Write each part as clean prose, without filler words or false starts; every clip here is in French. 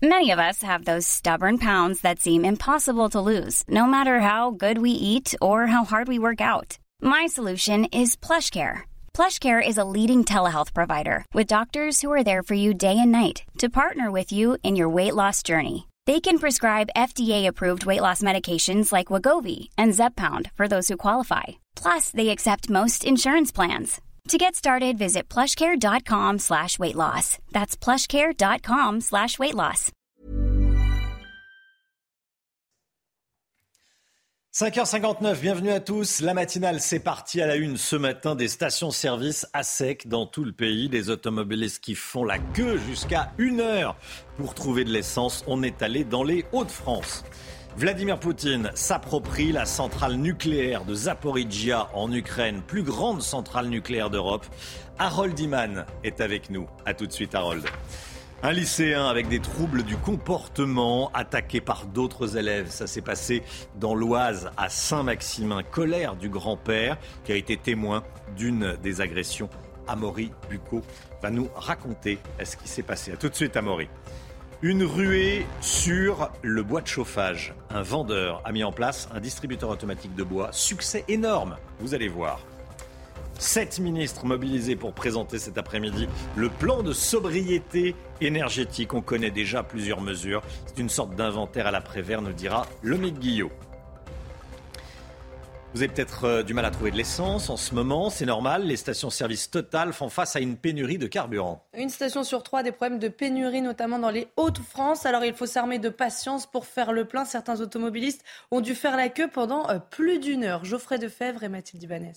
Many of us have those stubborn pounds that seem impossible to lose, no matter how good we eat or how hard we work out. My solution is PlushCare. PlushCare is a leading telehealth provider with doctors who are there for you day and night to partner with you in your weight loss journey. They can prescribe FDA-approved weight loss medications like Wegovy and Zepbound for those who qualify. Plus, they accept most insurance plans. To get started, visit plushcare.com/weightloss. That's plushcare.com/weightloss. 5h59, bienvenue à tous. La matinale, c'est parti à la une ce matin des stations-service à sec dans tout le pays. Des automobilistes qui font la queue jusqu'à 1 heure pour trouver de l'essence. On est allé dans les Hauts-de-France. Vladimir Poutine s'approprie la centrale nucléaire de Zaporijia en Ukraine, plus grande centrale nucléaire d'Europe. Harold Iman est avec nous. A tout de suite, Harold. Un lycéen avec des troubles du comportement attaqué par d'autres élèves. Ça s'est passé dans l'Oise à Saint-Maximin. Colère du grand-père qui a été témoin d'une des agressions. Amaury Bucco va nous raconter ce qui s'est passé. A tout de suite, Amaury. Une ruée sur le bois de chauffage. Un vendeur a mis en place un distributeur automatique de bois. Succès énorme, vous allez voir. 7 ministres mobilisés pour présenter cet après-midi le plan de sobriété énergétique. On connaît déjà plusieurs mesures. C'est une sorte d'inventaire à l'après-vert, nous dira Lomique Guillot. Vous avez peut-être du mal à trouver de l'essence en ce moment, c'est normal. Les stations-service Total font face à une pénurie de carburant. Une station sur 3 a des problèmes de pénurie, notamment dans les Hauts-de-France. Alors il faut s'armer de patience pour faire le plein. Certains automobilistes ont dû faire la queue pendant plus d'1 heure. Geoffrey Defebvre et Mathilde Ibanez.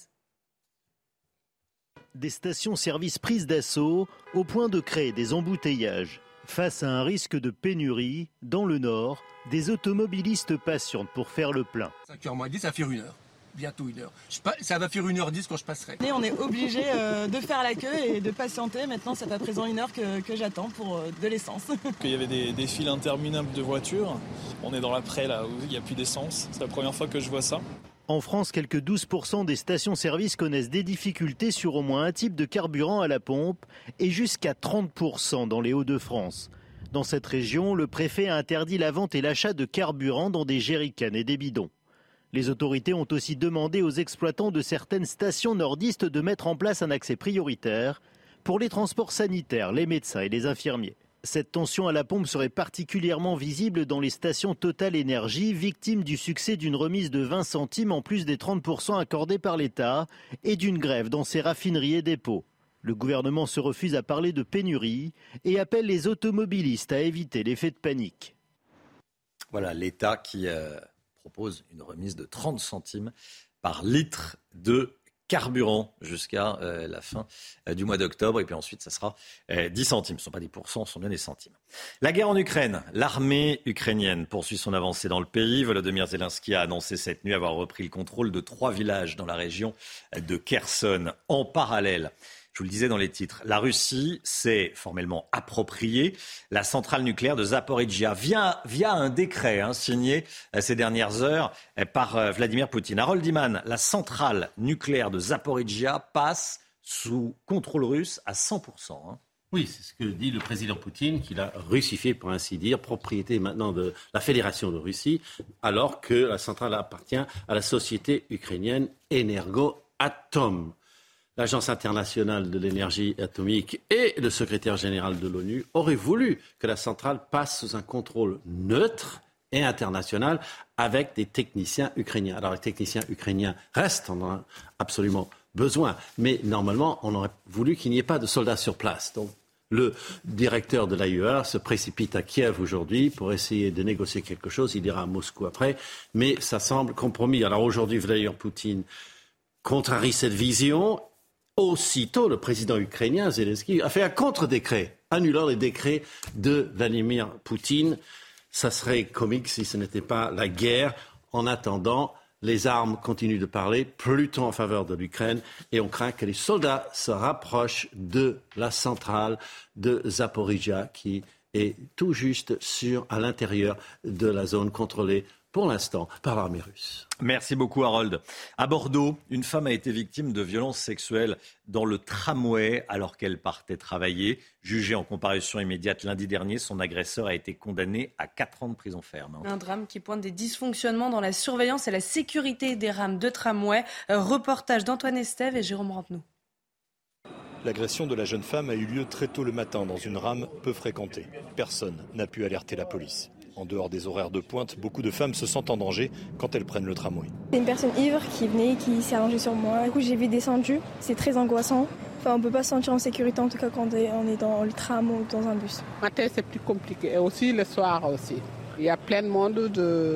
Des stations-service prises d'assaut au point de créer des embouteillages. Face à un risque de pénurie, dans le Nord, des automobilistes patientent pour faire le plein. 5h moins 10, ça va faire 1 heure. Bientôt 1 heure. Ça va faire 1h10 quand je passerai. On est obligé de faire la queue et de patienter. Maintenant, c'est à présent 1 heure que j'attends pour de l'essence. Il y avait des files interminables de voitures. On est dans l'après, là, où il n'y a plus d'essence. C'est la première fois que je vois ça. En France, quelques 12% des stations-service connaissent des difficultés sur au moins un type de carburant à la pompe et jusqu'à 30% dans les Hauts-de-France. Dans cette région, le préfet a interdit la vente et l'achat de carburant dans des jerrycans et des bidons. Les autorités ont aussi demandé aux exploitants de certaines stations nordistes de mettre en place un accès prioritaire pour les transports sanitaires, les médecins et les infirmiers. Cette tension à la pompe serait particulièrement visible dans les stations Total Énergie, victimes du succès d'une remise de 20 centimes en plus des 30% accordés par l'État et d'une grève dans ses raffineries et dépôts. Le gouvernement se refuse à parler de pénurie et appelle les automobilistes à éviter l'effet de panique. Voilà, l'État qui propose une remise de 30 centimes par litre de carburant jusqu'à la fin du mois d'octobre. Et puis ensuite, ça sera 10 centimes. Ce ne sont pas des pourcents, ce sont bien des centimes. La guerre en Ukraine. L'armée ukrainienne poursuit son avancée dans le pays. Volodymyr Zelensky a annoncé cette nuit avoir repris le contrôle de 3 villages dans la région de Kherson. En parallèle, je vous le disais dans les titres, la Russie s'est formellement appropriée la centrale nucléaire de Zaporijia via un décret signé ces dernières heures par Vladimir Poutine. Harold Iman, la centrale nucléaire de Zaporijia passe sous contrôle russe à 100%. Oui, c'est ce que dit le président Poutine, qu'il a russifié, pour ainsi dire, propriété maintenant de la Fédération de Russie, alors que la centrale appartient à la société ukrainienne Energoatom. L'Agence internationale de l'énergie atomique et le secrétaire général de l'ONU auraient voulu que la centrale passe sous un contrôle neutre et international avec des techniciens ukrainiens. Alors les techniciens ukrainiens restent, on en a absolument besoin, mais normalement on aurait voulu qu'il n'y ait pas de soldats sur place. Donc le directeur de l'AIEA se précipite à Kiev aujourd'hui pour essayer de négocier quelque chose. Il ira à Moscou après, mais ça semble compromis. Alors aujourd'hui, Vladimir Poutine contrarie cette vision. Aussitôt, le président ukrainien, Zelensky, a fait un contre-décret, annulant les décrets de Vladimir Poutine. Ça serait comique si ce n'était pas la guerre. En attendant, les armes continuent de parler, plutôt en faveur de l'Ukraine, et on craint que les soldats se rapprochent de la centrale de Zaporijia, qui est tout juste à l'intérieur de la zone contrôlée pour l'instant, par l'armée russe. Merci beaucoup Harold. À Bordeaux, une femme a été victime de violences sexuelles dans le tramway alors qu'elle partait travailler. Jugée en comparution immédiate lundi dernier, son agresseur a été condamné à 4 ans de prison ferme. Un drame qui pointe des dysfonctionnements dans la surveillance et la sécurité des rames de tramway. Reportage d'Antoine Estève et Jérôme Rampenou. L'agression de la jeune femme a eu lieu très tôt le matin dans une rame peu fréquentée. Personne n'a pu alerter la police. En dehors des horaires de pointe, beaucoup de femmes se sentent en danger quand elles prennent le tramway. C'est une personne ivre qui venait, qui s'est allongée sur moi. Du coup, j'ai vite descendu. C'est très angoissant. Enfin, on ne peut pas se sentir en sécurité, en tout cas quand on est dans le tram ou dans un bus. Le matin, c'est plus compliqué. Et aussi le soir aussi. Il y a plein de monde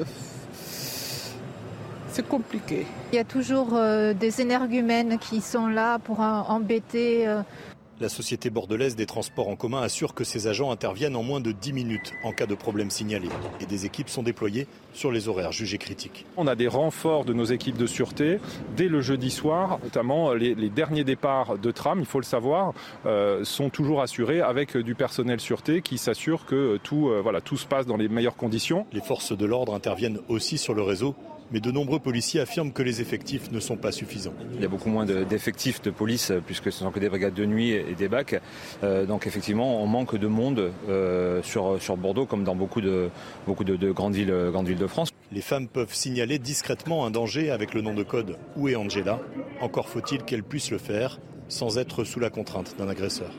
C'est compliqué. Il y a toujours des énergumènes qui sont là pour embêter. La société bordelaise des transports en commun assure que ses agents interviennent en moins de 10 minutes en cas de problème signalé. Et des équipes sont déployées sur les horaires jugés critiques. On a des renforts de nos équipes de sûreté dès le jeudi soir, notamment les derniers départs de tram, il faut le savoir, sont toujours assurés avec du personnel sûreté qui s'assure que tout se passe dans les meilleures conditions. Les forces de l'ordre interviennent aussi sur le réseau. Mais de nombreux policiers affirment que les effectifs ne sont pas suffisants. Il y a beaucoup moins d'effectifs de police puisque ce sont que des brigades de nuit et des BAC. Donc effectivement, on manque de monde sur Bordeaux comme dans beaucoup de grandes villes de France. Les femmes peuvent signaler discrètement un danger avec le nom de code « Où est Angela ?». Encore faut-il qu'elles puissent le faire sans être sous la contrainte d'un agresseur.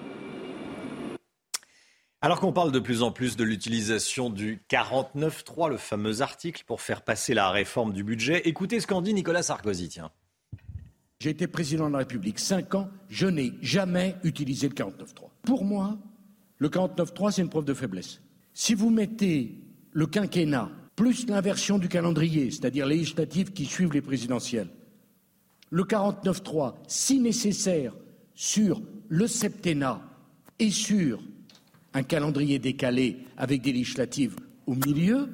Alors qu'on parle de plus en plus de l'utilisation du 49.3, le fameux article pour faire passer la réforme du budget, écoutez ce qu'en dit Nicolas Sarkozy. Tiens. J'ai été président de la République 5 ans, je n'ai jamais utilisé le 49.3. Pour moi, le 49.3, c'est une preuve de faiblesse. Si vous mettez le quinquennat plus l'inversion du calendrier, c'est-à-dire les législatives qui suivent les présidentielles, le 49.3, si nécessaire, sur le septennat et sur un calendrier décalé avec des législatives au milieu,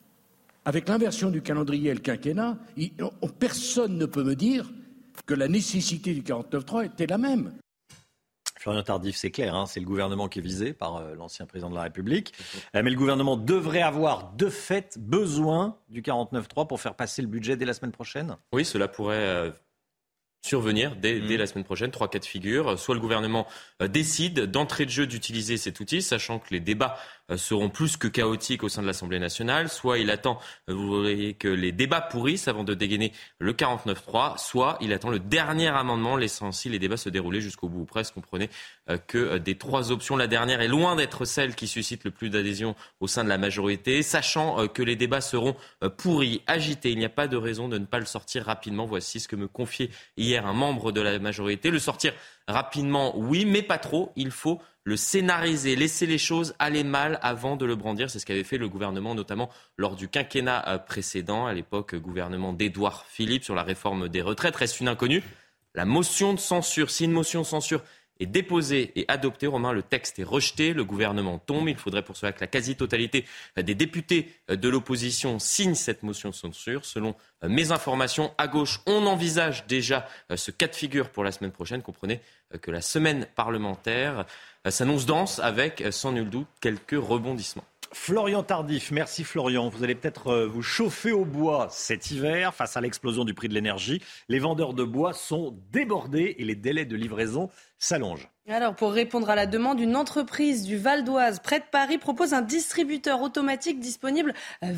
avec l'inversion du calendrier et le quinquennat, personne ne peut me dire que la nécessité du 49.3 était la même. Florian Tardif, c'est clair, c'est le gouvernement qui est visé par l'ancien président de la République. Mais le gouvernement devrait avoir de fait besoin du 49.3 pour faire passer le budget dès la semaine prochaine ? Oui, cela pourrait survenir dès la semaine prochaine. 3 cas de figure. Soit le gouvernement décide d'entrée de jeu d'utiliser cet outil, sachant que les débats seront plus que chaotiques au sein de l'Assemblée nationale. Soit il attend, vous voyez, que les débats pourrissent avant de dégainer le 49.3. Soit il attend le dernier amendement, laissant ainsi les débats se dérouler jusqu'au bout. Presque, comprenez que des 3 options, la dernière est loin d'être celle qui suscite le plus d'adhésion au sein de la majorité. Sachant que les débats seront pourris, agités, il n'y a pas de raison de ne pas le sortir rapidement. Voici ce que me confiait hier un membre de la majorité. Le sortir rapidement, oui, mais pas trop. Il faut le scénariser, laisser les choses aller mal avant de le brandir. C'est ce qu'avait fait le gouvernement, notamment lors du quinquennat précédent, à l'époque gouvernement d'Édouard Philippe sur la réforme des retraites. Reste une inconnue, la motion de censure. Si une motion de censure est déposée et adoptée, Romain, le texte est rejeté, le gouvernement tombe. Il faudrait pour cela que la quasi-totalité des députés de l'opposition signent cette motion de censure. Selon mes informations, à gauche, on envisage déjà ce cas de figure pour la semaine prochaine. Comprenez que la semaine parlementaire s'annonce dense avec, sans nul doute, quelques rebondissements. Florian Tardif, merci Florian. Vous allez peut-être vous chauffer au bois cet hiver face à l'explosion du prix de l'énergie. Les vendeurs de bois sont débordés et les délais de livraison s'allongent. Alors, pour répondre à la demande, une entreprise du Val d'Oise, près de Paris, propose un distributeur automatique disponible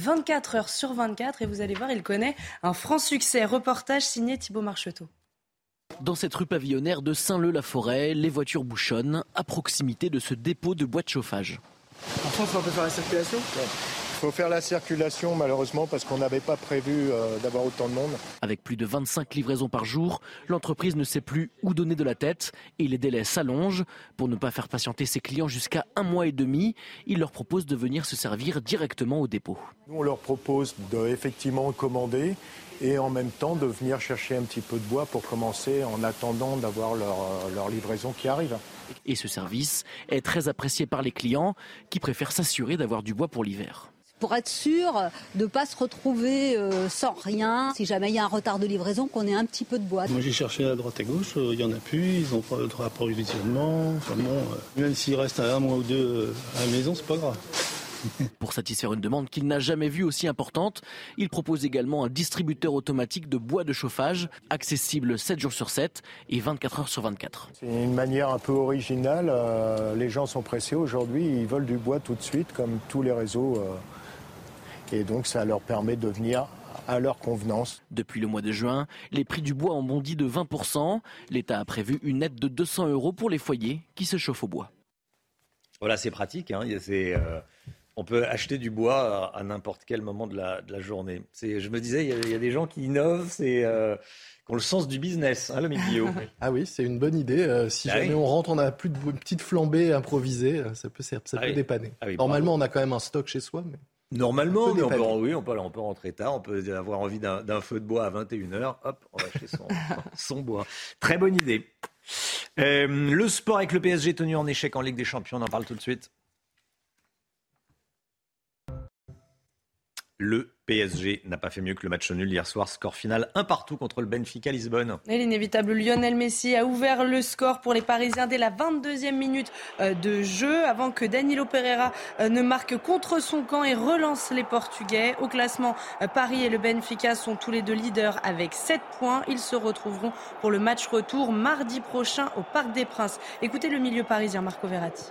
24 heures sur 24. Et vous allez voir, il connaît un franc succès. Reportage signé Thibaut Marcheteau. Dans cette rue pavillonnaire de Saint-Leu-la-Forêt, les voitures bouchonnent à proximité de ce dépôt de bois de chauffage. En France, on peut faire la circulation ? Il faut faire la circulation malheureusement parce qu'on n'avait pas prévu d'avoir autant de monde. Avec plus de 25 livraisons par jour, l'entreprise ne sait plus où donner de la tête et les délais s'allongent. Pour ne pas faire patienter ses clients jusqu'à 1 mois et demi, il leur propose de venir se servir directement au dépôt. Nous, on leur propose d'effectivement commander et en même temps de venir chercher un petit peu de bois pour commencer en attendant d'avoir leur livraison qui arrive. Et ce service est très apprécié par les clients qui préfèrent s'assurer d'avoir du bois pour l'hiver. Pour être sûr de ne pas se retrouver sans rien, si jamais il y a un retard de livraison, qu'on ait un petit peu de bois. Moi j'ai cherché à droite et gauche, il n'y en a plus, ils n'ont pas de approvisionnement. Enfin bon, même s'il reste 1 mois ou 2 à la maison, c'est pas grave. Pour satisfaire une demande qu'il n'a jamais vue aussi importante, il propose également un distributeur automatique de bois de chauffage, accessible 7 jours sur 7 et 24 heures sur 24. C'est une manière un peu originale. Les gens sont pressés aujourd'hui, ils veulent du bois tout de suite, comme tous les réseaux. Et donc ça leur permet de venir à leur convenance. Depuis le mois de juin, les prix du bois ont bondi de 20%. L'État a prévu une aide de 200 € pour les foyers qui se chauffent au bois. Voilà, c'est pratique. On peut acheter du bois à n'importe quel moment de la journée. Je me disais, il y a des gens qui innovent, qui ont le sens du business, le Guillot. Ah oui, c'est une bonne idée. Si jamais on rentre, on n'a plus de petite flambée improvisée, ça peut dépanner. Normalement, on a quand même un stock chez soi. Mais... Normalement, on peut rentrer tard, on peut avoir envie d'un feu de bois à 21h, hop, on va acheter son bois. Très bonne idée. Le sport avec le PSG tenu en échec en Ligue des Champions, on en parle tout de suite. Le PSG n'a pas fait mieux que le match nul hier soir. Score final 1-1 contre le Benfica Lisbonne. Et l'inévitable Lionel Messi a ouvert le score pour les Parisiens dès la 22e minute de jeu, avant que Danilo Pereira ne marque contre son camp et relance les Portugais. Au classement, Paris et le Benfica sont tous les deux leaders avec 7 points. Ils se retrouveront pour le match retour mardi prochain au Parc des Princes. Écoutez le milieu parisien Marco Verratti.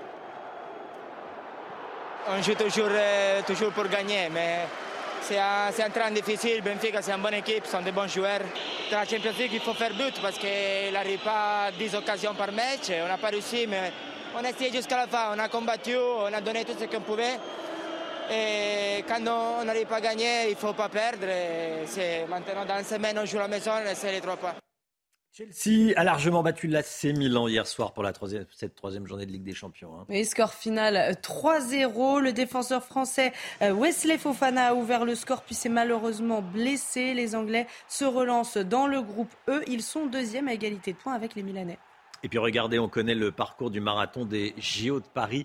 On joue toujours pour gagner, mais... C'est un train difficile, Benfica c'est une bonne équipe, ce sont des bons joueurs. Dans la Champions League il faut faire but parce qu'il n'arrive pas à 10 occasions par match. On n'a pas réussi mais on a essayé jusqu'à la fin, on a combattu, on a donné tout ce qu'on pouvait. Et quand on n'arrive pas à gagner, il ne faut pas perdre. Maintenant dans une semaine on joue à la maison, on essaie les 3 points. Chelsea a largement battu l'AC Milan hier soir pour cette troisième journée de Ligue des Champions. Et score final 3-0. Le défenseur français Wesley Fofana a ouvert le score puis s'est malheureusement blessé. Les Anglais se relancent dans le groupe E. Ils sont deuxième à égalité de points avec les Milanais. Et puis regardez, on connaît le parcours du marathon des JO de Paris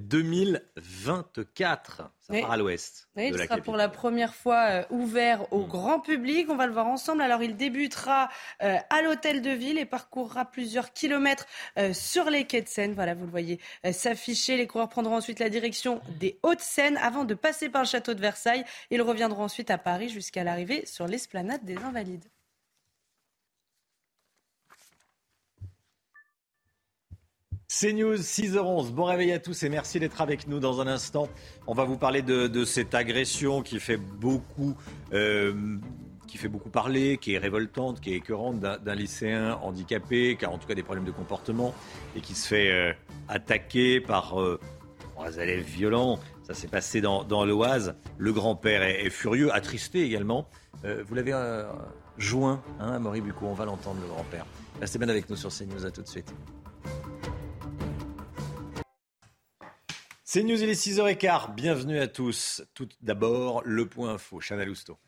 2024. Ça part à l'ouest. Il sera pour la première fois ouvert au grand public. On va le voir ensemble. Alors il débutera à l'hôtel de ville et parcourra plusieurs kilomètres sur les quais de Seine. Voilà, vous le voyez s'afficher. Les coureurs prendront ensuite la direction des Hauts-de-Seine avant de passer par le château de Versailles. Ils reviendront ensuite à Paris jusqu'à l'arrivée sur l'esplanade des Invalides. CNews, 6h11. Bon réveil à tous et merci d'être avec nous. Dans un instant, on va vous parler de cette agression qui fait beaucoup parler, qui est révoltante, qui est écœurante d'un lycéen handicapé, qui a en tout cas des problèmes de comportement et qui se fait attaquer par des élèves violents. Ça s'est passé dans l'Oise. Le grand-père est furieux, attristé également. Vous l'avez joint, Amaury Bucco. On va l'entendre, le grand-père. Restez bien avec nous sur CNews. À tout de suite. CNews, il est 6h15. Bienvenue à tous. Tout d'abord, le point info. Chana Lousteau.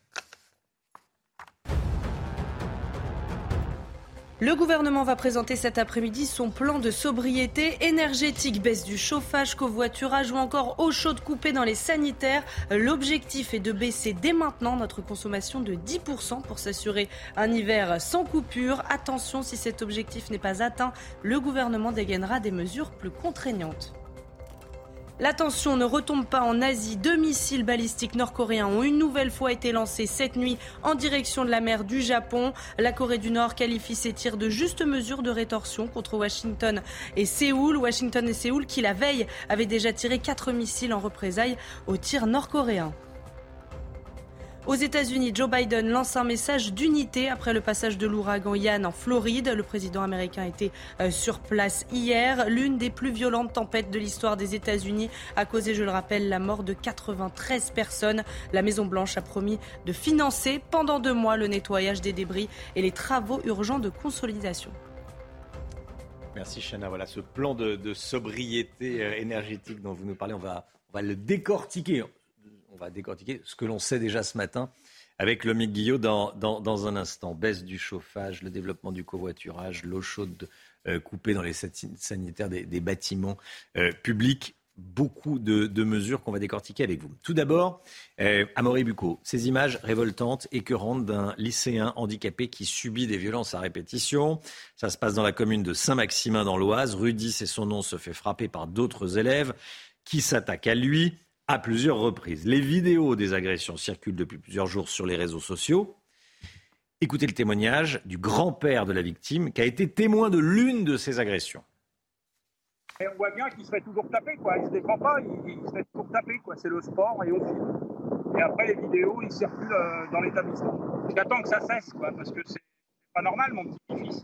Le gouvernement va présenter cet après-midi son plan de sobriété énergétique, baisse du chauffage, covoiturage ou encore eau chaude coupée dans les sanitaires. L'objectif est de baisser dès maintenant notre consommation de 10% pour s'assurer un hiver sans coupure. Attention, si cet objectif n'est pas atteint, le gouvernement dégainera des mesures plus contraignantes. La tension ne retombe pas en Asie. 2 missiles balistiques nord-coréens ont une nouvelle fois été lancés cette nuit en direction de la mer du Japon. La Corée du Nord qualifie ces tirs de justes mesures de rétorsion contre Washington et Séoul. Washington et Séoul qui, la veille, avaient déjà tiré 4 missiles en représailles aux tirs nord-coréens. Aux États-Unis, Joe Biden lance un message d'unité après le passage de l'ouragan Ian en Floride. Le président américain était sur place hier. L'une des plus violentes tempêtes de l'histoire des États-Unis a causé, je le rappelle, la mort de 93 personnes. La Maison-Blanche a promis de financer pendant 2 mois le nettoyage des débris et les travaux urgents de consolidation. Merci Chana. Voilà ce plan de sobriété énergétique dont vous nous parlez. On va le décortiquer. On va décortiquer ce que l'on sait déjà ce matin avec Lomique Guillot dans un instant. Baisse du chauffage, le développement du covoiturage, l'eau chaude coupée dans les sanitaires des bâtiments publics. Beaucoup de mesures qu'on va décortiquer avec vous. Tout d'abord, Amaury Bucco, ces images révoltantes, écœurantes d'un lycéen handicapé qui subit des violences à répétition. Ça se passe dans la commune de Saint-Maximin dans l'Oise. Rudy, c'est son nom, se fait frapper par d'autres élèves qui s'attaquent à lui. à plusieurs reprises. Les vidéos des agressions circulent depuis plusieurs jours sur les réseaux sociaux. Écoutez le témoignage du grand-père de la victime qui a été témoin de l'une de ces agressions. Et on voit bien qu'il se fait toujours taper, quoi. Il se défend pas, il se fait toujours taper, quoi. C'est le sport et on filme. Et après, les vidéos, ils circulent dans l'établissement. J'attends que ça cesse, quoi, parce que c'est pas normal. Mon petit-fils,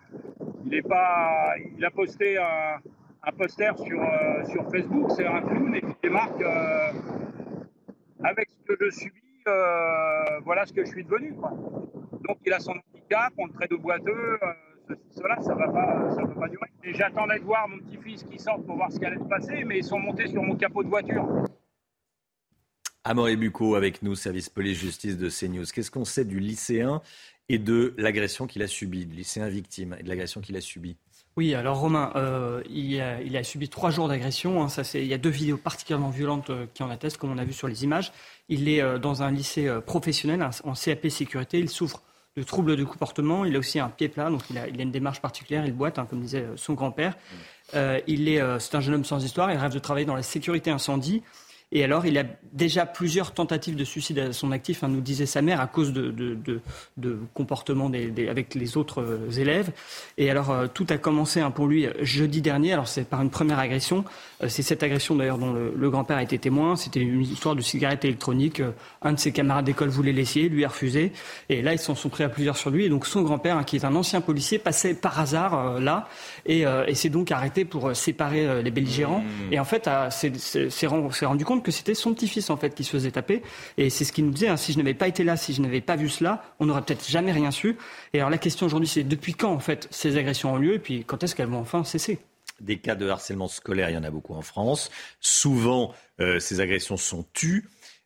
il a posté un poster sur Facebook, c'est un clown, et puis il marque avec ce que je subis, voilà ce que je suis devenu, quoi. Donc il a son handicap, on le traite de boiteux, cela, ça va pas durer. Et j'attendais de voir mon petit-fils qui sorte pour voir ce qui allait se passer, mais ils sont montés sur mon capot de voiture. Amaury Bucco avec nous, service police-justice de CNews. Qu'est-ce qu'on sait du lycéen et de l'agression qu'il a subie, du lycéen victime et de l'agression qu'il a subie? Oui, alors Romain, il a subi 3 jours d'agression. Il y a 2 vidéos particulièrement violentes qui en attestent, comme on a vu sur les images. Il est dans un lycée professionnel, en CAP sécurité. Il souffre de troubles de comportement. Il a aussi un pied plat, donc il a une démarche particulière. Il boite, comme disait son grand-père. C'est un jeune homme sans histoire. Il rêve de travailler dans la sécurité incendie. Et alors, il a déjà plusieurs tentatives de suicide à son actif, nous disait sa mère, à cause de comportement avec les autres élèves. Et alors, tout a commencé pour lui jeudi dernier. Alors, c'est par une première agression. C'est cette agression, d'ailleurs, dont le grand-père a été témoin. C'était une histoire de cigarette électronique. Un de ses camarades d'école voulait l'essayer, lui a refusé. Et là, ils s'en sont pris à plusieurs sur lui. Et donc, son grand-père, qui est un ancien policier, passait par hasard là et s'est donc arrêté pour séparer les belligérants. Et en fait, s'est rendu compte que c'était son petit-fils en fait qui se faisait taper, et c'est ce qu'il nous disait, si je n'avais pas été là, si je n'avais pas vu cela, on n'aurait peut-être jamais rien su. Et alors la question aujourd'hui, c'est depuis quand en fait ces agressions ont lieu, et puis quand est-ce qu'elles vont enfin cesser? Des cas de harcèlement scolaire, il y en a beaucoup en France. Souvent, ces agressions sont tues.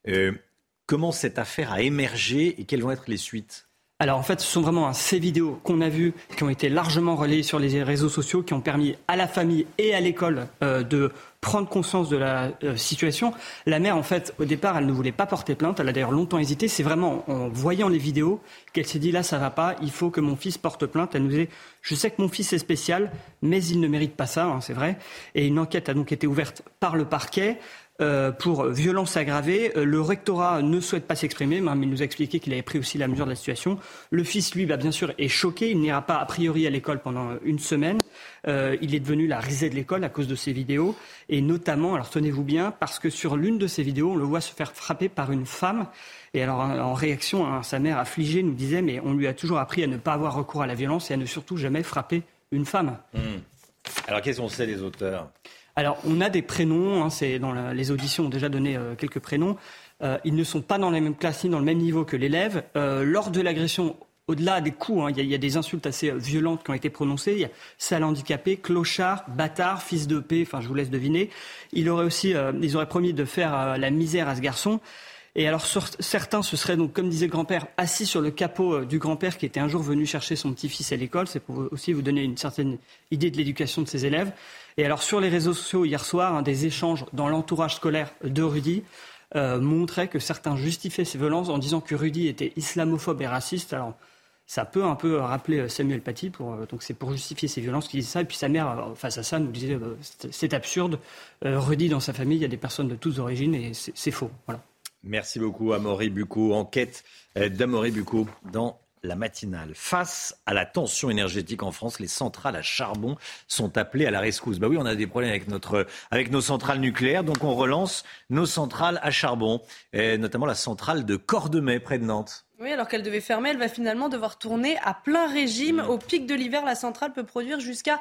Comment cette affaire a émergé et quelles vont être les suites? Alors en fait, ce sont vraiment ces vidéos qu'on a vues, qui ont été largement relayées sur les réseaux sociaux, qui ont permis à la famille et à l'école de prendre conscience de la situation. La mère, en fait, au départ, elle ne voulait pas porter plainte. Elle a d'ailleurs longtemps hésité. C'est vraiment en voyant les vidéos qu'elle s'est dit, là, ça va pas, il faut que mon fils porte plainte. Elle nous disait, je sais que mon fils est spécial, mais il ne mérite pas ça, c'est vrai. Et une enquête a donc été ouverte par le parquet. Pour violence aggravée. Le rectorat ne souhaite pas s'exprimer, mais il nous a expliqué qu'il avait pris aussi la mesure de la situation. Le fils, lui, bien sûr, est choqué. Il n'ira pas a priori à l'école pendant une semaine. Il est devenu la risée de l'école à cause de ces vidéos. Et notamment, alors tenez-vous bien, parce que sur l'une de ces vidéos, on le voit se faire frapper par une femme. Et alors, en réaction, sa mère affligée nous disait, mais on lui a toujours appris à ne pas avoir recours à la violence et à ne surtout jamais frapper une femme. Alors, qu'est-ce qu'on sait des auteurs ? Alors, on a des prénoms, les auditions ont déjà donné quelques prénoms. Ils ne sont pas dans la même classe ni dans le même niveau que l'élève. Lors de l'agression, au-delà des coups, il y a des insultes assez violentes qui ont été prononcées. Il y a sale handicapé, clochard, bâtard, fils de paix, je vous laisse deviner. Ils auraient promis de faire la misère à ce garçon. Et alors certains se seraient donc, comme disait le grand-père, assis sur le capot du grand-père qui était un jour venu chercher son petit-fils à l'école. C'est pour aussi vous donner une certaine idée de l'éducation de ses élèves. Et alors sur les réseaux sociaux hier soir, des échanges dans l'entourage scolaire de Rudy montraient que certains justifiaient ces violences en disant que Rudy était islamophobe et raciste. Alors ça peut un peu rappeler Samuel Paty, donc c'est pour justifier ces violences qu'il disait ça. Et puis sa mère, face à ça, nous disait c'est absurde. Rudy, dans sa famille, il y a des personnes de toutes origines et c'est faux. Voilà. Merci beaucoup, Amaury Bucco. Enquête d'Amaury Bucco dans la matinale. Face à la tension énergétique en France, les centrales à charbon sont appelées à la rescousse. Oui, on a des problèmes avec nos centrales nucléaires, donc on relance nos centrales à charbon, et notamment la centrale de Cordemais, près de Nantes. Oui, alors qu'elle devait fermer, elle va finalement devoir tourner à plein régime. Au pic de l'hiver, la centrale peut produire jusqu'à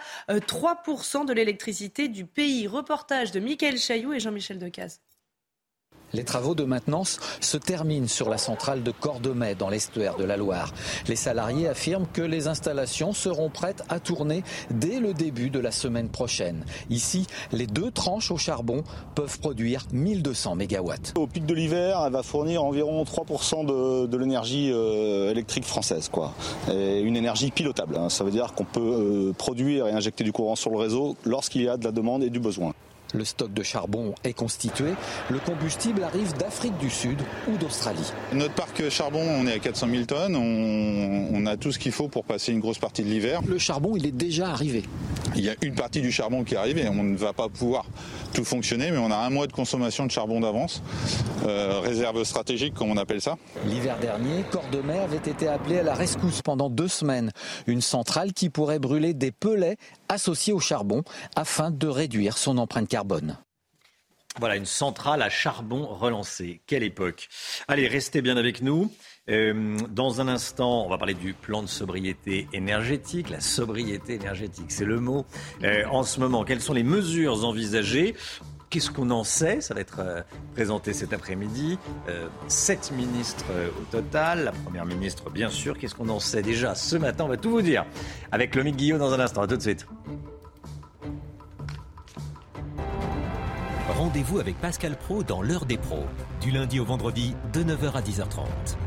3% de l'électricité du pays. Reportage de Mickaël Chailloux et Jean-Michel Decaze. Les travaux de maintenance se terminent sur la centrale de Cordemais dans l'estuaire de la Loire. Les salariés affirment que les installations seront prêtes à tourner dès le début de la semaine prochaine. Ici, les 2 tranches au charbon peuvent produire 1200 mégawatts. Au pic de l'hiver, elle va fournir environ 3% de l'énergie électrique française, Et une énergie pilotable. Ça veut dire qu'on peut produire et injecter du courant sur le réseau lorsqu'il y a de la demande et du besoin. Le stock de charbon est constitué. Le combustible arrive d'Afrique du Sud ou d'Australie. Notre parc charbon, on est à 400 000 tonnes. On a tout ce qu'il faut pour passer une grosse partie de l'hiver. Le charbon, il est déjà arrivé. Il y a une partie du charbon qui est arrivée. On ne va pas pouvoir tout fonctionner, mais on a un mois de consommation de charbon d'avance. Réserve stratégique, comme on appelle ça. L'hiver dernier, Cordemais avait été appelé à la rescousse pendant 2 semaines. Une centrale qui pourrait brûler des pellets associés au charbon afin de réduire son empreinte carbone. Voilà, une centrale à charbon relancée. Quelle époque. Allez, restez bien avec nous. Dans un instant, on va parler du plan de sobriété énergétique. La sobriété énergétique, c'est le mot. En ce moment, quelles sont les mesures envisagées ? Qu'est-ce qu'on en sait ? Ça va être présenté cet après-midi. 7 ministres au total. La première ministre, bien sûr. Qu'est-ce qu'on en sait déjà ce matin ? On va tout vous dire. Avec Lomique Guillot dans un instant. À tout de suite. Rendez-vous avec Pascal Praud dans l'heure des pros. Du lundi au vendredi, de 9h à 10h30.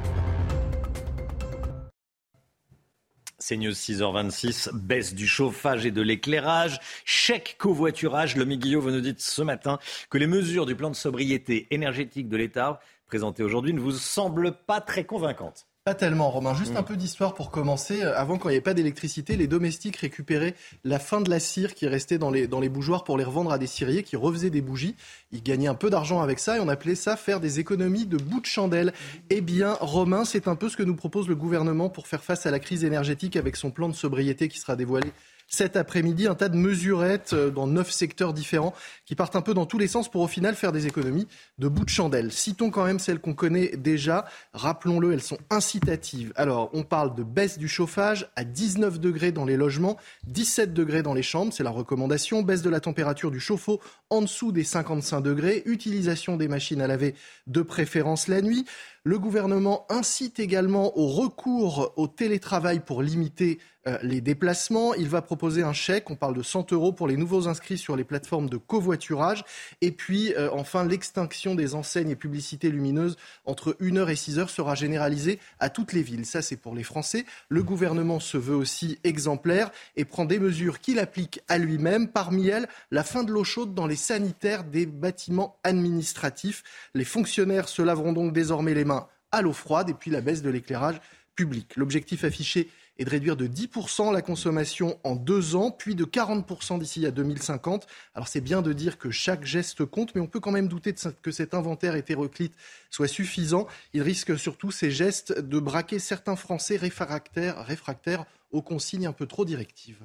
CNews 6h26, baisse du chauffage et de l'éclairage, chèque covoiturage. Lomique Guillot, vous nous dites ce matin que les mesures du plan de sobriété énergétique de l'État présentées aujourd'hui ne vous semblent pas très convaincantes. Pas tellement, Romain. Juste un peu d'histoire pour commencer. Avant, quand il n'y avait pas d'électricité, les domestiques récupéraient la fin de la cire qui restait dans les bougeoirs pour les revendre à des ciriers qui refaisaient des bougies. Ils gagnaient un peu d'argent avec ça et on appelait ça faire des économies de bout de chandelle. Eh bien, Romain, c'est un peu ce que nous propose le gouvernement pour faire face à la crise énergétique avec son plan de sobriété qui sera dévoilé cet après-midi. Un tas de mesurettes dans 9 secteurs différents qui partent un peu dans tous les sens pour au final faire des économies de bout de chandelle. Citons quand même celles qu'on connaît déjà. Rappelons-le, elles sont incitatives. Alors, on parle de baisse du chauffage à 19 degrés dans les logements, 17 degrés dans les chambres, c'est la recommandation. Baisse de la température du chauffe-eau en dessous des 55 degrés. Utilisation des machines à laver de préférence la nuit. Le gouvernement incite également au recours au télétravail pour limiter les déplacements. Il va proposer un chèque, on parle de 100 € pour les nouveaux inscrits sur les plateformes de covoiturage. Et puis, enfin, l'extinction des enseignes et publicités lumineuses entre 1h et 6h sera généralisée à toutes les villes. Ça, c'est pour les Français. Le gouvernement se veut aussi exemplaire et prend des mesures qu'il applique à lui-même. Parmi elles, la fin de l'eau chaude dans les sanitaires des bâtiments administratifs. Les fonctionnaires se laveront donc désormais les mains à l'eau froide et puis la baisse de l'éclairage public. L'objectif affiché est de réduire de 10% la consommation en 2 ans, puis de 40% d'ici à 2050. Alors c'est bien de dire que chaque geste compte, mais on peut quand même douter que cet inventaire hétéroclite soit suffisant. Il risque surtout, ces gestes, de braquer certains Français réfractaires aux consignes un peu trop directives.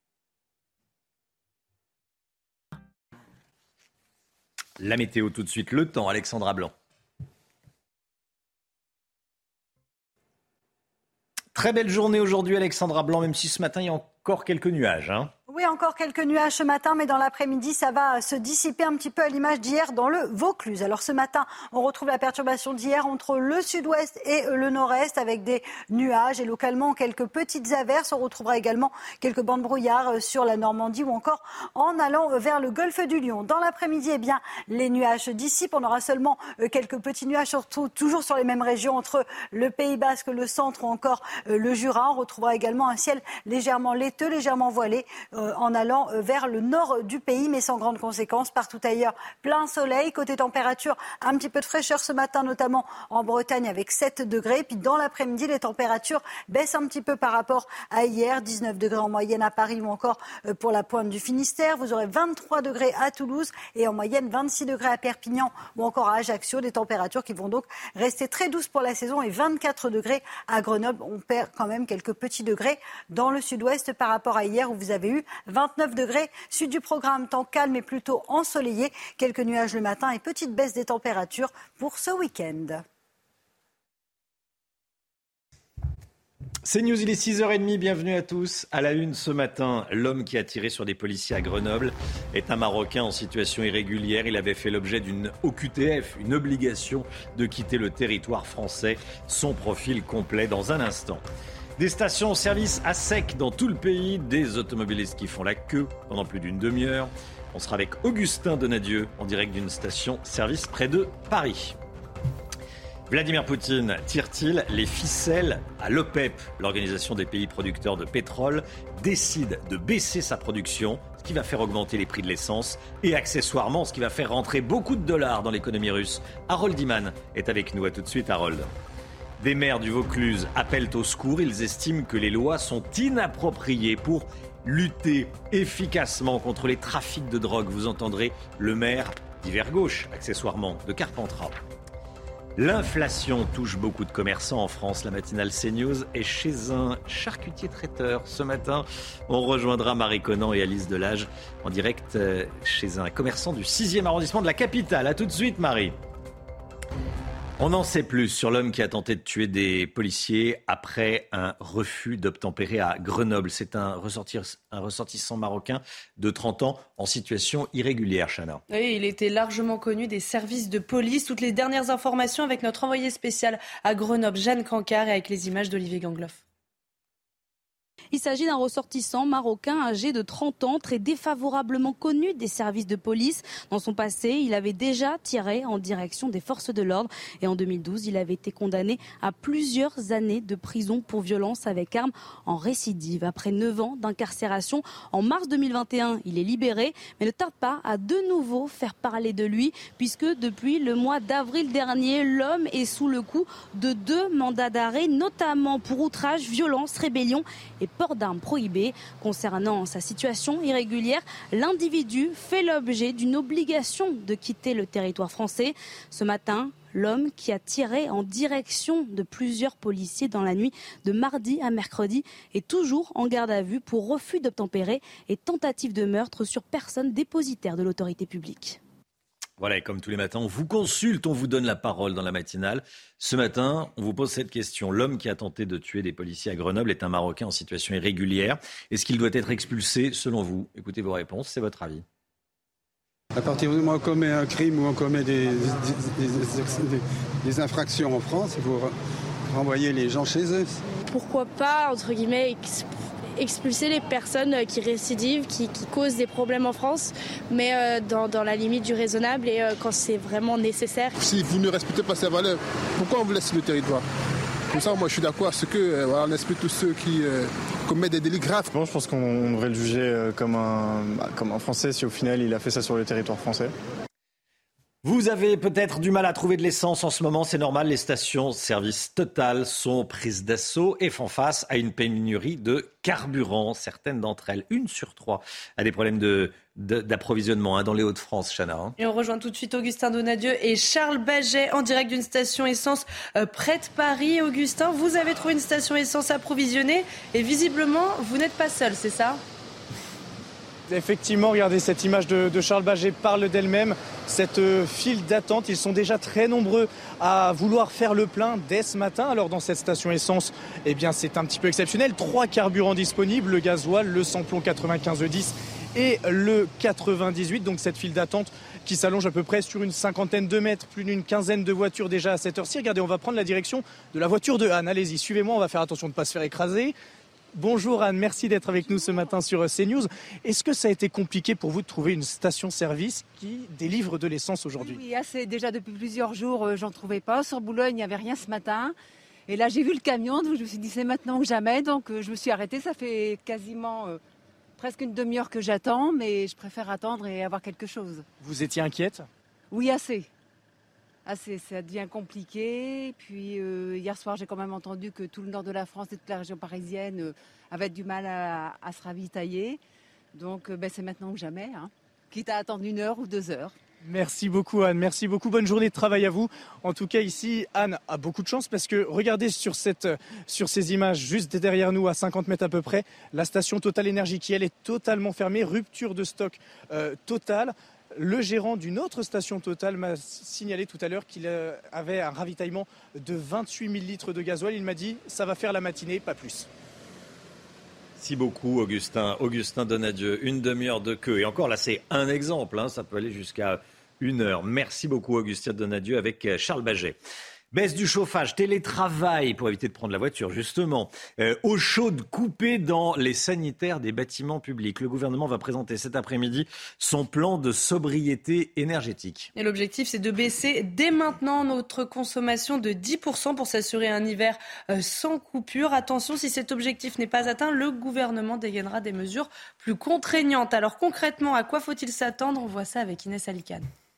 La météo tout de suite, le temps, Alexandra Blanc. Très belle journée aujourd'hui, Alexandra Blanc, même si ce matin, il y a encore quelques nuages. Oui, encore quelques nuages ce matin, mais dans l'après-midi, ça va se dissiper un petit peu à l'image d'hier dans le Vaucluse. Alors ce matin, on retrouve la perturbation d'hier entre le sud-ouest et le nord-est avec des nuages et localement quelques petites averses. On retrouvera également quelques bandes brouillard sur la Normandie ou encore en allant vers le golfe du Lion. Dans l'après-midi, eh bien, les nuages se dissipent. On aura seulement quelques petits nuages, surtout toujours sur les mêmes régions entre le Pays Basque, le centre ou encore le Jura. On retrouvera également un ciel légèrement laiteux, légèrement voilé en allant vers le nord du pays, mais sans grande conséquence. Partout ailleurs, plein soleil. Côté température, un petit peu de fraîcheur ce matin, notamment en Bretagne avec 7 degrés. Puis dans l'après-midi, les températures baissent un petit peu par rapport à hier. 19 degrés en moyenne à Paris ou encore pour la pointe du Finistère. Vous aurez 23 degrés à Toulouse et en moyenne 26 degrés à Perpignan ou encore à Ajaccio. Des températures qui vont donc rester très douces pour la saison et 24 degrés à Grenoble. On perd quand même quelques petits degrés dans le sud-ouest par rapport à hier où vous avez eu 29 degrés. Sud du programme, temps calme et plutôt ensoleillé. Quelques nuages le matin et petite baisse des températures pour ce week-end. C'est News, il est 6h30, bienvenue à tous. À la une ce matin, l'homme qui a tiré sur des policiers à Grenoble est un Marocain en situation irrégulière. Il avait fait l'objet d'une OQTF, une obligation de quitter le territoire français. Son profil complet dans un instant. Des stations-service à sec dans tout le pays, des automobilistes qui font la queue pendant plus d'une demi-heure. On sera avec Augustin Donadieu en direct d'une station-service près de Paris. Vladimir Poutine tire-t-il les ficelles à l'OPEP ? L'organisation des pays producteurs de pétrole décide de baisser sa production, ce qui va faire augmenter les prix de l'essence et accessoirement ce qui va faire rentrer beaucoup de dollars dans l'économie russe. Harold Iman est avec nous. À tout de suite, Harold. Des maires du Vaucluse appellent au secours. Ils estiment que les lois sont inappropriées pour lutter efficacement contre les trafics de drogue. Vous entendrez le maire d'hiver gauche, accessoirement, de Carpentras. L'inflation touche beaucoup de commerçants en France. La matinale CNews est chez un charcutier traiteur. Ce matin, on rejoindra Marie Conan et Alice Delage en direct chez un commerçant du 6e arrondissement de la capitale. A tout de suite, Marie. On en sait plus sur l'homme qui a tenté de tuer des policiers après un refus d'obtempérer à Grenoble. C'est un ressortissant marocain de 30 ans en situation irrégulière, Chana. Oui, il était largement connu des services de police. Toutes les dernières informations avec notre envoyé spécial à Grenoble, Jeanne Cancard, et avec les images d'Olivier Gangloff. Il s'agit d'un ressortissant marocain âgé de 30 ans, très défavorablement connu des services de police. Dans son passé, il avait déjà tiré en direction des forces de l'ordre. Et en 2012, il avait été condamné à plusieurs années de prison pour violence avec arme en récidive. Après 9 ans d'incarcération, en mars 2021, il est libéré, mais ne tarde pas à de nouveau faire parler de lui, puisque depuis le mois d'avril dernier, l'homme est sous le coup de 2 mandats d'arrêt, notamment pour outrage, violence, rébellion et port d'armes prohibées. Concernant sa situation irrégulière, l'individu fait l'objet d'une obligation de quitter le territoire français. Ce matin, l'homme qui a tiré en direction de plusieurs policiers dans la nuit de mardi à mercredi est toujours en garde à vue pour refus d'obtempérer et tentative de meurtre sur personne dépositaire de l'autorité publique. Voilà, et comme tous les matins, on vous consulte, on vous donne la parole dans la matinale. Ce matin, on vous pose cette question. L'homme qui a tenté de tuer des policiers à Grenoble est un Marocain en situation irrégulière. Est-ce qu'il doit être expulsé selon vous? Écoutez vos réponses, c'est votre avis. À partir du moment où on commet un crime ou on commet des infractions en France, il faut renvoyer les gens chez eux. Pourquoi pas, entre guillemets, expulser les personnes qui récidivent, qui causent des problèmes en France, mais dans la limite du raisonnable et quand c'est vraiment nécessaire. Si vous ne respectez pas ces valeurs, pourquoi on vous laisse le territoire? Comme ça, moi je suis d'accord à ce que on respecte tous ceux qui commettent des délits graves. Bon, je pense qu'on devrait le juger comme un Français si au final il a fait ça sur le territoire français. Vous avez peut-être du mal à trouver de l'essence en ce moment, c'est normal. Les stations-service Total sont prises d'assaut et font face à une pénurie de carburant. Certaines d'entre elles, 1 sur 3, a des problèmes d'approvisionnement dans les Hauts-de-France, Chana. Et on rejoint tout de suite Augustin Donadieu et Charles Baget en direct d'une station essence près de Paris. Augustin, vous avez trouvé une station essence approvisionnée et visiblement, vous n'êtes pas seul, c'est ça ? Effectivement, regardez, cette image de Charles Baget parle d'elle-même. Cette file d'attente, ils sont déjà très nombreux à vouloir faire le plein dès ce matin. Alors dans cette station essence, eh bien, c'est un petit peu exceptionnel. 3 carburants disponibles, le gasoil, le sans-plomb 95E10 et le 98. Donc cette file d'attente qui s'allonge à peu près sur une 50aine de mètres, plus d'une 15aine de voitures déjà à cette heure-ci. Regardez, on va prendre la direction de la voiture de Anne. Allez-y, suivez-moi, on va faire attention de ne pas se faire écraser. Bonjour Anne, merci d'être avec nous ce matin sur CNews. Est-ce que ça a été compliqué pour vous de trouver une station-service qui délivre de l'essence aujourd'hui? Oui, c'est déjà depuis plusieurs jours, j'en trouvais pas. Sur Boulogne, il n'y avait rien ce matin. Et là, j'ai vu le camion, donc je me suis dit c'est maintenant ou jamais. Donc je me suis arrêtée, ça fait quasiment presque une demi-heure que j'attends, mais je préfère attendre et avoir quelque chose. Vous étiez inquiète? Oui, assez. Ça devient compliqué. Puis hier soir, j'ai quand même entendu que tout le nord de la France et toute la région parisienne avaient du mal à se ravitailler. Donc c'est maintenant ou jamais, quitte à attendre 1 heure ou 2 heures. Merci beaucoup Anne, merci beaucoup, bonne journée de travail à vous. En tout cas ici, Anne a beaucoup de chance parce que regardez sur ces images juste derrière nous à 50 mètres à peu près, la station Total Énergie qui elle est totalement fermée, rupture de stock totale. Le gérant d'une autre station Total m'a signalé tout à l'heure qu'il avait un ravitaillement de 28 000 litres de gasoil. Il m'a dit ça va faire la matinée, pas plus. Merci beaucoup Augustin. Augustin Donadieu, 1 demi-heure de queue. Et encore là c'est un exemple, ça peut aller jusqu'à 1 heure. Merci beaucoup Augustin Donadieu avec Charles Baget. Baisse du chauffage, télétravail pour éviter de prendre la voiture, justement. Eau chaude coupée dans les sanitaires des bâtiments publics. Le gouvernement va présenter cet après-midi son plan de sobriété énergétique. Et l'objectif, c'est de baisser dès maintenant notre consommation de 10% pour s'assurer un hiver sans coupure. Attention, si cet objectif n'est pas atteint, le gouvernement dégainera des mesures plus contraignantes. Alors concrètement, à quoi faut-il s'attendre ? On voit ça avec Inès Alicane.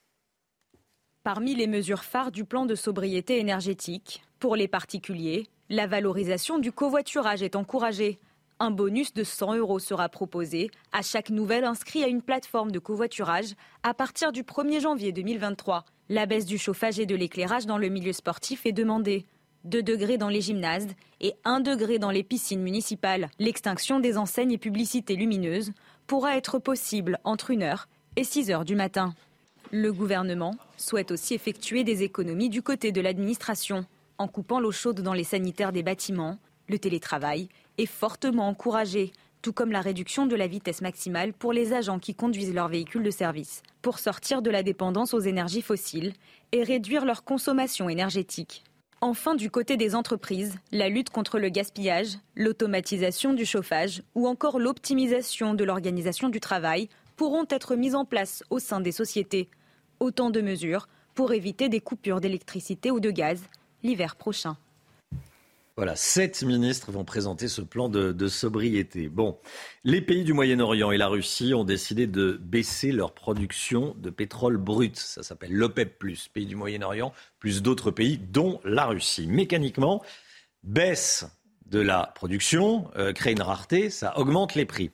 Parmi les mesures phares du plan de sobriété énergétique, pour les particuliers, la valorisation du covoiturage est encouragée. Un bonus de 100 € sera proposé à chaque nouvel inscrit à une plateforme de covoiturage à partir du 1er janvier 2023. La baisse du chauffage et de l'éclairage dans le milieu sportif est demandée. 2 degrés dans les gymnases et 1 degré dans les piscines municipales. L'extinction des enseignes et publicités lumineuses pourra être possible entre 1h et 6h du matin. Le gouvernement souhaite aussi effectuer des économies du côté de l'administration. En coupant l'eau chaude dans les sanitaires des bâtiments, le télétravail est fortement encouragé, tout comme la réduction de la vitesse maximale pour les agents qui conduisent leurs véhicules de service, pour sortir de la dépendance aux énergies fossiles et réduire leur consommation énergétique. Enfin, du côté des entreprises, la lutte contre le gaspillage, l'automatisation du chauffage ou encore l'optimisation de l'organisation du travail pourront être mises en place au sein des sociétés. Autant de mesures pour éviter des coupures d'électricité ou de gaz l'hiver prochain. Voilà, 7 ministres vont présenter ce plan de sobriété. Bon, les pays du Moyen-Orient et la Russie ont décidé de baisser leur production de pétrole brut. Ça s'appelle l'OPEP+, pays du Moyen-Orient, plus d'autres pays, dont la Russie. Mécaniquement, baisse de la production, crée une rareté, ça augmente les prix.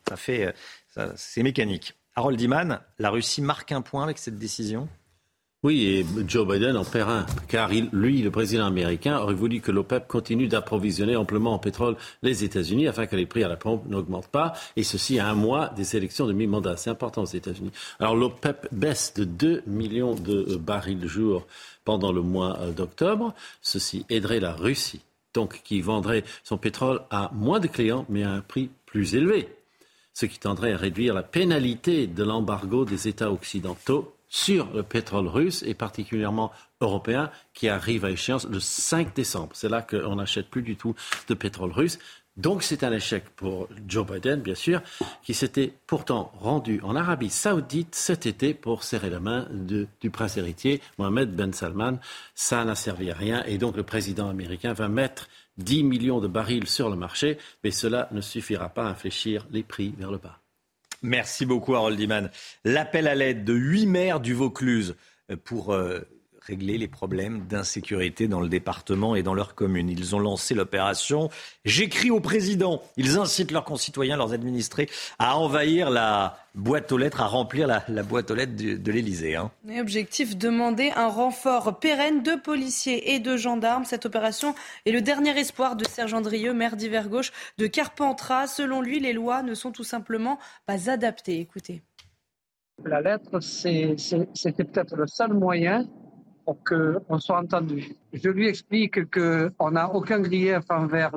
C'est mécanique. Harold Iman, la Russie marque un point avec cette décision ? Oui, et Joe Biden en perd un, car lui, le président américain, aurait voulu que l'OPEP continue d'approvisionner amplement en pétrole les États-Unis afin que les prix à la pompe n'augmentent pas, et ceci à un mois des élections de mi-mandat. C'est important aux États-Unis. Alors l'OPEP baisse de 2 millions de barils jour pendant le mois d'octobre. Ceci aiderait la Russie, donc qui vendrait son pétrole à moins de clients, mais à un prix plus élevé. Ce qui tendrait à réduire la pénalité de l'embargo des États occidentaux sur le pétrole russe et particulièrement européen qui arrive à échéance le 5 décembre. C'est là qu'on n'achète plus du tout de pétrole russe. Donc c'est un échec pour Joe Biden, bien sûr, qui s'était pourtant rendu en Arabie Saoudite cet été pour serrer la main du prince héritier, Mohammed Ben Salman. Ça n'a servi à rien et donc le président américain va mettre 10 millions de barils sur le marché, mais cela ne suffira pas à infléchir les prix vers le bas. Merci beaucoup Harold Iman. L'appel à l'aide de 8 maires du Vaucluse pour régler les problèmes d'insécurité dans le département et dans leur commune. Ils ont lancé l'opération « J'écris au président ». Ils incitent leurs concitoyens, leurs administrés à envahir la boîte aux lettres, à remplir la boîte aux lettres de l'Élysée. Et objectif, demander un renfort pérenne de policiers et de gendarmes. Cette opération est le dernier espoir de Serge Andrieux, maire d'Hiver-Gauche de Carpentras. Selon lui, les lois ne sont tout simplement pas adaptées. Écoutez. La lettre, c'était peut-être le seul moyen pour qu'on soit entendu. Je lui explique qu'on n'a aucun grief envers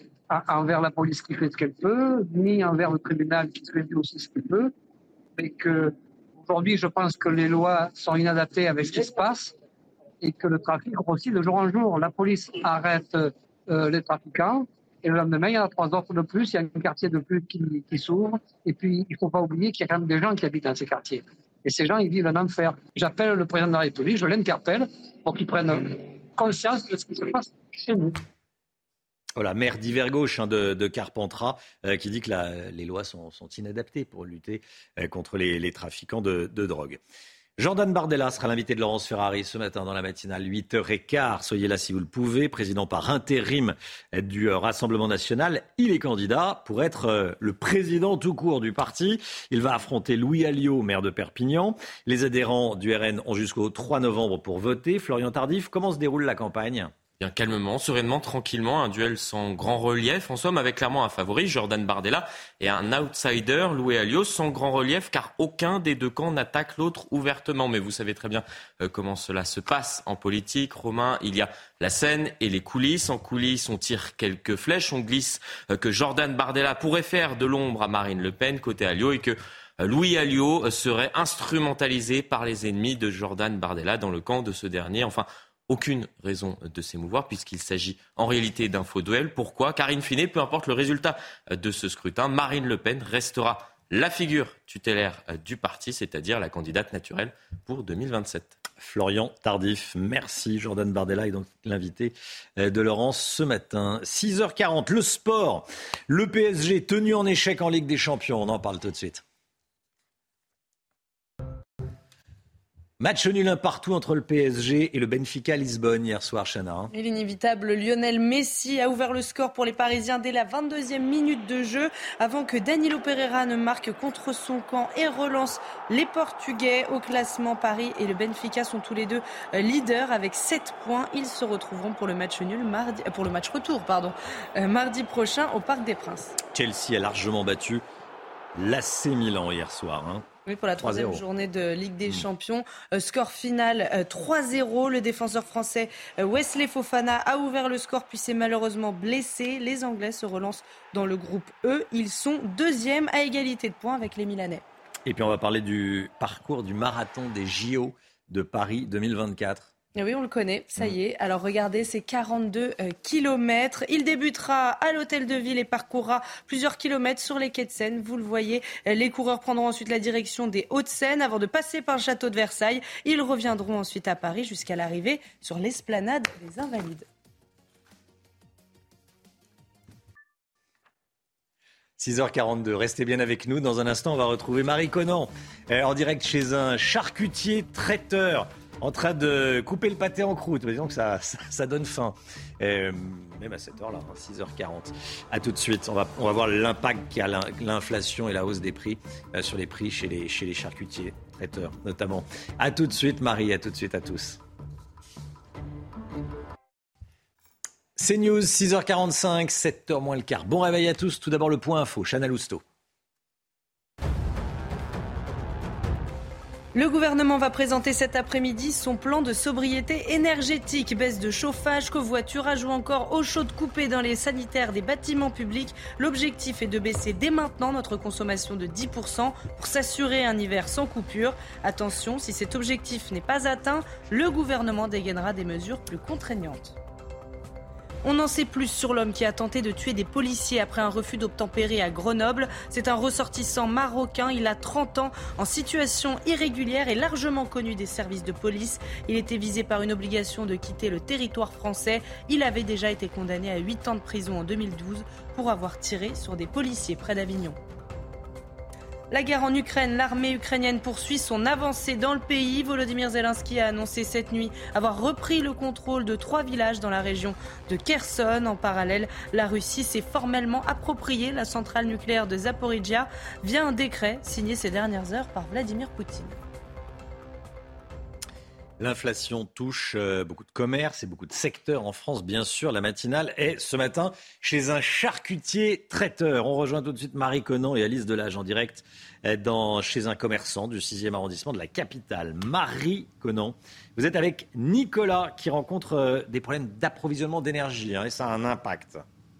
la police qui fait ce qu'elle peut, ni envers le tribunal qui fait lui aussi ce qu'il peut, mais qu'aujourd'hui, je pense que les lois sont inadaptées avec ce qui se passe et que le trafic grossit de jour en jour. La police arrête les trafiquants et le lendemain, il y en a 3 autres de plus, il y a un quartier de plus qui s'ouvre et puis il ne faut pas oublier qu'il y a quand même des gens qui habitent dans ces quartiers. Et ces gens, ils vivent un enfer. J'appelle le président de la République, je l'interpelle pour qu'il prenne conscience de ce qui se passe chez nous. Voilà, maire d'Hiver-Gauche de Carpentras, qui dit que les lois sont inadaptées pour lutter contre les trafiquants de drogue. Jordan Bardella sera l'invité de Laurence Ferrari ce matin dans la matinale, 8h15. Soyez là si vous le pouvez. Président par intérim du Rassemblement national. Il est candidat pour être le président tout court du parti. Il va affronter Louis Alliot, maire de Perpignan. Les adhérents du RN ont jusqu'au 3 novembre pour voter. Florian Tardif, comment se déroule la campagne ? Bien calmement, sereinement, tranquillement, un duel sans grand relief. En somme, avec clairement un favori, Jordan Bardella, et un outsider, Louis Alliot, sans grand relief, car aucun des deux camps n'attaque l'autre ouvertement. Mais vous savez très bien comment cela se passe en politique. Romain, il y a la scène et les coulisses. En coulisses, on tire quelques flèches, on glisse que Jordan Bardella pourrait faire de l'ombre à Marine Le Pen, côté Alliot, et que Louis Alliot serait instrumentalisé par les ennemis de Jordan Bardella dans le camp de ce dernier. Enfin, aucune raison de s'émouvoir puisqu'il s'agit en réalité d'un faux duel. Pourquoi ? Car in fine, peu importe le résultat de ce scrutin, Marine Le Pen restera la figure tutélaire du parti, c'est-à-dire la candidate naturelle pour 2027. Florian Tardif, merci. Jordan Bardella est donc l'invité de Laurence ce matin. 6h40, le sport. Le PSG tenu en échec en Ligue des Champions. On en parle tout de suite. Match nul 1 partout entre le PSG et le Benfica Lisbonne hier soir, Chana. Et l'inévitable Lionel Messi a ouvert le score pour les Parisiens dès la 22e minute de jeu, avant que Danilo Pereira ne marque contre son camp et relance les Portugais au classement. Paris et le Benfica sont tous les deux leaders avec 7 points. Ils se retrouveront pour le match retour mardi prochain au Parc des Princes. Chelsea a largement battu l'AC Milan hier soir. Oui, pour la 3e journée de Ligue des Champions. Score final 3-0. Le défenseur français Wesley Fofana a ouvert le score puis s'est malheureusement blessé. Les Anglais se relancent dans le groupe E. Ils sont 2e à égalité de points avec les Milanais. Et puis on va parler du parcours du marathon des JO de Paris 2024. Et oui, on le connaît, ça y est. Alors regardez, c'est 42 kilomètres. Il débutera à l'hôtel de ville et parcourra plusieurs kilomètres sur les quais de Seine. Vous le voyez, les coureurs prendront ensuite la direction des Hauts-de-Seine avant de passer par le château de Versailles. Ils reviendront ensuite à Paris jusqu'à l'arrivée sur l'esplanade des Invalides. « 6h42, restez bien avec nous. Dans un instant, on va retrouver Marie Conan en direct chez un charcutier traiteur en train de couper le pâté en croûte. Disons que ça donne faim. Même à cette heure-là, 6h40. À tout de suite. On va voir l'impact qu'a l'inflation et la hausse des prix sur les prix chez les charcutiers traiteurs notamment. À tout de suite, Marie. À tout de suite à tous. CNews, 6h45, 7h moins le quart. Bon réveil à tous. Tout d'abord, le point info. Chana Lousteau. Le gouvernement va présenter cet après-midi son plan de sobriété énergétique. Baisse de chauffage, covoiturage ou encore eau chaude coupée dans les sanitaires des bâtiments publics. L'objectif est de baisser dès maintenant notre consommation de 10% pour s'assurer un hiver sans coupure. Attention, si cet objectif n'est pas atteint, le gouvernement dégainera des mesures plus contraignantes. On en sait plus sur l'homme qui a tenté de tuer des policiers après un refus d'obtempérer à Grenoble. C'est un ressortissant marocain. Il a 30 ans, en situation irrégulière et largement connu des services de police. Il était visé par une obligation de quitter le territoire français. Il avait déjà été condamné à 8 ans de prison en 2012 pour avoir tiré sur des policiers près d'Avignon. La guerre en Ukraine, l'armée ukrainienne poursuit son avancée dans le pays. Volodymyr Zelensky a annoncé cette nuit avoir repris le contrôle de 3 villages dans la région de Kherson. En parallèle, la Russie s'est formellement approprié la centrale nucléaire de Zaporijia via un décret signé ces dernières heures par Vladimir Poutine. L'inflation touche beaucoup de commerces et beaucoup de secteurs en France, bien sûr. La matinale est ce matin chez un charcutier traiteur. On rejoint tout de suite Marie Conan et Alice Delage en direct chez un commerçant du 6e arrondissement de la capitale. Marie Conan, vous êtes avec Nicolas qui rencontre des problèmes d'approvisionnement d'énergie et ça a un impact.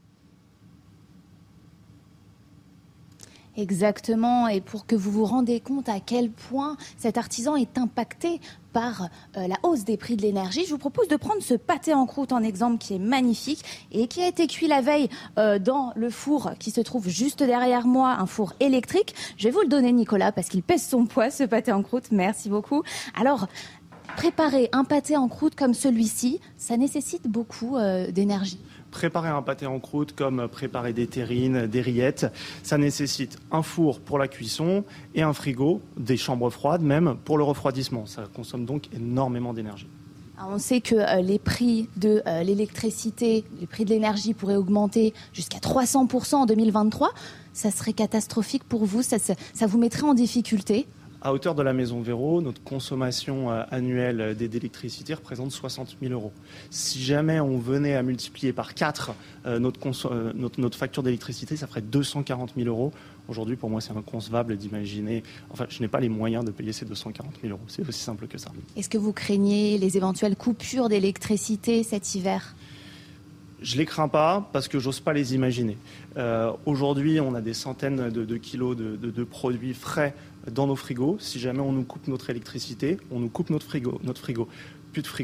Exactement, et pour que vous vous rendez compte à quel point cet artisan est impacté par la hausse des prix de l'énergie, je vous propose de prendre ce pâté en croûte en exemple qui est magnifique et qui a été cuit la veille dans le four qui se trouve juste derrière moi, un four électrique. Je vais vous le donner Nicolas parce qu'il pèse son poids ce pâté en croûte, merci beaucoup. Alors, préparer un pâté en croûte comme celui-ci, ça nécessite beaucoup d'énergie. Préparer un pâté en croûte comme préparer des terrines, des rillettes, ça nécessite un four pour la cuisson et un frigo, des chambres froides même pour le refroidissement. Ça consomme donc énormément d'énergie. On sait que les prix de l'électricité, les prix de l'énergie pourraient augmenter jusqu'à 300% en 2023. Ça serait catastrophique pour vous, ça vous mettrait en difficulté ? À hauteur de la Maison Véro, notre consommation annuelle d'électricité représente 60 000 €. Si jamais on venait à multiplier par 4 notre facture d'électricité, ça ferait 240 000 €. Aujourd'hui, pour moi, c'est inconcevable d'imaginer... Enfin, je n'ai pas les moyens de payer ces 240 000 €. C'est aussi simple que ça. Est-ce que vous craignez les éventuelles coupures d'électricité cet hiver ? Je ne les crains pas parce que j'ose pas les imaginer. Aujourd'hui, on a des centaines de kilos de produits frais dans nos frigos. Si jamais on nous coupe notre électricité, on nous coupe notre frigo. Plus de frigo,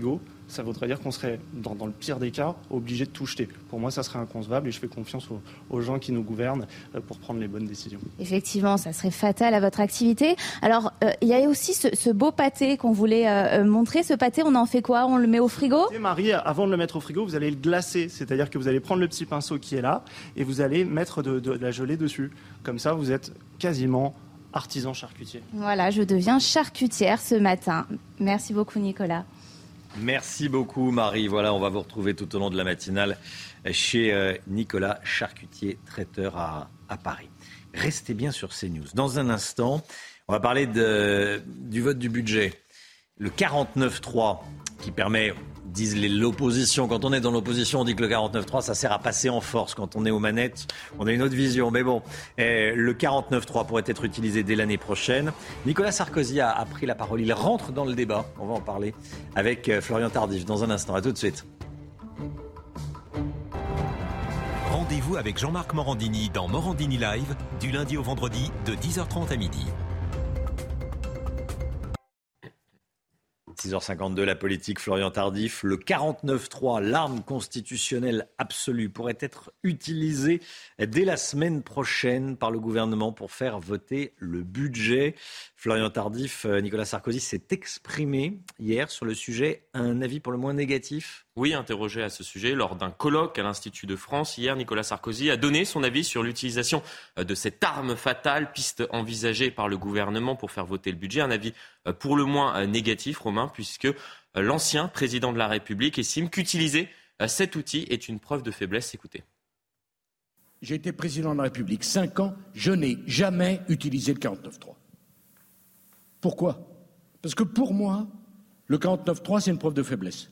ça voudrait dire qu'on serait, dans le pire des cas, obligé de tout jeter. Pour moi, ça serait inconcevable et je fais confiance aux gens qui nous gouvernent pour prendre les bonnes décisions. Effectivement, ça serait fatal à votre activité. Alors, il y a aussi ce beau pâté qu'on voulait montrer. Ce pâté, on en fait quoi? On le met au frigo? Marie, avant de le mettre au frigo, vous allez le glacer. C'est-à-dire que vous allez prendre le petit pinceau qui est là et vous allez mettre de la gelée dessus. Comme ça, vous êtes quasiment artisan charcutier. Voilà, je deviens charcutière ce matin. Merci beaucoup, Nicolas. Merci beaucoup Marie. Voilà, on va vous retrouver tout au long de la matinale chez Nicolas Charcutier, traiteur à Paris. Restez bien sur CNews. Dans un instant, on va parler du vote du budget. Le 49.3 qui permet, disent l'opposition, quand on est dans l'opposition, on dit que le 49.3, ça sert à passer en force. Quand on est aux manettes, on a une autre vision. Mais bon, le 49.3 pourrait être utilisé dès l'année prochaine. Nicolas Sarkozy a pris la parole. Il rentre dans le débat. On va en parler avec Florian Tardif dans un instant. À tout de suite. Rendez-vous avec Jean-Marc Morandini dans Morandini Live, du lundi au vendredi, de 10h30 à midi. 6h52, la politique, Florian Tardif. Le 49.3, l'arme constitutionnelle absolue, pourrait être utilisée dès la semaine prochaine par le gouvernement pour faire voter le budget. Florian Tardif, Nicolas Sarkozy s'est exprimé hier sur le sujet. Un avis pour le moins négatif? Oui, interrogé à ce sujet lors d'un colloque à l'Institut de France. Hier, Nicolas Sarkozy a donné son avis sur l'utilisation de cette arme fatale, piste envisagée par le gouvernement pour faire voter le budget. Un avis pour le moins négatif, Romain, puisque l'ancien président de la République estime qu'utiliser cet outil est une preuve de faiblesse. Écoutez. J'ai été président de la République 5 ans, je n'ai jamais utilisé le 49.3. Pourquoi? Parce que pour moi, le 49.3, c'est une preuve de faiblesse.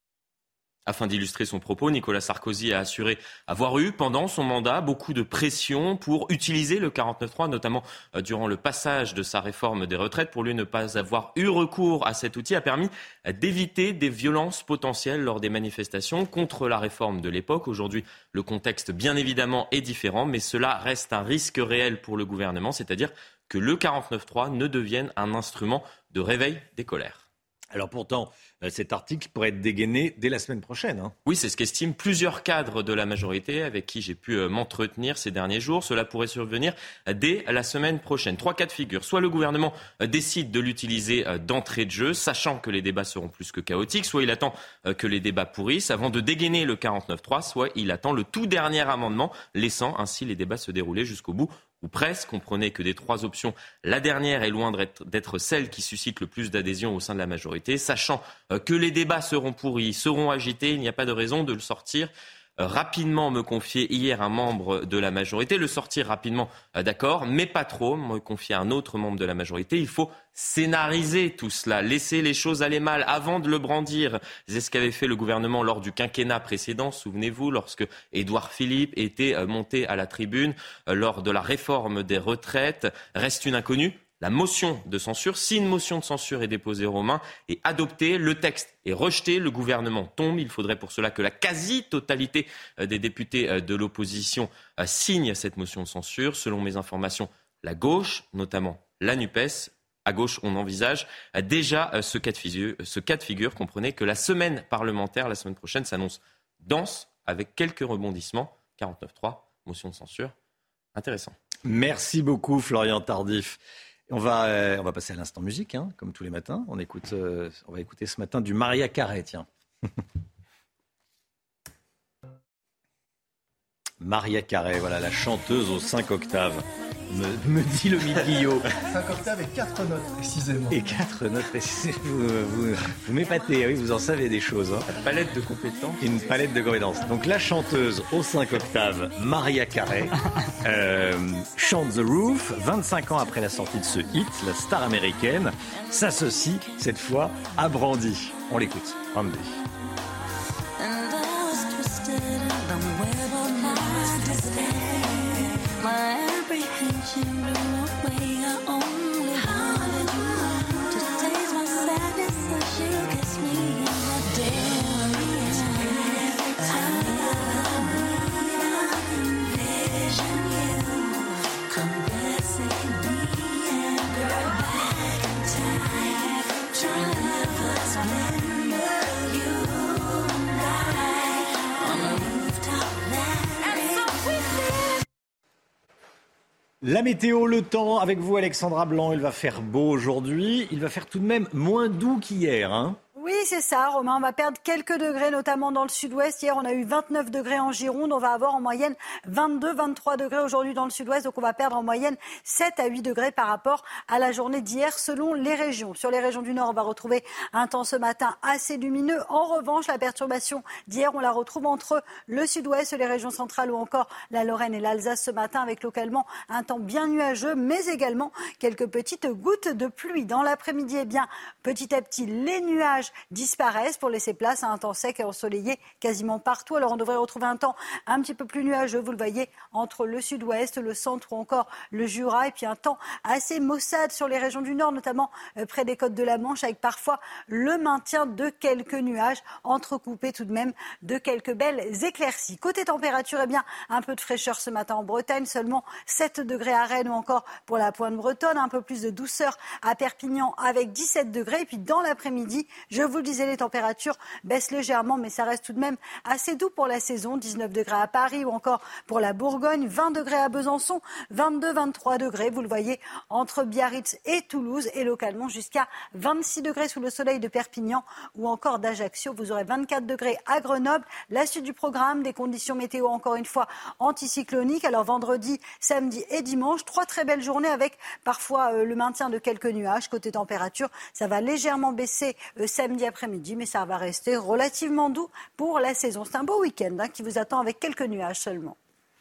Afin d'illustrer son propos, Nicolas Sarkozy a assuré avoir eu, pendant son mandat, beaucoup de pression pour utiliser le 49.3, notamment durant le passage de sa réforme des retraites. Pour lui, ne pas avoir eu recours à cet outil a permis d'éviter des violences potentielles lors des manifestations contre la réforme de l'époque. Aujourd'hui, le contexte, bien évidemment, est différent, mais cela reste un risque réel pour le gouvernement, c'est-à-dire que le 49.3 ne devienne un instrument de réveil des colères. Alors pourtant, cet article pourrait être dégainé dès la semaine prochaine. Oui, c'est ce qu'estiment plusieurs cadres de la majorité avec qui j'ai pu m'entretenir ces derniers jours. Cela pourrait survenir dès la semaine prochaine. 3 cas de figure. Soit le gouvernement décide de l'utiliser d'entrée de jeu, sachant que les débats seront plus que chaotiques. Soit il attend que les débats pourrissent avant de dégainer le 49.3. Soit il attend le tout dernier amendement, laissant ainsi les débats se dérouler jusqu'au bout. Ou presque, comprenez que des 3 options, la dernière est loin d'être celle qui suscite le plus d'adhésion au sein de la majorité. Sachant que les débats seront pourris, seront agités, il n'y a pas de raison de le sortir rapidement, me confiait hier un membre de la majorité. Le sortir rapidement, d'accord, mais pas trop, me confiait un autre membre de la majorité. Il faut scénariser tout cela, laisser les choses aller mal avant de le brandir. C'est ce qu'avait fait le gouvernement lors du quinquennat précédent. Souvenez-vous, lorsque Édouard Philippe était monté à la tribune lors de la réforme des retraites. Reste une inconnue. La motion de censure, si une motion de censure est déposée, Romain, est adoptée, le texte est rejeté, le gouvernement tombe. Il faudrait pour cela que la quasi-totalité des députés de l'opposition signent cette motion de censure. Selon mes informations, la gauche, notamment la NUPES, à gauche, on envisage déjà ce cas de figure. Comprenez que la semaine parlementaire, la semaine prochaine, s'annonce dense avec quelques rebondissements. 49.3, motion de censure, intéressant. Merci beaucoup Florian Tardif. On va passer à l'instant musique, comme tous les matins. On va écouter ce matin du Maria Carey, tiens. Maria Carey, voilà, la chanteuse aux 5 octaves. Me dit le Guillot. 5 octaves et 4 notes, précisément. Et 4 notes, précisément. Vous m'épatez, oui, vous en savez des choses. Une palette de compétences. Une palette de compétences. Donc la chanteuse aux 5 octaves, Maria Carey, chante The Roof. 25 ans après la sortie de ce hit, la star américaine s'associe cette fois à Brandy. On l'écoute, Brandy. She blew away. I only wanted you to taste my sadness, so she kissed me in the delirium. I envision you caressing me and go back in time, trying to splendor you. La météo, le temps, avec vous Alexandra Blanc, il va faire beau aujourd'hui, il va faire tout de même moins doux qu'hier, hein. Oui, c'est ça, Romain. On va perdre quelques degrés, notamment dans le sud-ouest. Hier, on a eu 29 degrés en Gironde. On va avoir en moyenne 22-23 degrés aujourd'hui dans le sud-ouest. Donc, on va perdre en moyenne 7 à 8 degrés par rapport à la journée d'hier, selon les régions. Sur les régions du nord, on va retrouver un temps ce matin assez lumineux. En revanche, la perturbation d'hier, on la retrouve entre le sud-ouest, les régions centrales ou encore la Lorraine et l'Alsace ce matin, avec localement un temps bien nuageux, mais également quelques petites gouttes de pluie. Dans l'après-midi, eh bien, petit à petit, les nuages disparaissent pour laisser place à un temps sec et ensoleillé quasiment partout. Alors on devrait retrouver un temps un petit peu plus nuageux, vous le voyez, entre le sud-ouest, le centre ou encore le Jura, et puis un temps assez maussade sur les régions du nord, notamment près des côtes de la Manche, avec parfois le maintien de quelques nuages, entrecoupés tout de même de quelques belles éclaircies. Côté température, eh bien, un peu de fraîcheur ce matin en Bretagne, seulement 7 degrés à Rennes ou encore pour la pointe bretonne, un peu plus de douceur à Perpignan avec 17 degrés, et puis dans l'après-midi, je vous le disais, les températures baissent légèrement, mais ça reste tout de même assez doux pour la saison. 19 degrés à Paris ou encore pour la Bourgogne, 20 degrés à Besançon, 22-23 degrés, vous le voyez, entre Biarritz et Toulouse, et localement jusqu'à 26 degrés sous le soleil de Perpignan ou encore d'Ajaccio. Vous aurez 24 degrés à Grenoble. La suite du programme, des conditions météo encore une fois anticycloniques. Alors vendredi, samedi et dimanche, 3 très belles journées avec parfois le maintien de quelques nuages. Côté température, ça va légèrement baisser samedi après-midi, mais ça va rester relativement doux pour la saison. C'est un beau week-end qui vous attend avec quelques nuages seulement.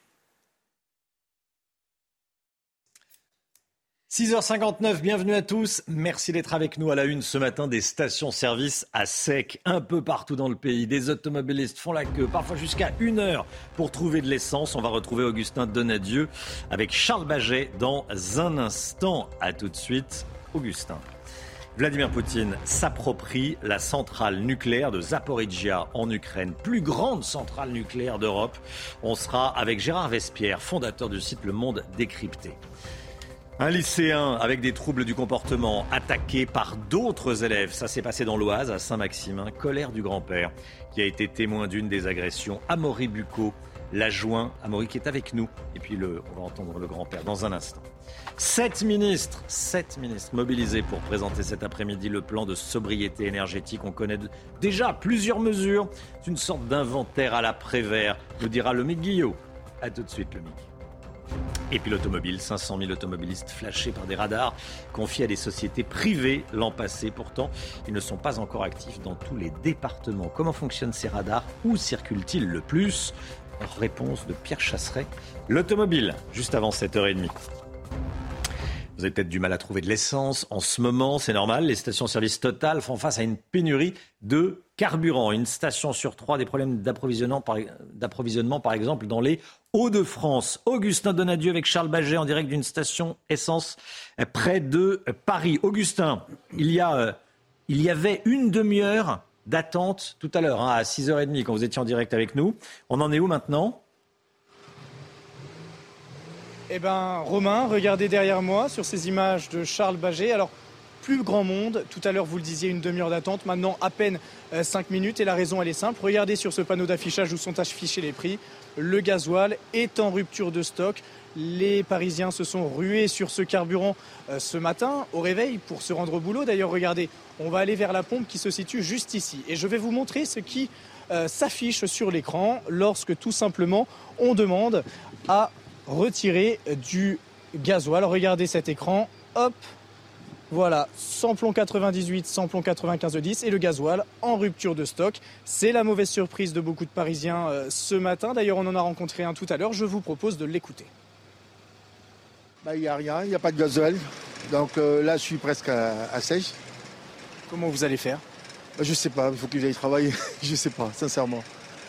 6h59, bienvenue à tous. Merci d'être avec nous à la une ce matin. Des stations-service à sec un peu partout dans le pays. Des automobilistes font la queue, parfois jusqu'à 1 heure pour trouver de l'essence. On va retrouver Augustin Donadieu avec Charles Baget dans un instant. À tout de suite, Augustin. Vladimir Poutine s'approprie la centrale nucléaire de Zaporijia en Ukraine, plus grande centrale nucléaire d'Europe. On sera avec Gérard Vespierre, fondateur du site Le Monde Décrypté. Un lycéen avec des troubles du comportement attaqué par d'autres élèves. Ça s'est passé dans l'Oise, à Saint-Maximin. Colère du grand-père qui a été témoin d'une des agressions. Amaury Bucco l'a joint. Amaury qui est avec nous. Et puis on va entendre le grand-père dans un instant. 7 ministres mobilisés pour présenter cet après-midi le plan de sobriété énergétique. On connaît déjà plusieurs mesures. C'est une sorte d'inventaire à la Prévert, nous dira Lomique Guillot. A tout de suite, Lomique. Et puis l'automobile, 500 000 automobilistes flashés par des radars confiés à des sociétés privées l'an passé. Pourtant, ils ne sont pas encore actifs dans tous les départements. Comment fonctionnent ces radars? Où circulent-ils le plus? Réponse de Pierre Chasseret. L'automobile, juste avant 7h30. Vous avez peut-être du mal à trouver de l'essence en ce moment, c'est normal. Les stations-service Total font face à une pénurie de carburant. Une station sur 3, des problèmes d'approvisionnement, par exemple, dans les Hauts-de-France. Augustin Donadieu avec Charles Baget en direct d'une station essence près de Paris. Augustin, il y avait une demi-heure d'attente tout à l'heure, à 6h30, quand vous étiez en direct avec nous. On en est où maintenant ? Eh bien, Romain, regardez derrière moi sur ces images de Charles Baget. Alors, plus grand monde. Tout à l'heure, vous le disiez, une demi-heure d'attente. Maintenant, à peine 5 minutes. Et la raison, elle est simple. Regardez sur ce panneau d'affichage où sont affichés les prix. Le gasoil est en rupture de stock. Les Parisiens se sont rués sur ce carburant ce matin au réveil pour se rendre au boulot. D'ailleurs, regardez, on va aller vers la pompe qui se situe juste ici. Et je vais vous montrer ce qui s'affiche sur l'écran lorsque tout simplement on demande à retirer du gasoil. Regardez cet écran, hop, voilà, samplon 98, samplon 95 et le gasoil en rupture de stock. C'est la mauvaise surprise de beaucoup de Parisiens ce matin. D'ailleurs, on en a rencontré un tout à l'heure. Je vous propose de l'écouter. Il n'y a rien, il n'y a pas de gasoil. Donc là, je suis presque à sèche. Comment vous allez faire ? Je ne sais pas, il faut que j'aille travailler. Je ne sais pas, sincèrement.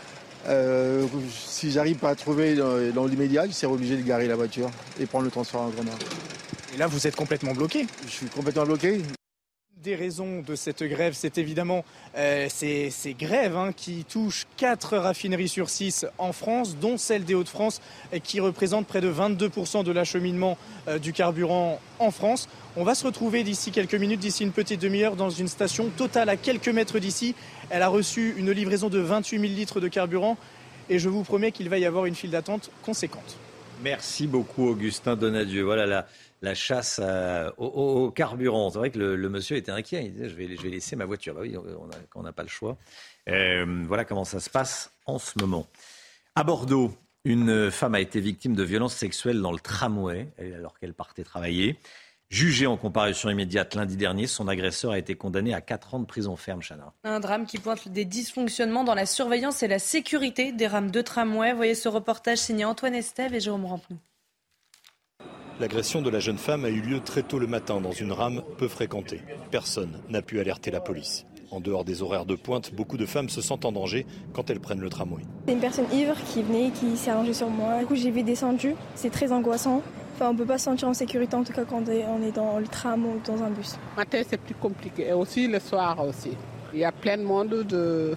Si j'arrive pas à trouver dans l'immédiat, je serai obligé de garer la voiture et prendre le transfert en Grenade. Et là, vous êtes complètement bloqué. Je suis complètement bloqué. Des raisons de cette grève, c'est évidemment ces grèves qui touchent 4 raffineries sur 6 en France, dont celle des Hauts-de-France, qui représente près de 22% de l'acheminement du carburant en France. On va se retrouver d'ici quelques minutes, d'ici une petite demi-heure, dans une station Total à quelques mètres d'ici. Elle a reçu une livraison de 28 000 litres de carburant et je vous promets qu'il va y avoir une file d'attente conséquente. Merci beaucoup Augustin Donadieu. Voilà la chasse au carburant. C'est vrai que le monsieur était inquiet. Il disait je vais laisser ma voiture. Bah oui, on n'a pas le choix. Voilà comment ça se passe en ce moment. À Bordeaux, une femme a été victime de violences sexuelles dans le tramway alors qu'elle partait travailler. Jugé en comparution immédiate lundi dernier, son agresseur a été condamné à 4 ans de prison ferme, Chana. Un drame qui pointe des dysfonctionnements dans la surveillance et la sécurité des rames de tramway. Voyez ce reportage signé Antoine Estève et Jérôme Rampenou. L'agression de la jeune femme a eu lieu très tôt le matin dans une rame peu fréquentée. Personne n'a pu alerter la police. En dehors des horaires de pointe, beaucoup de femmes se sentent en danger quand elles prennent le tramway. C'est une personne ivre qui venait, qui s'est allongée sur moi. Du coup, j'ai vite descendu. C'est très angoissant. Enfin, on ne peut pas se sentir en sécurité, en tout cas quand on est dans le tram ou dans un bus. Le matin, c'est plus compliqué. Et aussi le soir aussi. Il y a plein de monde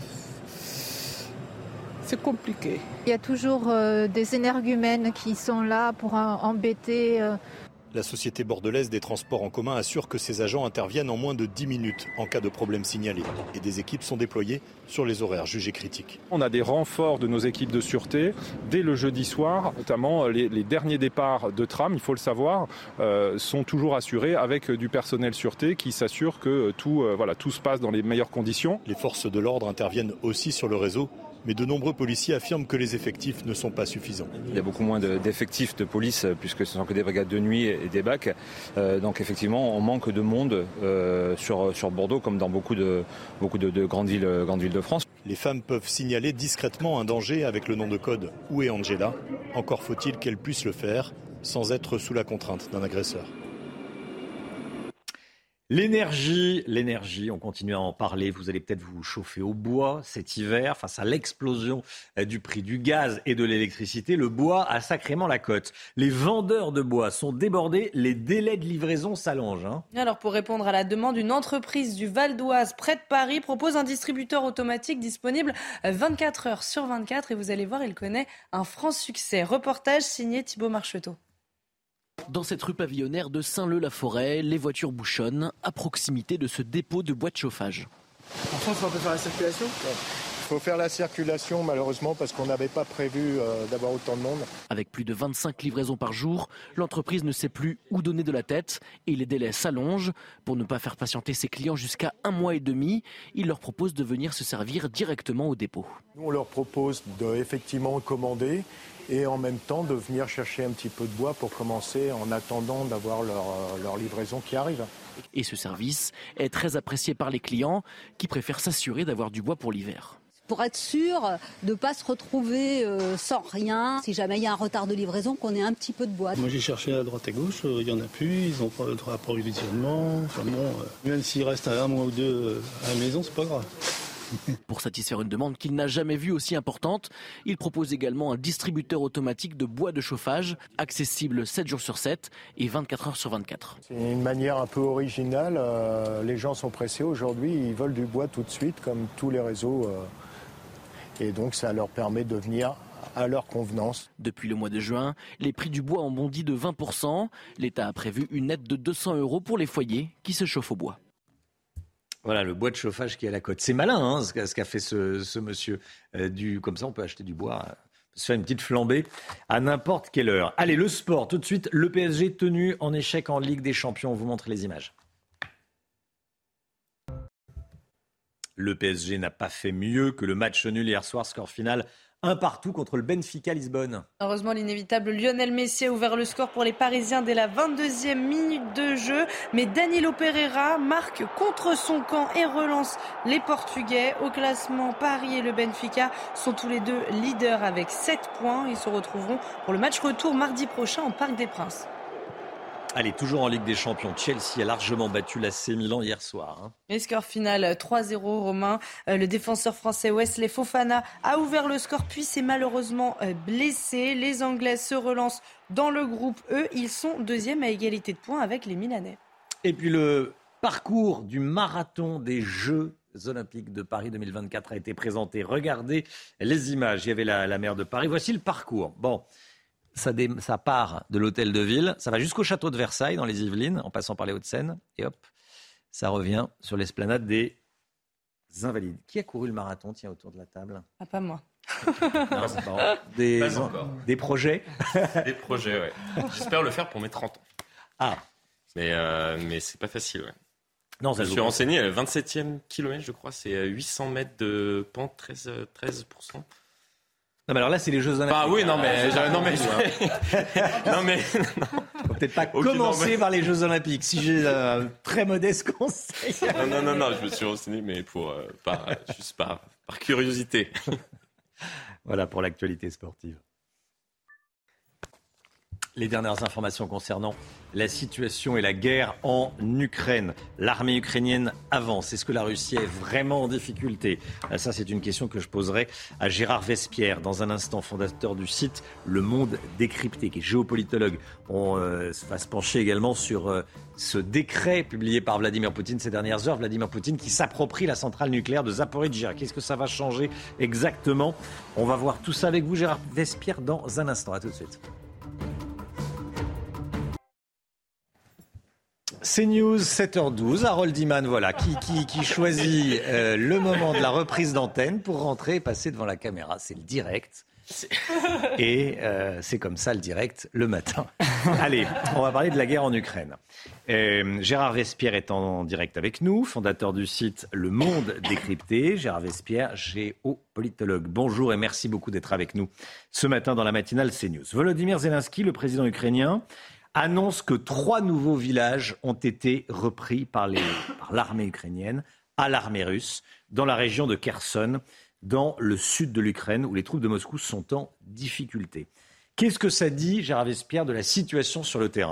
C'est compliqué. Il y a toujours des énergumènes qui sont là pour embêter. La société bordelaise des transports en commun assure que ses agents interviennent en moins de 10 minutes en cas de problème signalé. Et des équipes sont déployées sur les horaires jugés critiques. On a des renforts de nos équipes de sûreté dès le jeudi soir, notamment les derniers départs de tram, il faut le savoir, sont toujours assurés avec du personnel sûreté qui s'assure que tout se passe dans les meilleures conditions. Les forces de l'ordre interviennent aussi sur le réseau. Mais de nombreux policiers affirment que les effectifs ne sont pas suffisants. Il y a beaucoup moins d'effectifs de police puisque ce ne sont que des brigades de nuit et des BAC. Donc effectivement, on manque de monde sur Bordeaux comme dans beaucoup de grandes villes de France. Les femmes peuvent signaler discrètement un danger avec le nom de code « Où est Angela ?». Encore faut-il qu'elles puissent le faire sans être sous la contrainte d'un agresseur. L'énergie, on continue à en parler. Vous allez peut-être vous chauffer au bois cet hiver face à l'explosion du prix du gaz et de l'électricité. Le bois a sacrément la cote. Les vendeurs de bois sont débordés. Les délais de livraison s'allongent. Alors pour répondre à la demande, une entreprise du Val d'Oise près de Paris propose un distributeur automatique disponible 24 heures sur 24. Et vous allez voir, il connaît un franc succès. Reportage signé Thibaut Marcheteau. Dans cette rue pavillonnaire de Saint-Leu-la-Forêt, les voitures bouchonnent à proximité de ce dépôt de bois de chauffage. En France, on peut faire la circulation ? Il faut faire la circulation malheureusement parce qu'on n'avait pas prévu d'avoir autant de monde. Avec plus de 25 livraisons par jour, l'entreprise ne sait plus où donner de la tête et les délais s'allongent. Pour ne pas faire patienter ses clients jusqu'à 1 mois et demi, il leur propose de venir se servir directement au dépôt. Nous, on leur propose effectivement commander et en même temps de venir chercher un petit peu de bois pour commencer en attendant d'avoir leur livraison qui arrive. Et ce service est très apprécié par les clients qui préfèrent s'assurer d'avoir du bois pour l'hiver. Pour être sûr de ne pas se retrouver sans rien, si jamais il y a un retard de livraison, qu'on ait un petit peu de bois. Moi j'ai cherché à droite et gauche, il n'y en a plus, ils n'ont pas le droit à approvisionnement. Enfin bon, même s'il reste un mois ou deux à la maison, c'est pas grave. Pour satisfaire une demande qu'il n'a jamais vue aussi importante, il propose également un distributeur automatique de bois de chauffage, accessible 7 jours sur 7 et 24 heures sur 24. C'est une manière un peu originale, les gens sont pressés aujourd'hui, ils veulent du bois tout de suite comme tous les réseaux et donc ça leur permet de venir à leur convenance. Depuis le mois de juin, les prix du bois ont bondi de 20%. L'État a prévu une aide de 200 € pour les foyers qui se chauffent au bois. Voilà, le bois de chauffage qui est à la côte. C'est malin ce qu'a fait ce monsieur. Comme ça, on peut acheter du bois, se faire une petite flambée à n'importe quelle heure. Allez, le sport, tout de suite. Le PSG tenu en échec en Ligue des Champions. On vous montre les images. Le PSG n'a pas fait mieux que le match nul hier soir, score final 1-1 contre le Benfica Lisbonne. Heureusement, l'inévitable Lionel Messi a ouvert le score pour les Parisiens dès la 22e minute de jeu. Mais Danilo Pereira marque contre son camp et relance les Portugais. Au classement, Paris et le Benfica sont tous les deux leaders avec 7 points. Ils se retrouveront pour le match retour mardi prochain au Parc des Princes. Allez, toujours en Ligue des Champions, Chelsea a largement battu l'AC Milan hier soir. Et score final 3-0 Romain. Le défenseur français Wesley Fofana a ouvert le score puis s'est malheureusement blessé. Les Anglais se relancent dans le groupe E. Ils sont deuxième à égalité de points avec les Milanais. Et puis le parcours du marathon des Jeux Olympiques de Paris 2024 a été présenté. Regardez les images. Il y avait la maire de Paris. Voici le parcours. Bon. Ça part de l'hôtel de ville, ça va jusqu'au château de Versailles dans les Yvelines, en passant par les Hauts-de-Seine, et hop, ça revient sur l'esplanade des Invalides. Qui a couru le marathon, tiens, autour de la table ? Ah, pas moi. Des projets. Des projets, ouais. J'espère le faire pour mes 30 ans. Ah. Mais c'est pas facile, ouais. Non, je me suis renseigné, le 27e kilomètre, je crois, c'est 800 mètres de pente, 13%. Non, mais alors là, c'est les Jeux Olympiques. Ah oui, non, mais Faut peut-être pas commencer par les Jeux Olympiques, si j'ai un très modeste conseil. Non, je me suis renseigné, mais juste par curiosité. Voilà pour l'actualité sportive. Les dernières informations concernant la situation et la guerre en Ukraine. L'armée ukrainienne avance. Est-ce que la Russie est vraiment en difficulté ? Ça, c'est une question que je poserai à Gérard Vespierre, dans un instant, fondateur du site Le Monde Décrypté, qui est géopolitologue. On va se pencher également sur ce décret publié par Vladimir Poutine ces dernières heures. Vladimir Poutine qui s'approprie la centrale nucléaire de Zaporijjia. Qu'est-ce que ça va changer exactement ? On va voir tout ça avec vous, Gérard Vespierre, dans un instant. À tout de suite. CNews, 7h12, Harold Iman, voilà, qui choisit le moment de la reprise d'antenne pour rentrer et passer devant la caméra. C'est le direct. Et c'est comme ça le direct le matin. Allez, on va parler de la guerre en Ukraine. Gérard Vespierre est en direct avec nous, fondateur du site Le Monde Décrypté. Gérard Vespierre, géopolitologue. Bonjour et merci beaucoup d'être avec nous ce matin dans la matinale CNews. Volodymyr Zelensky, le président ukrainien, annonce que 3 nouveaux villages ont été repris par l'armée ukrainienne à l'armée russe dans la région de Kherson, dans le sud de l'Ukraine, où les troupes de Moscou sont en difficulté. Qu'est-ce que ça dit, Gérard Vespierre, de la situation sur le terrain ?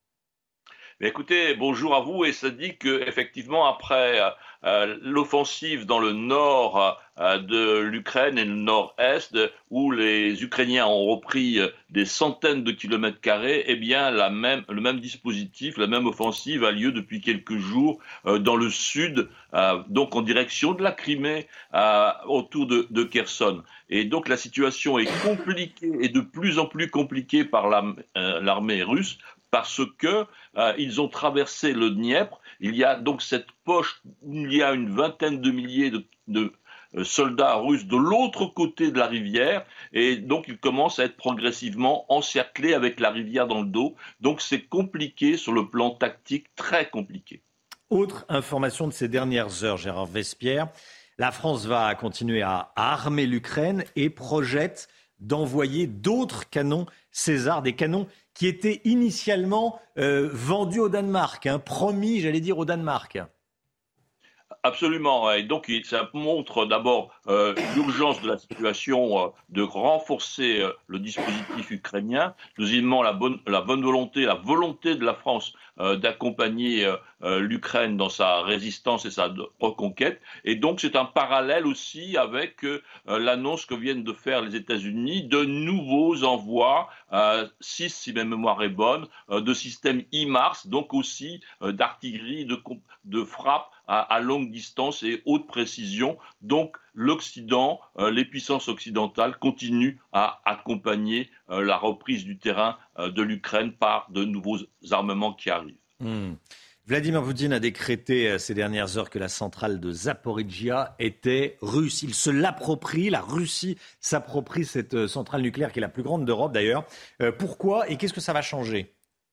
Mais écoutez, bonjour à vous, et ça dit qu'effectivement, après l'offensive dans le nord de l'Ukraine et le nord-est, où les Ukrainiens ont repris des centaines de kilomètres carrés, eh bien le même dispositif, la même offensive a lieu depuis quelques jours dans le sud, donc en direction de la Crimée, autour de Kherson. Et donc la situation est compliquée et de plus en plus compliquée par l'armée russe, parce que ils ont traversé le Dniepr. Il y a donc cette poche où il y a une vingtaine de milliers de soldats russes de l'autre côté de la rivière, et donc ils commencent à être progressivement encerclés avec la rivière dans le dos. Donc c'est compliqué sur le plan tactique, très compliqué. Autre information de ces dernières heures, Gérard Vespierre, la France va continuer à armer l'Ukraine et projette d'envoyer d'autres canons César, des canons qui étaient initialement vendus au Danemark, promis, j'allais dire, au Danemark. Absolument. Et donc, ça montre d'abord l'urgence de la situation de renforcer le dispositif ukrainien. Deuxièmement, la bonne volonté, la volonté de la France d'accompagner l'Ukraine dans sa résistance et sa reconquête. Et donc, c'est un parallèle aussi avec l'annonce que viennent de faire les États-Unis de nouveaux envois, 6 si ma mémoire est bonne, de systèmes HIMARS, donc aussi d'artillerie, de frappe à longue distance et haute précision. Donc l'Occident, les puissances occidentales continuent à accompagner la reprise du terrain de l'Ukraine par de nouveaux armements qui arrivent. Vladimir Poutine a décrété ces dernières heures que la centrale de Zaporijjia était russe. Il se l'approprie, la Russie s'approprie cette centrale nucléaire qui est la plus grande d'Europe d'ailleurs. Pourquoi et qu'est-ce que ça va changer ?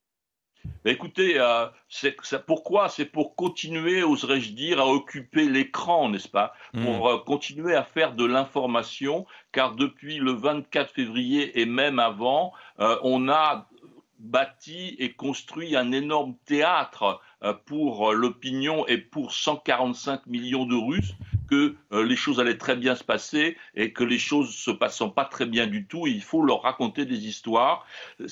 Écoutez, pourquoi ? C'est pour continuer, oserais-je dire, à occuper l'écran, n'est-ce pas ? Pour continuer à faire de l'information, car depuis le 24 février et même avant, on a bâti et construit un énorme théâtre pour l'opinion et pour 145 millions de Russes, que les choses allaient très bien se passer et que les choses se passant pas très bien du tout. Il faut leur raconter des histoires.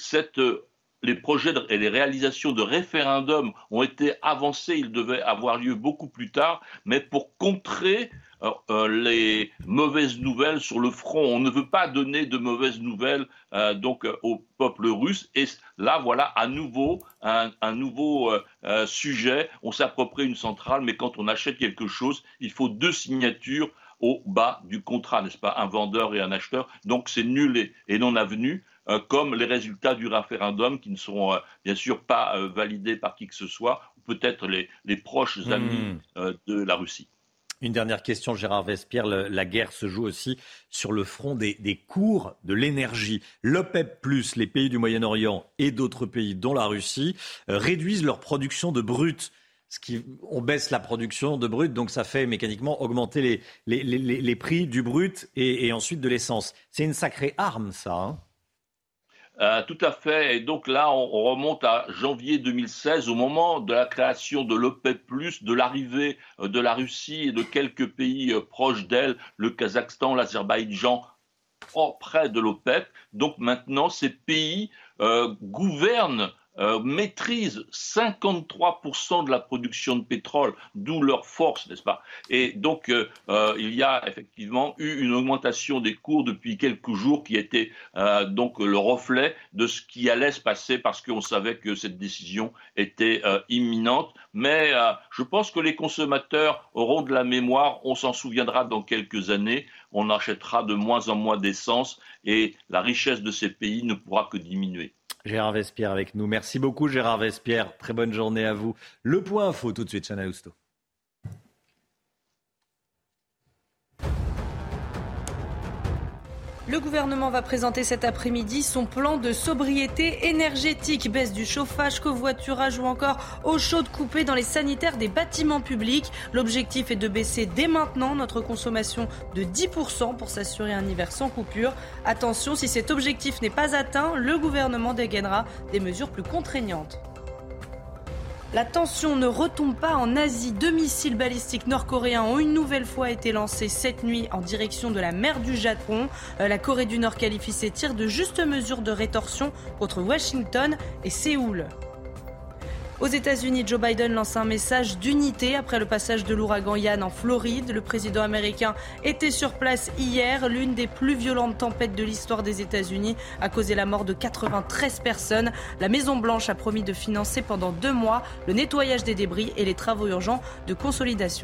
Les projets et les réalisations de référendums ont été avancés, ils devaient avoir lieu beaucoup plus tard, mais pour contrer les mauvaises nouvelles sur le front. On ne veut pas donner de mauvaises nouvelles donc au peuple russe. Et là, voilà à nouveau un nouveau sujet. On s'approprie une centrale, mais quand on achète quelque chose, il faut 2 signatures au bas du contrat, n'est-ce pas ? Un vendeur et un acheteur. Donc c'est nul et non avenu. Comme les résultats du référendum qui ne seront bien sûr pas validés par qui que ce soit, ou peut-être les proches amis de la Russie. Une dernière question, Gérard Vespierre. La guerre se joue aussi sur le front des cours de l'énergie. L'OPEP+, les pays du Moyen-Orient et d'autres pays, dont la Russie, réduisent leur production de brut. On baisse la production de brut, donc ça fait mécaniquement augmenter les prix du brut et ensuite de l'essence. C'est une sacrée arme, ça, hein. Tout à fait. Et donc là, on remonte à janvier 2016, au moment de la création de l'OPEP+, de l'arrivée de la Russie et de quelques pays proches d'elle, le Kazakhstan, l'Azerbaïdjan, près de l'OPEP. Donc maintenant, ces pays gouvernent, maîtrisent 53% de la production de pétrole, d'où leur force, n'est-ce pas? Et donc, il y a effectivement eu une augmentation des cours depuis quelques jours qui était donc le reflet de ce qui allait se passer parce qu'on savait que cette décision était imminente. Mais je pense que les consommateurs auront de la mémoire, on s'en souviendra dans quelques années, on achètera de moins en moins d'essence et la richesse de ces pays ne pourra que diminuer. Gérard Vespierre avec nous. Merci beaucoup Gérard Vespierre. Très bonne journée à vous. Le point info tout de suite, Chana Lousteau. Le gouvernement va présenter cet après-midi son plan de sobriété énergétique, baisse du chauffage, covoiturage ou encore eau chaude coupée dans les sanitaires des bâtiments publics. L'objectif est de baisser dès maintenant notre consommation de 10% pour s'assurer un hiver sans coupure. Attention, si cet objectif n'est pas atteint, le gouvernement dégainera des mesures plus contraignantes. La tension ne retombe pas en Asie. 2 missiles balistiques nord-coréens ont une nouvelle fois été lancés cette nuit en direction de la mer du Japon. La Corée du Nord qualifie ces tirs de justes mesures de rétorsion contre Washington et Séoul. Aux États-Unis, Joe Biden lance un message d'unité après le passage de l'ouragan Ian en Floride. Le président américain était sur place hier. L'une des plus violentes tempêtes de l'histoire des États-Unis a causé la mort de 93 personnes. La Maison-Blanche a promis de financer pendant 2 mois le nettoyage des débris et les travaux urgents de consolidation.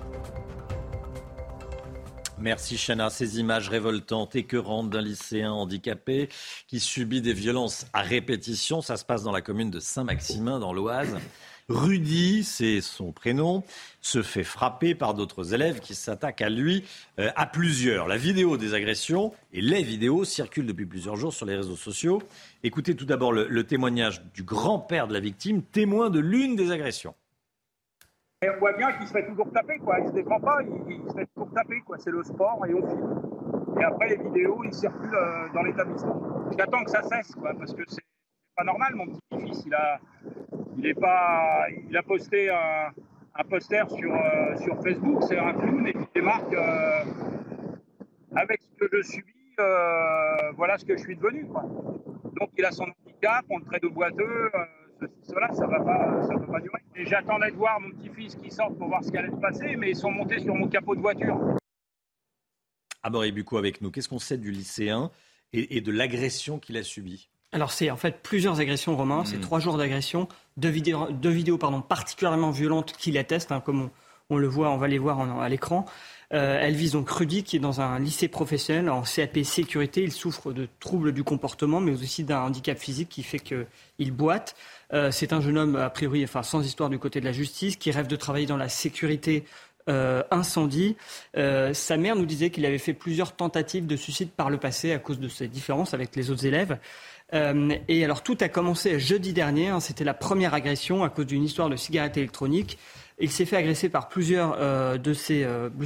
Merci Chana. Ces images révoltantes, écœurantes d'un lycéen handicapé qui subit des violences à répétition. Ça se passe dans la commune de Saint-Maximin, dans l'Oise. Rudy, c'est son prénom, se fait frapper par d'autres élèves qui s'attaquent à lui à plusieurs. La vidéo des agressions et les vidéos circulent depuis plusieurs jours sur les réseaux sociaux. Écoutez tout d'abord le témoignage du grand-père de la victime, témoin de l'une des agressions. Et on voit bien qu'il se fait toujours taper, quoi. Il se défend pas, il se fait toujours taper, quoi. C'est le sport et on filme. Et après, les vidéos, ils circulent dans l'établissement. J'attends que ça cesse, quoi, parce que c'est pas normal. Mon petit-fils, il a posté un poster sur Facebook. C'est un clown et il démarque avec ce que je subis. Voilà ce que je suis devenu, quoi. Donc, il a son handicap, on le traite de boiteux. Cela, ça va pas durer. Et j'attendais de voir mon petit-fils qui sorte pour voir ce qui allait se passer, mais ils sont montés sur mon capot de voiture. Amaury Bucco avec nous. Qu'est-ce qu'on sait du lycéen et de l'agression qu'il a subie ? Alors c'est en fait plusieurs agressions, Romain. C'est 3 jours d'agression, deux vidéos particulièrement violentes qui l'attestent, comme on le voit, on va les voir à l'écran. Elle vise donc Rudy qui est dans un lycée professionnel en CAP sécurité. Il souffre de troubles du comportement mais aussi d'un handicap physique qui fait qu'il boite. C'est un jeune homme a priori sans histoire du côté de la justice qui rêve de travailler dans la sécurité incendie. Sa mère nous disait qu'il avait fait plusieurs tentatives de suicide par le passé à cause de ses différences avec les autres élèves. Et alors tout a commencé jeudi dernier. C'était la première agression à cause d'une histoire de cigarette électronique. Il s'est fait agresser par plusieurs de ses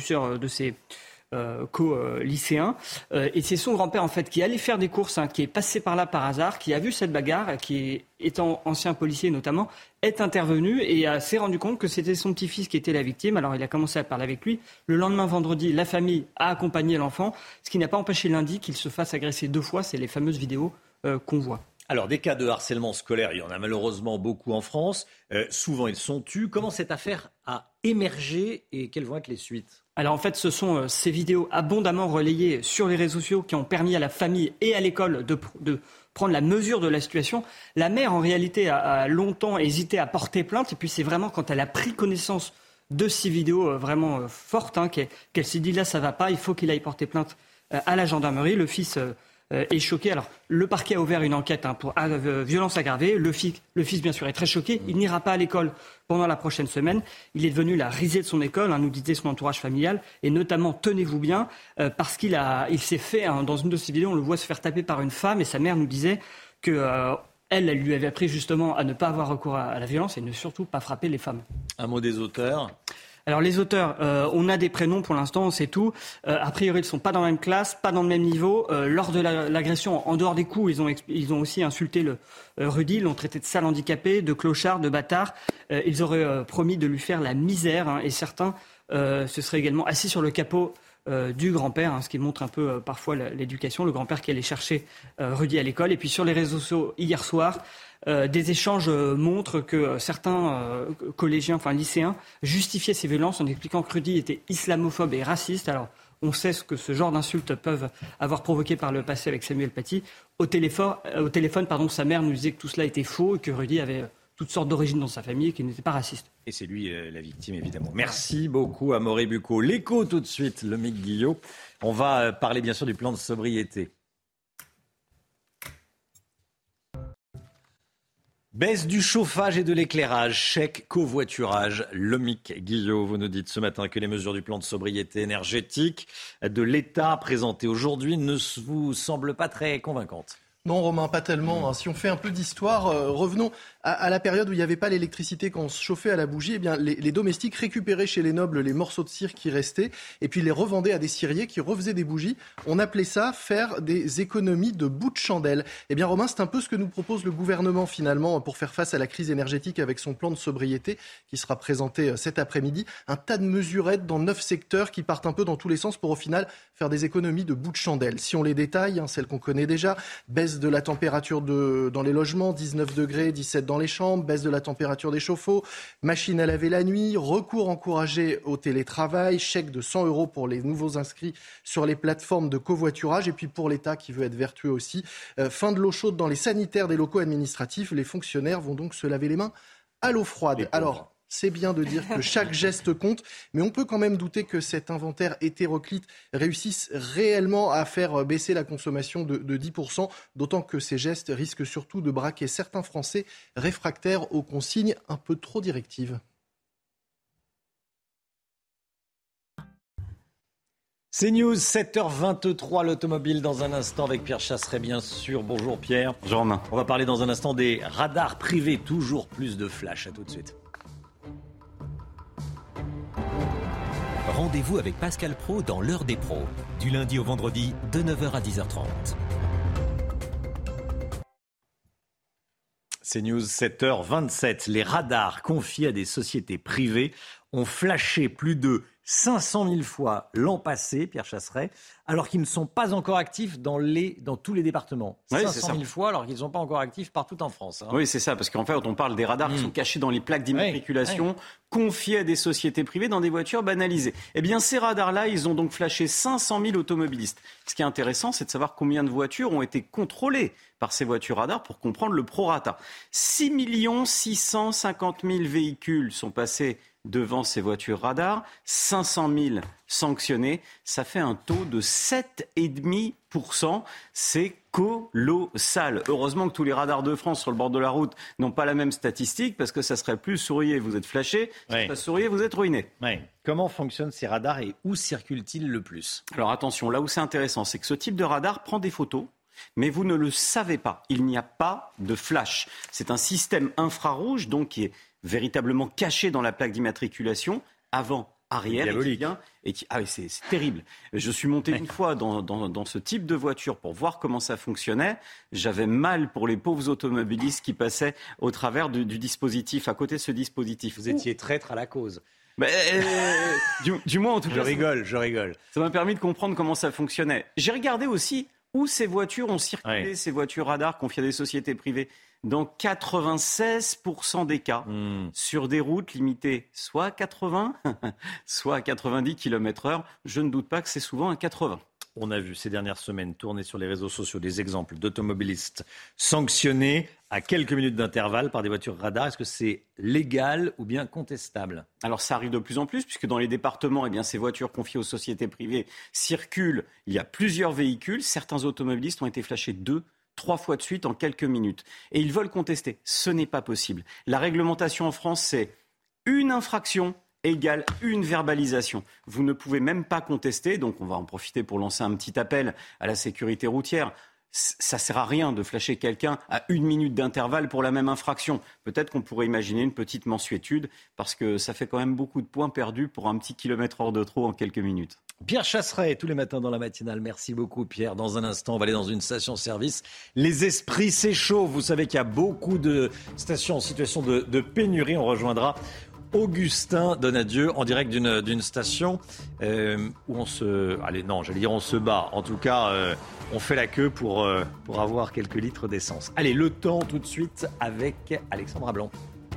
co-lycéens. Et c'est son grand-père, en fait, qui allait faire des courses, qui est passé par là par hasard, qui a vu cette bagarre, qui, étant ancien policier notamment, est intervenu et s'est rendu compte que c'était son petit-fils qui était la victime. Alors il a commencé à parler avec lui. Le lendemain, vendredi, la famille a accompagné l'enfant, ce qui n'a pas empêché lundi qu'il se fasse agresser 2 fois. C'est les fameuses vidéos qu'on voit. Alors, des cas de harcèlement scolaire, il y en a malheureusement beaucoup en France. Souvent, ils sont tus. Comment cette affaire a émergé et quelles vont être les suites ? Alors, en fait, ce sont ces vidéos abondamment relayées sur les réseaux sociaux qui ont permis à la famille et à l'école de prendre la mesure de la situation. La mère, en réalité, a longtemps hésité à porter plainte. Et puis, c'est vraiment quand elle a pris connaissance de ces vidéos vraiment fortes qu'elle s'est dit, là, ça va pas, il faut qu'il aille porter plainte à la gendarmerie. Le fils est choqué. Alors, le parquet a ouvert une enquête pour violence aggravée. Le fils, bien sûr, est très choqué. Il n'ira pas à l'école pendant la prochaine semaine. Il est devenu la risée de son école, nous disait son entourage familial. Et notamment, tenez-vous bien, parce qu'il s'est fait, dans une de ses vidéos, on le voit se faire taper par une femme. Et sa mère nous disait que... Elle lui avait appris justement à ne pas avoir recours à la violence et ne surtout pas frapper les femmes. Un mot des auteurs. Alors les auteurs, on a des prénoms pour l'instant, c'est tout. A priori, ils ne sont pas dans la même classe, pas dans le même niveau. Lors de l'agression, en dehors des coups, ils ont aussi insulté Rudy, l'ont traité de sale handicapé, de clochard, de bâtard. Ils auraient promis de lui faire la misère et certains se seraient également assis sur le capot du grand-père, ce qui montre un peu parfois l'éducation, le grand-père qui allait chercher Rudy à l'école. Et puis sur les réseaux sociaux, hier soir, des échanges montrent que certains collégiens, lycéens, justifiaient ces violences en expliquant que Rudy était islamophobe et raciste. Alors, on sait ce que ce genre d'insultes peuvent avoir provoqué par le passé avec Samuel Paty. Au téléphone, sa mère nous disait que tout cela était faux et que Rudy avait toutes sortes d'origines dans sa famille et qu'il n'était pas raciste. Et c'est lui la victime, évidemment. Merci beaucoup, Amaury Bucco. L'écho tout de suite, Lomique Guillot. On va parler bien sûr du plan de sobriété. Baisse du chauffage et de l'éclairage, chèque covoiturage. Lomique Guillot, vous nous dites ce matin que les mesures du plan de sobriété énergétique de l'État présentées aujourd'hui ne vous semblent pas très convaincantes. Non, Romain, pas tellement. Si on fait un peu d'histoire, revenons à la période où il n'y avait pas l'électricité, quand on se chauffait à la bougie. Eh bien, les domestiques récupéraient chez les nobles les morceaux de cire qui restaient et puis les revendaient à des ciriers qui refaisaient des bougies. On appelait ça faire des économies de bout de chandelle. Eh bien, Romain, c'est un peu ce que nous propose le gouvernement finalement pour faire face à la crise énergétique avec son plan de sobriété qui sera présenté cet après-midi. Un tas de mesurettes dans 9 secteurs qui partent un peu dans tous les sens pour au final faire des économies de bout de chandelle. Si on les détaille, celles qu'on connaît déjà, baisse de la température dans les logements, 19 degrés, 17 dans les chambres, baisse de la température des chauffe-eau, machine à laver la nuit, recours encouragé au télétravail, chèque de 100 € pour les nouveaux inscrits sur les plateformes de covoiturage et puis pour l'État qui veut être vertueux aussi, fin de l'eau chaude dans les sanitaires des locaux administratifs. Les fonctionnaires vont donc se laver les mains à l'eau froide. Alors, c'est bien de dire que chaque geste compte, mais on peut quand même douter que cet inventaire hétéroclite réussisse réellement à faire baisser la consommation de 10%, d'autant que ces gestes risquent surtout de braquer certains Français réfractaires aux consignes un peu trop directives. C'est News, 7h23, l'automobile dans un instant avec Pierre Chasseret, bien sûr. Bonjour Pierre. Bonjour Romain. On va parler dans un instant des radars privés, toujours plus de flash. À tout de suite. Rendez-vous avec Pascal Praud dans l'heure des pros, du lundi au vendredi de 9h à 10h30. C'est News, 7h27. Les radars confiés à des sociétés privées ont flashé plus de 500 000 fois l'an passé, Pierre Chasseret, alors qu'ils ne sont pas encore actifs dans tous les départements. Oui, 500 000 fois alors qu'ils ne sont pas encore actifs partout en France. Oui, c'est ça, parce qu'en fait, on parle des radars qui sont cachés dans les plaques d'immatriculation, confiés à des sociétés privées dans des voitures banalisées. Eh bien, ces radars-là, ils ont donc flashé 500 000 automobilistes. Ce qui est intéressant, c'est de savoir combien de voitures ont été contrôlées par ces voitures radars pour comprendre le prorata. 6 650 000 véhicules sont passés devant ces voitures radars, 500 000 sanctionnés, ça fait un taux de 7,5%. C'est colossal. Heureusement que tous les radars de France sur le bord de la route n'ont pas la même statistique, parce que ça serait plus souriez, vous êtes flashé, pas souriez, vous êtes ruiné. Comment fonctionnent ces radars et où circulent-ils le plus ? Alors attention, là où c'est intéressant, c'est que ce type de radar prend des photos, mais vous ne le savez pas. Il n'y a pas de flash. C'est un système infrarouge, donc qui est véritablement caché dans la plaque d'immatriculation, avant, arrière, c'est terrible. Je suis monté une fois dans ce type de voiture pour voir comment ça fonctionnait. J'avais mal pour les pauvres automobilistes qui passaient au travers du dispositif, à côté de ce dispositif. Vous étiez traître à la cause. Du moins, en tout cas. Je rigole. Ça m'a permis de comprendre comment ça fonctionnait. J'ai regardé aussi où ces voitures ont circulé, ces voitures radars confiées à des sociétés privées. Dans 96% des cas, sur des routes limitées soit à 80, soit à 90 km/h. Je ne doute pas que c'est souvent à 80. On a vu ces dernières semaines tourner sur les réseaux sociaux des exemples d'automobilistes sanctionnés à quelques minutes d'intervalle par des voitures radars. Est-ce que c'est légal ou bien contestable ? Alors ça arrive de plus en plus, puisque dans les départements, ces voitures confiées aux sociétés privées circulent. Il y a plusieurs véhicules. Certains automobilistes ont été flashés 2-3 fois de suite en quelques minutes. Et ils veulent contester. Ce n'est pas possible. La réglementation en France, c'est une infraction égale une verbalisation. Vous ne pouvez même pas contester, donc on va en profiter pour lancer un petit appel à la sécurité routière. Ça ne sert à rien de flasher quelqu'un à 1 minute d'intervalle pour la même infraction. Peut-être qu'on pourrait imaginer une petite mensuétude, parce que ça fait quand même beaucoup de points perdus pour un petit kilomètre-heure de trop en quelques minutes. Pierre Chasseret, tous les matins dans la matinale. Merci beaucoup Pierre. Dans un instant, on va aller dans une station-service. Les esprits s'échauffent. Vous savez qu'il y a beaucoup de stations en situation de pénurie. On rejoindra Augustin Donadieu en direct d'une station où on se... Allez, non, j'allais dire on se bat. En tout cas, on fait la queue pour avoir quelques litres d'essence. Allez, le temps tout de suite avec Alexandra Blanc.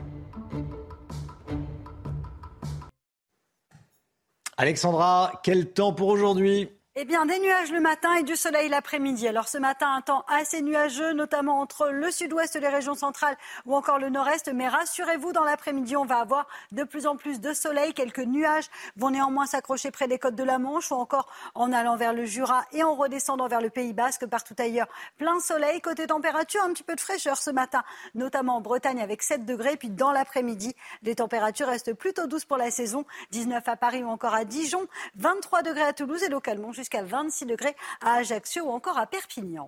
Alexandra, quel temps pour aujourd'hui ? Eh bien, des nuages le matin et du soleil l'après-midi. Alors ce matin, un temps assez nuageux, notamment entre le sud-ouest, les régions centrales ou encore le nord-est. Mais rassurez-vous, dans l'après-midi, on va avoir de plus en plus de soleil. Quelques nuages vont néanmoins s'accrocher près des côtes de la Manche ou encore en allant vers le Jura et en redescendant vers le Pays Basque. Partout ailleurs, plein soleil. Côté température, un petit peu de fraîcheur ce matin, notamment en Bretagne avec 7 degrés. Puis dans l'après-midi, les températures restent plutôt douces pour la saison. 19 à Paris ou encore à Dijon, 23 degrés à Toulouse et localement jusqu'à 26 degrés à Ajaccio ou encore à Perpignan.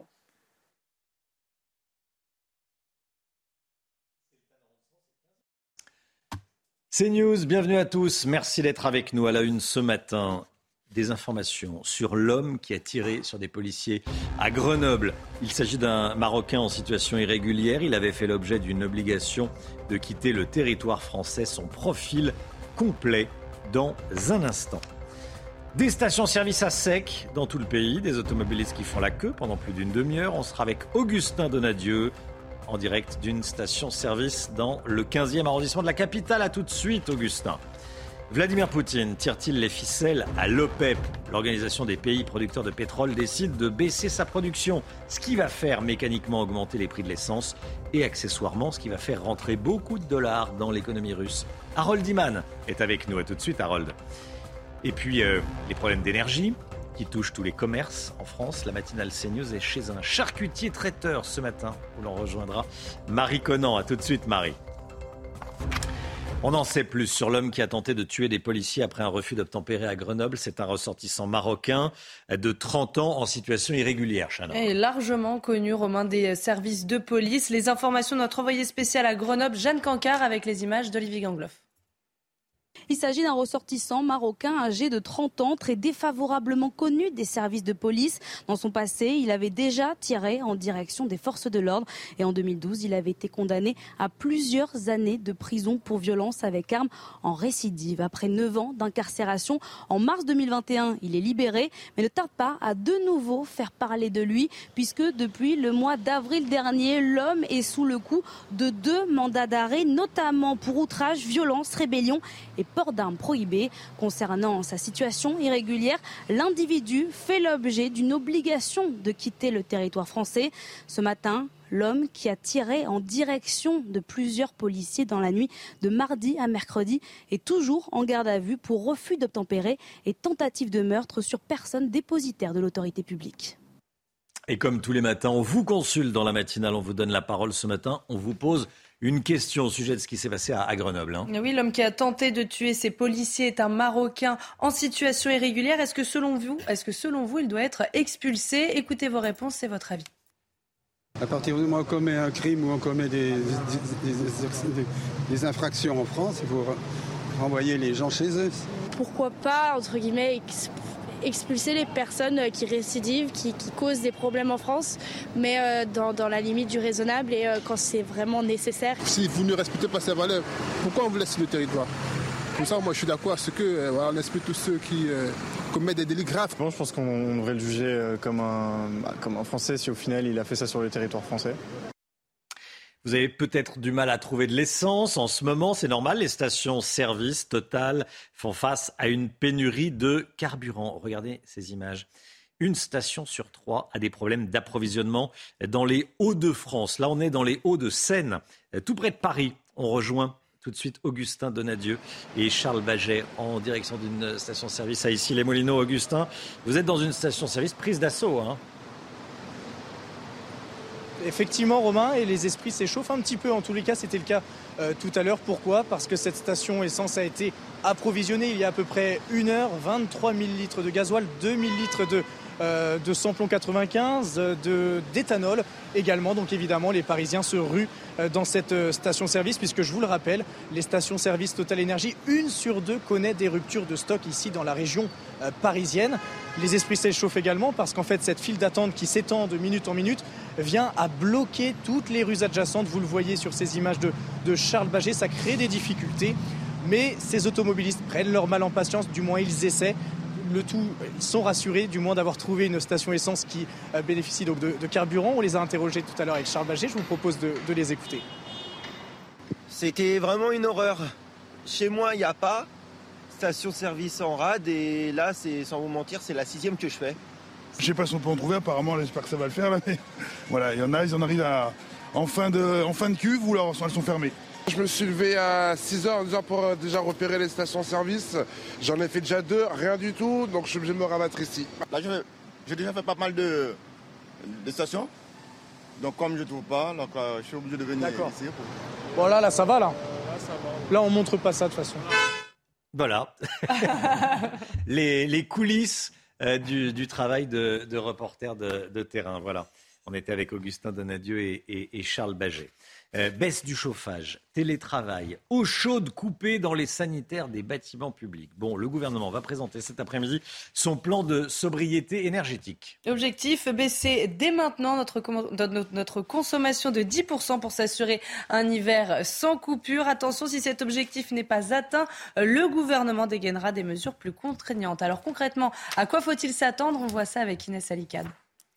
CNews, bienvenue à tous. Merci d'être avec nous à la une ce matin. Des informations sur l'homme qui a tiré sur des policiers à Grenoble. Il s'agit d'un Marocain en situation irrégulière. Il avait fait l'objet d'une obligation de quitter le territoire français. Son profil complet dans un instant. Des stations-service à sec dans tout le pays, des automobilistes qui font la queue pendant plus d'une demi-heure. On sera avec Augustin Donadieu en direct d'une station-service dans le 15e arrondissement de la capitale. A tout de suite, Augustin. Vladimir Poutine tire-t-il les ficelles à l'OPEP ? L'organisation des pays producteurs de pétrole décide de baisser sa production, ce qui va faire mécaniquement augmenter les prix de l'essence et accessoirement ce qui va faire rentrer beaucoup de dollars dans l'économie russe. Harold Iman est avec nous. A tout de suite, Harold. Et puis, les problèmes d'énergie qui touchent tous les commerces en France. La matinale CNews est chez un charcutier traiteur ce matin, où l'on rejoindra Marie Conan. A tout de suite, Marie. On en sait plus sur l'homme qui a tenté de tuer des policiers après un refus d'obtempérer à Grenoble. C'est un ressortissant marocain de 30 ans en situation irrégulière, Chana. Et largement connu, Romain, des services de police. Les informations de notre envoyé spécial à Grenoble, Jeanne Cancard, avec les images d'Olivier Gangloff. Il s'agit d'un ressortissant marocain âgé de 30 ans, très défavorablement connu des services de police. Dans son passé, il avait déjà tiré en direction des forces de l'ordre. Et en 2012, il avait été condamné à plusieurs années de prison pour violence avec arme en récidive. Après 9 ans d'incarcération, en mars 2021, il est libéré, mais ne tarde pas à de nouveau faire parler de lui, puisque depuis le mois d'avril dernier, l'homme est sous le coup de 2 mandats d'arrêt, notamment pour outrage, violence, rébellion et port d'armes prohibées. Concernant sa situation irrégulière, l'individu fait l'objet d'une obligation de quitter le territoire français. Ce matin, l'homme qui a tiré en direction de plusieurs policiers dans la nuit de mardi à mercredi est toujours en garde à vue pour refus d'obtempérer et tentative de meurtre sur personne dépositaire de l'autorité publique. Et comme tous les matins, on vous consulte dans la matinale, on vous donne la parole ce matin, on vous pose une question au sujet de ce qui s'est passé à Grenoble. Oui, l'homme qui a tenté de tuer ses policiers est un Marocain en situation irrégulière. Est-ce que selon vous, il doit être expulsé ? Écoutez vos réponses, c'est votre avis. À partir du moment où on commet un crime ou on commet des infractions en France, il faut renvoyer les gens chez eux. Pourquoi pas, entre guillemets, expulser les personnes qui récidivent, qui causent des problèmes en France, mais dans la limite du raisonnable et quand c'est vraiment nécessaire. Si vous ne respectez pas ces valeurs, pourquoi on vous laisse le territoire ? Pour ça, moi je suis d'accord à ce qu'on expulse tous ceux qui commettent des délits graves. Bon, je pense qu'on devrait le juger comme un Français si au final il a fait ça sur le territoire français. Vous avez peut-être du mal à trouver de l'essence en ce moment, c'est normal. Les stations-service Total font face à une pénurie de carburant. Regardez ces images. une station sur 3 a des problèmes d'approvisionnement dans les Hauts-de-France. Là, on est dans les Hauts-de-Seine, tout près de Paris. On rejoint tout de suite Augustin Donadieu et Charles Baget en direction d'une station-service à Issy-les-Moulineaux. Augustin, vous êite dans une station-service prise d'assaut, hein ? Effectivement, Romain, et les esprits s'échauffent un petit peu. En tous les cas, c'était le cas tout à l'heure. Pourquoi ? Parce que cette station essence a été approvisionnée il y a à peu près 1 heure. 23 000 litres de gasoil, 2 000 litres de samplon 95, d'éthanol également. Donc évidemment, les Parisiens se ruent dans cette station-service, puisque je vous le rappelle, les stations-service Total Énergie, 1 sur 2 connaît des ruptures de stock ici dans la région parisienne. Les esprits s'échauffent également parce qu'en fait, cette file d'attente qui s'étend de minute en minute vient à bloquer toutes les rues adjacentes. Vous le voyez sur ces images de Charles Baget, ça crée des difficultés. Mais ces automobilistes prennent leur mal en patience, du moins ils essaient. Le tout, ils sont rassurés du moins d'avoir trouvé une station essence qui bénéficie donc de carburant. On les a interrogés tout à l'heure avec Charles Baget, je vous propose de les écouter. C'était vraiment une horreur. Chez moi, il n'y a pas station-service en rade et là, sans vous mentir, c'est la 6e que je fais. Je sais pas si on peut en trouver, apparemment, j'espère que ça va le faire là, mais voilà, il y en a, ils en arrivent en fin de cuve ou alors elles sont fermées. Je me suis levé à 6h en disant pour déjà repérer les stations-service. J'en ai fait déjà 2, rien du tout, donc je suis obligé de me rabattre ici. Là, j'ai déjà fait pas mal de stations, donc comme je ne trouve pas, donc, je suis obligé de venir ici. Bon là, ça va là. Là, on montre pas ça de toute façon. Voilà, les coulisses du travail de reporter de terrain. Voilà, on était avec Augustin Donadieu et Charles Baget. Baisse du chauffage, télétravail, eau chaude coupée dans les sanitaires des bâtiments publics. Bon, le gouvernement va présenter cet après-midi son plan de sobriété énergétique. L'objectif, baisser dès maintenant notre consommation de 10% pour s'assurer un hiver sans coupure. Attention, si cet objectif n'est pas atteint, le gouvernement dégainera des mesures plus contraignantes. Alors concrètement, à quoi faut-il s'attendre ? On voit ça avec Inès Alicane.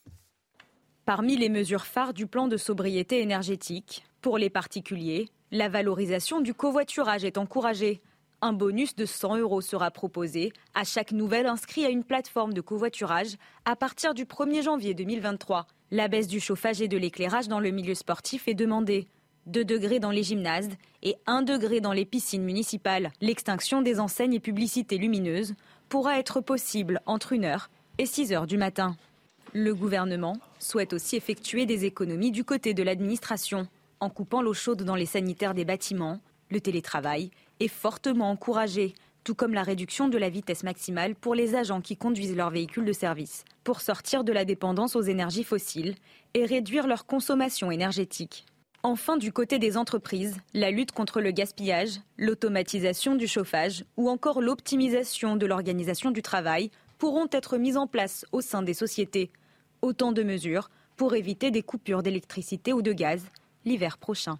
Parmi les mesures phares du plan de sobriété énergétique, pour les particuliers, la valorisation du covoiturage est encouragée. Un bonus de 100 € sera proposé à chaque nouvel inscrit à une plateforme de covoiturage à partir du 1er janvier 2023. La baisse du chauffage et de l'éclairage dans le milieu sportif est demandée. 2 degrés dans les gymnases et 1 degré dans les piscines municipales. L'extinction des enseignes et publicités lumineuses pourra être possible entre 1h et 6h du matin. Le gouvernement souhaite aussi effectuer des économies du côté de l'administration. En coupant l'eau chaude dans les sanitaires des bâtiments, le télétravail est fortement encouragé, tout comme la réduction de la vitesse maximale pour les agents qui conduisent leurs véhicules de service, pour sortir de la dépendance aux énergies fossiles et réduire leur consommation énergétique. Enfin, du côté des entreprises, la lutte contre le gaspillage, l'automatisation du chauffage ou encore l'optimisation de l'organisation du travail pourront être mises en place au sein des sociétés. Autant de mesures pour éviter des coupures d'électricité ou de gaz l'hiver prochain.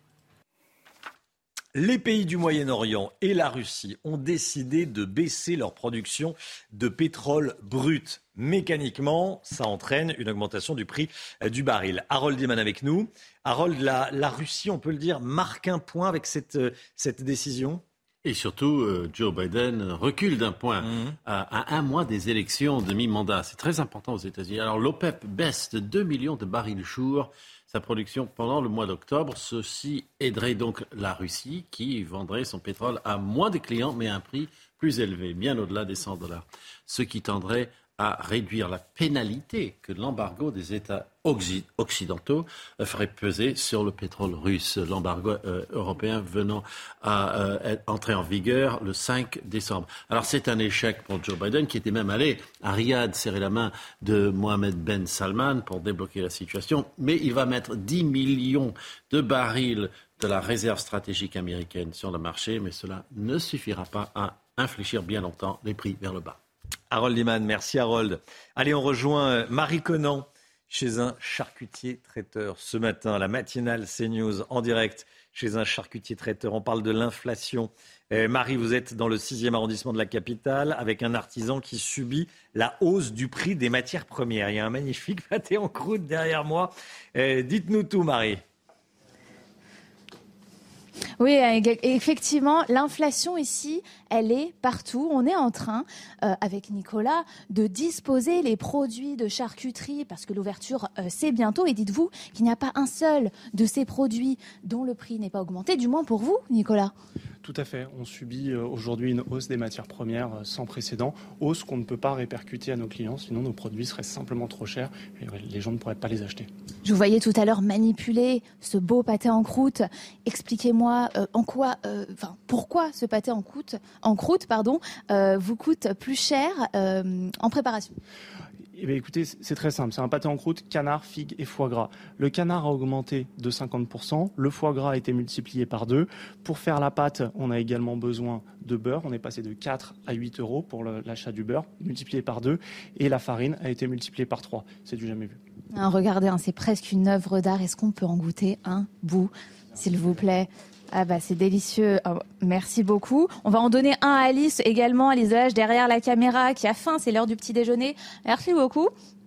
Les pays du Moyen-Orient et la Russie ont décidé de baisser leur production de pétrole brut. Mécaniquement, ça entraîne une augmentation du prix du baril. Harold Iman avec nous. Harold, la Russie, on peut le dire, marque un point avec cette décision. Et surtout, Joe Biden recule d'un point à 1 mois des élections de mi-mandat. C'est très important aux États-Unis. Alors l'OPEP baisse de 2 millions de barils jour sa production pendant le mois d'octobre. Ceci aiderait donc la Russie qui vendrait son pétrole à moins de clients mais à un prix plus élevé, bien au-delà des $100. Ce qui tendrait à réduire la pénalité que l'embargo des États occidentaux ferait peser sur le pétrole russe. L'embargo européen venant à entrer en vigueur le 5 décembre. Alors c'est un échec pour Joe Biden qui était même allé à Riyad serrer la main de Mohammed Ben Salman pour débloquer la situation. Mais il va mettre 10 millions de barils de la réserve stratégique américaine sur le marché. Mais cela ne suffira pas à infléchir bien longtemps les prix vers le bas. Harold Iman, merci Harold. Allez, on rejoint Marie Conan chez un charcutier traiteur. Ce matin, la matinale CNews en direct chez un charcutier traiteur. On parle de l'inflation. Marie, vous êtes dans le 6e arrondissement de la capitale avec un artisan qui subit la hausse du prix des matières premières. Il y a un magnifique pâté en croûte derrière moi. Dites-nous tout, Marie. Oui, effectivement, l'inflation ici, elle est partout. On est en train, avec Nicolas, de disposer les produits de charcuterie parce que l'ouverture, c'est bientôt. Et dites-vous qu'il n'y a pas un seul de ces produits dont le prix n'est pas augmenté, du moins pour vous, Nicolas. Tout à fait. On subit aujourd'hui une hausse des matières premières sans précédent, hausse qu'on ne peut pas répercuter à nos clients, sinon nos produits seraient simplement trop chers et les gens ne pourraient pas les acheter. Je vous voyais tout à l'heure manipuler ce beau pâté en croûte. Expliquez-moi pourquoi ce pâté en croûte vous coûte plus cher en préparation. Eh bien, écoutez, c'est très simple. C'est un pâté en croûte, canard, figue et foie gras. Le canard a augmenté de 50%. Le foie gras a été multiplié par 2. Pour faire la pâte, on a également besoin de beurre. On est passé de 4 à 8 euros pour l'achat du beurre, multiplié par 2. Et la farine a été multipliée par 3. C'est du jamais vu. Regardez, c'est presque une œuvre d'art. Est-ce qu'on peut en goûter un bout, s'il vous plaît ? Ah bah c'est délicieux, merci beaucoup. On va en donner un à Alice également, Alice Delage derrière la caméra qui a faim, c'est l'heure du petit déjeuner. Merci beaucoup.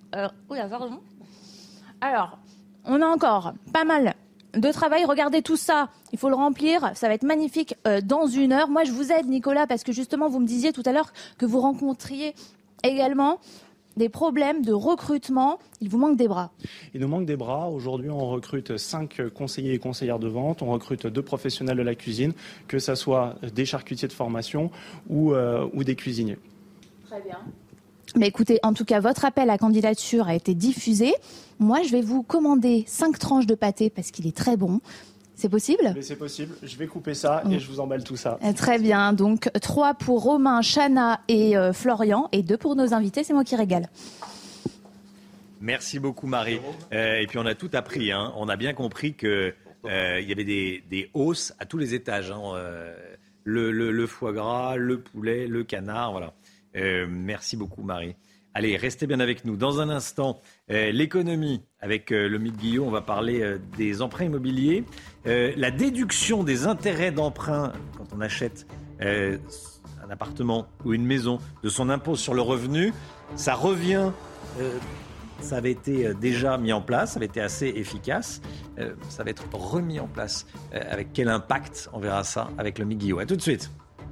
Alors, on a encore pas mal de travail. Regardez tout ça, il faut le remplir, ça va être magnifique dans 1 heure. Moi je vous aide Nicolas parce que justement vous me disiez tout à l'heure que vous rencontriez également des problèmes de recrutement, il vous manque des bras. Il nous manque des bras. Aujourd'hui, on recrute 5 conseillers et conseillères de vente. On recrute 2 professionnels de la cuisine, que ce soit des charcutiers de formation ou des cuisiniers. Très bien. Mais écoutez, en tout cas, votre appel à candidature a été diffusé. Moi, je vais vous commander 5 tranches de pâté parce qu'il est très bon. C'est possible ? Mais c'est possible. Je vais couper ça et je vous emballe tout ça. Très bien. Donc 3 pour Romain, Chana et Florian et 2 pour nos invités. C'est moi qui régale. Merci beaucoup Marie. Et puis on a tout appris. On a bien compris qu'il y avait des hausses à tous les étages. Le foie gras, le poulet, le canard. Voilà. Merci beaucoup Marie. Allez, restez bien avec nous. Dans un instant, l'économie avec Lomique Guillot. On va parler des emprunts immobiliers. La déduction des intérêts d'emprunt quand on achète un appartement ou une maison de son impôt sur le revenu, ça revient. Ça avait été déjà mis en place, ça avait été assez efficace. Ça va être remis en place. Avec quel impact ? On verra ça avec Lomique Guillot. À tout de suite.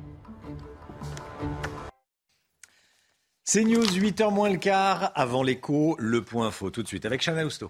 C'est News, 8h moins le quart, avant l'écho, le point info. Tout de suite avec Chana Lousteau.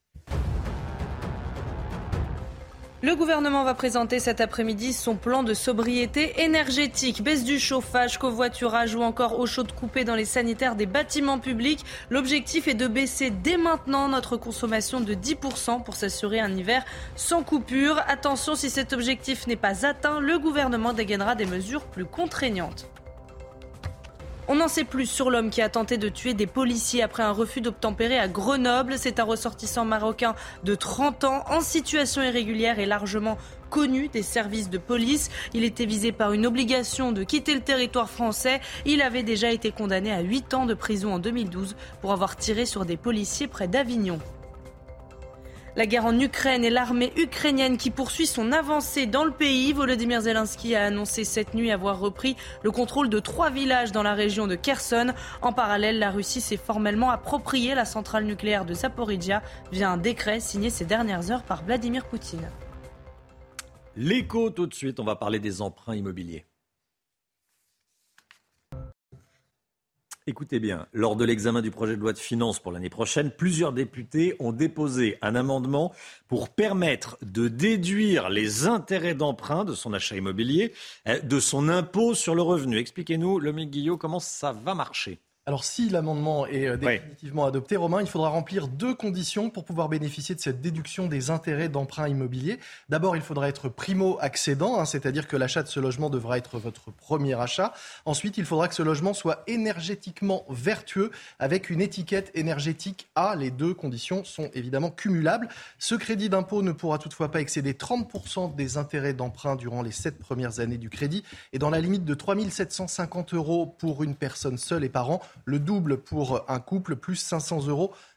Le gouvernement va présenter cet après-midi son plan de sobriété énergétique. Baisse du chauffage, covoiturage ou encore eau chaude coupée dans les sanitaires des bâtiments publics. L'objectif est de baisser dès maintenant notre consommation de 10% pour s'assurer un hiver sans coupure. Attention, si cet objectif n'est pas atteint, le gouvernement dégainera des mesures plus contraignantes. On n'en sait plus sur l'homme qui a tenté de tuer des policiers après un refus d'obtempérer à Grenoble. C'est un ressortissant marocain de 30 ans en situation irrégulière et largement connu des services de police. Il était visé par une obligation de quitter le territoire français. Il avait déjà été condamné à 8 ans de prison en 2012 pour avoir tiré sur des policiers près d'Avignon. La guerre en Ukraine et l'armée ukrainienne qui poursuit son avancée dans le pays. Volodymyr Zelensky a annoncé cette nuit avoir repris le contrôle de 3 villages dans la région de Kherson. En parallèle, la Russie s'est formellement approprié la centrale nucléaire de Zaporijia via un décret signé ces dernières heures par Vladimir Poutine. L'écho tout de suite, on va parler des emprunts immobiliers. Écoutez bien, lors de l'examen du projet de loi de finances pour l'année prochaine, plusieurs députés ont déposé un amendement pour permettre de déduire les intérêts d'emprunt de son achat immobilier de son impôt sur le revenu. Expliquez-nous, Lomique Guillot, comment ça va marcher ? Alors si l'amendement est définitivement adopté, Romain, il faudra remplir 2 conditions pour pouvoir bénéficier de cette déduction des intérêts d'emprunt immobilier. D'abord, il faudra être primo-accédant, c'est-à-dire que l'achat de ce logement devra être votre premier achat. Ensuite, il faudra que ce logement soit énergétiquement vertueux avec une étiquette énergétique A. Les 2 conditions sont évidemment cumulables. Ce crédit d'impôt ne pourra toutefois pas excéder 30% des intérêts d'emprunt durant les 7 premières années du crédit et dans la limite de 3 750 € pour une personne seule et par an. Le double pour un couple, plus 500 €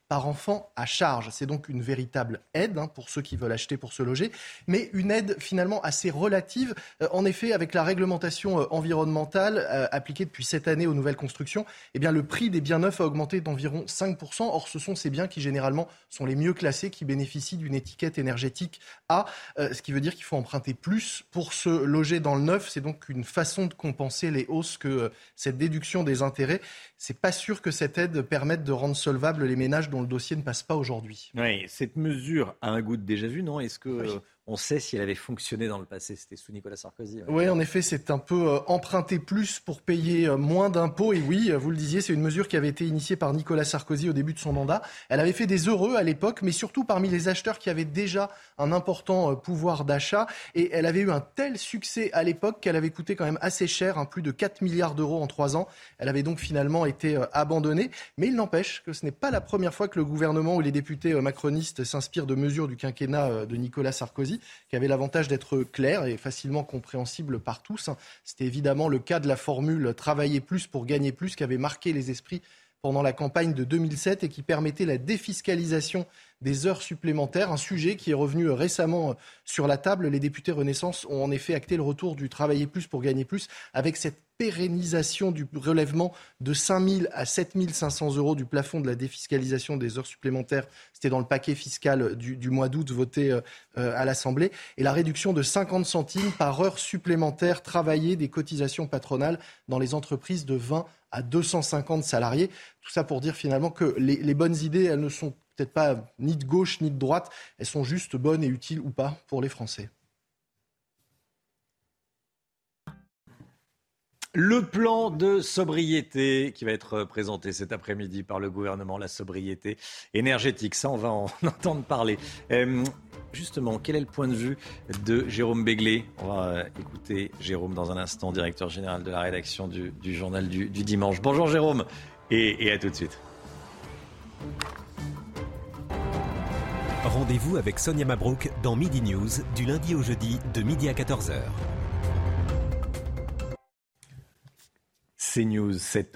par enfant à charge. C'est donc une véritable aide pour ceux qui veulent acheter pour se loger, mais une aide finalement assez relative. En effet, avec la réglementation environnementale appliquée depuis cette année aux nouvelles constructions, eh bien, le prix des biens neufs a augmenté d'environ 5%. Or, ce sont ces biens qui généralement sont les mieux classés, qui bénéficient d'une étiquette énergétique A, ce qui veut dire qu'il faut emprunter plus pour se loger dans le neuf. C'est donc une façon de compenser les hausses que cette déduction des intérêts. C'est pas sûr que cette aide permette de rendre solvables les ménages dont le dossier ne passe pas aujourd'hui. Oui, cette mesure a un goût de déjà-vu, non ? Est-ce que on sait si elle avait fonctionné dans le passé ? C'était sous Nicolas Sarkozy. Oui, en effet, c'est un peu emprunter plus pour payer moins d'impôts. Et oui, vous le disiez, c'est une mesure qui avait été initiée par Nicolas Sarkozy au début de son mandat. Elle avait fait des heureux à l'époque, mais surtout parmi les acheteurs qui avaient déjà un important pouvoir d'achat. Et elle avait eu un tel succès à l'époque qu'elle avait coûté quand même assez cher, plus de 4 milliards d'euros en 3 ans. Elle avait donc finalement été abandonnée. Mais il n'empêche que ce n'est pas la première fois que le gouvernement ou les députés macronistes s'inspirent de mesures du quinquennat de Nicolas Sarkozy, qui avait l'avantage d'être clair et facilement compréhensible par tous. C'était évidemment le cas de la formule « travailler plus pour gagner plus » qui avait marqué les esprits pendant la campagne de 2007 et qui permettait la défiscalisation des heures supplémentaires, un sujet qui est revenu récemment sur la table. Les députés Renaissance ont en effet acté le retour du travailler plus pour gagner plus avec cette pérennisation du relèvement de 5 000 à 7 500 euros du plafond de la défiscalisation des heures supplémentaires. C'était dans le paquet fiscal du mois d'août voté à l'Assemblée. Et la réduction de 50 centimes par heure supplémentaire travaillée des cotisations patronales dans les entreprises de 20 à 250 salariés. Tout ça pour dire finalement que les bonnes idées, elles ne sont peut-être pas ni de gauche ni de droite. Elles sont juste bonnes et utiles ou pas pour les Français. Le plan de sobriété qui va être présenté cet après-midi par le gouvernement, la sobriété énergétique, ça on va en entendre parler. Justement, quel est le point de vue de Jérôme Béglé ? On va écouter Jérôme dans un instant, directeur général de la rédaction du journal du dimanche. Bonjour Jérôme et à tout de suite. Rendez-vous avec Sonia Mabrouk dans Midi News du lundi au jeudi de midi à 14h. CNews,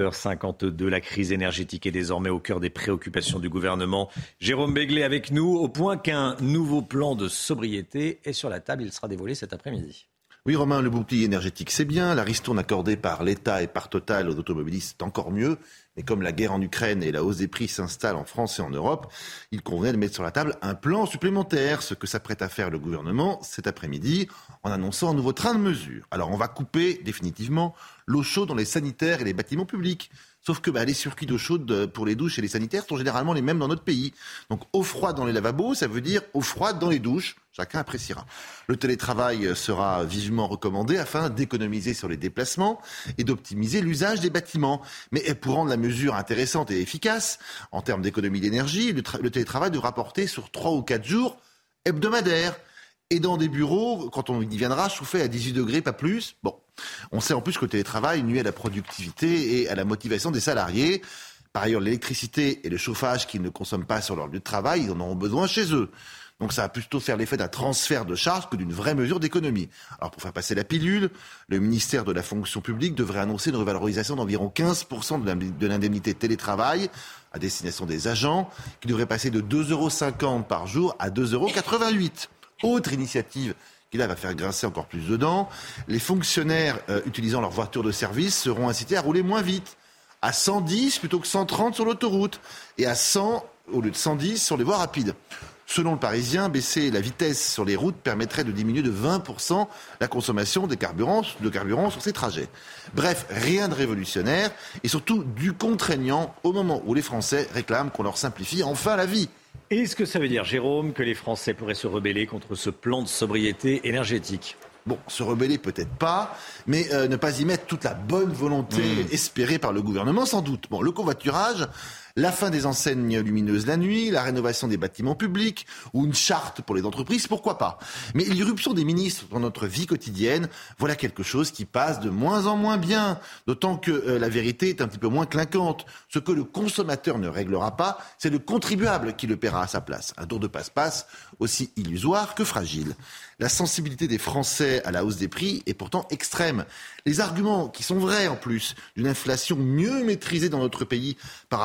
7h52, la crise énergétique est désormais au cœur des préoccupations du gouvernement. Jérôme Béglé avec nous, au point qu'un nouveau plan de sobriété est sur la table. Il sera dévoilé cet après-midi. Oui, Romain, le bouclier énergétique, c'est bien. La ristourne accordée par l'État et par Total aux automobilistes, c'est encore mieux. Mais comme la guerre en Ukraine et la hausse des prix s'installent en France et en Europe, il convenait de mettre sur la table un plan supplémentaire, ce que s'apprête à faire le gouvernement cet après-midi en annonçant un nouveau train de mesures. Alors on va couper définitivement l'eau chaude dans les sanitaires et les bâtiments publics. Sauf que les circuits d'eau chaude pour les douches et les sanitaires sont généralement les mêmes dans notre pays. Donc eau froide dans les lavabos, ça veut dire eau froide dans les douches. Chacun appréciera. Le télétravail sera vivement recommandé afin d'économiser sur les déplacements et d'optimiser l'usage des bâtiments. Mais pour rendre la mesure intéressante et efficace, en termes d'économie d'énergie, le télétravail devra porter sur 3 ou 4 jours hebdomadaires. Et dans des bureaux, quand on y viendra, chauffé à 18 degrés, pas plus. Bon, on sait en plus que le télétravail nuit à la productivité et à la motivation des salariés. Par ailleurs, l'électricité et le chauffage qu'ils ne consomment pas sur leur lieu de travail, ils en auront besoin chez eux. Donc ça va plutôt faire l'effet d'un transfert de charges que d'une vraie mesure d'économie. Alors pour faire passer la pilule, le ministère de la fonction publique devrait annoncer une revalorisation d'environ 15% de l'indemnité télétravail à destination des agents, qui devrait passer de 2,50 € par jour à 2,88 €. Autre initiative qui là va faire grincer encore plus de dents, les fonctionnaires utilisant leur voiture de service seront incités à rouler moins vite, à 110 plutôt que 130 sur l'autoroute et à 100 au lieu de 110 sur les voies rapides. Selon le Parisien, baisser la vitesse sur les routes permettrait de diminuer de 20% la consommation de carburant sur ces trajets. Bref, rien de révolutionnaire et surtout du contraignant au moment où les Français réclament qu'on leur simplifie enfin la vie. Est-ce que ça veut dire, Jérôme, que les Français pourraient se rebeller contre ce plan de sobriété énergétique ? Bon, se rebeller peut-être pas, mais ne pas y mettre toute la bonne volonté espérée par le gouvernement, sans doute. Bon, le covoiturage, la fin des enseignes lumineuses la nuit, la rénovation des bâtiments publics ou une charte pour les entreprises, pourquoi pas. Mais l'irruption des ministres dans notre vie quotidienne, voilà quelque chose qui passe de moins en moins bien. D'autant que la vérité est un petit peu moins clinquante. Ce que le consommateur ne réglera pas, c'est le contribuable qui le paiera à sa place. Un tour de passe-passe aussi illusoire que fragile. La sensibilité des Français à la hausse des prix est pourtant extrême. Les arguments qui sont vrais en plus d'une inflation mieux maîtrisée dans notre pays par rapport à celle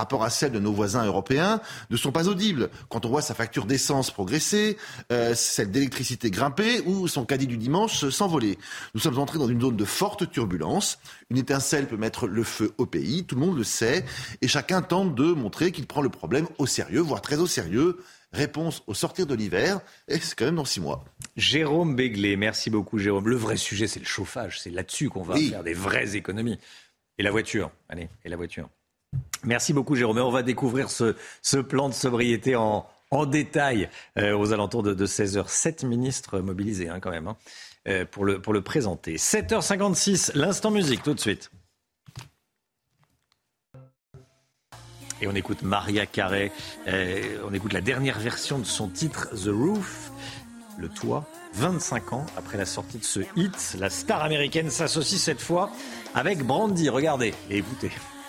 celles de nos voisins européens, ne sont pas audibles. Quand on voit sa facture d'essence progresser, celle d'électricité grimper ou son caddie du dimanche s'envoler. Nous sommes entrés dans une zone de forte turbulence. Une étincelle peut mettre le feu au pays, tout le monde le sait, et chacun tente de montrer qu'il prend le problème au sérieux, voire très au sérieux. Réponse au sortir de l'hiver, et c'est quand même dans 6 mois. Jérôme Béglé, merci beaucoup Jérôme. Le vrai sujet, c'est le chauffage, c'est là-dessus qu'on va faire des vraies économies. Et la voiture, allez, et la voiture. Merci beaucoup Jérôme. Et on va découvrir ce plan de sobriété en détail aux alentours de 16h. 7 ministres mobilisés quand même pour le présenter. 7h56, l'instant musique tout de suite. Et on écoute Maria Carey, on écoute la dernière version de son titre The Roof, le toit, 25 ans après la sortie de ce hit. La star américaine s'associe cette fois avec Brandy, regardez et écoutez.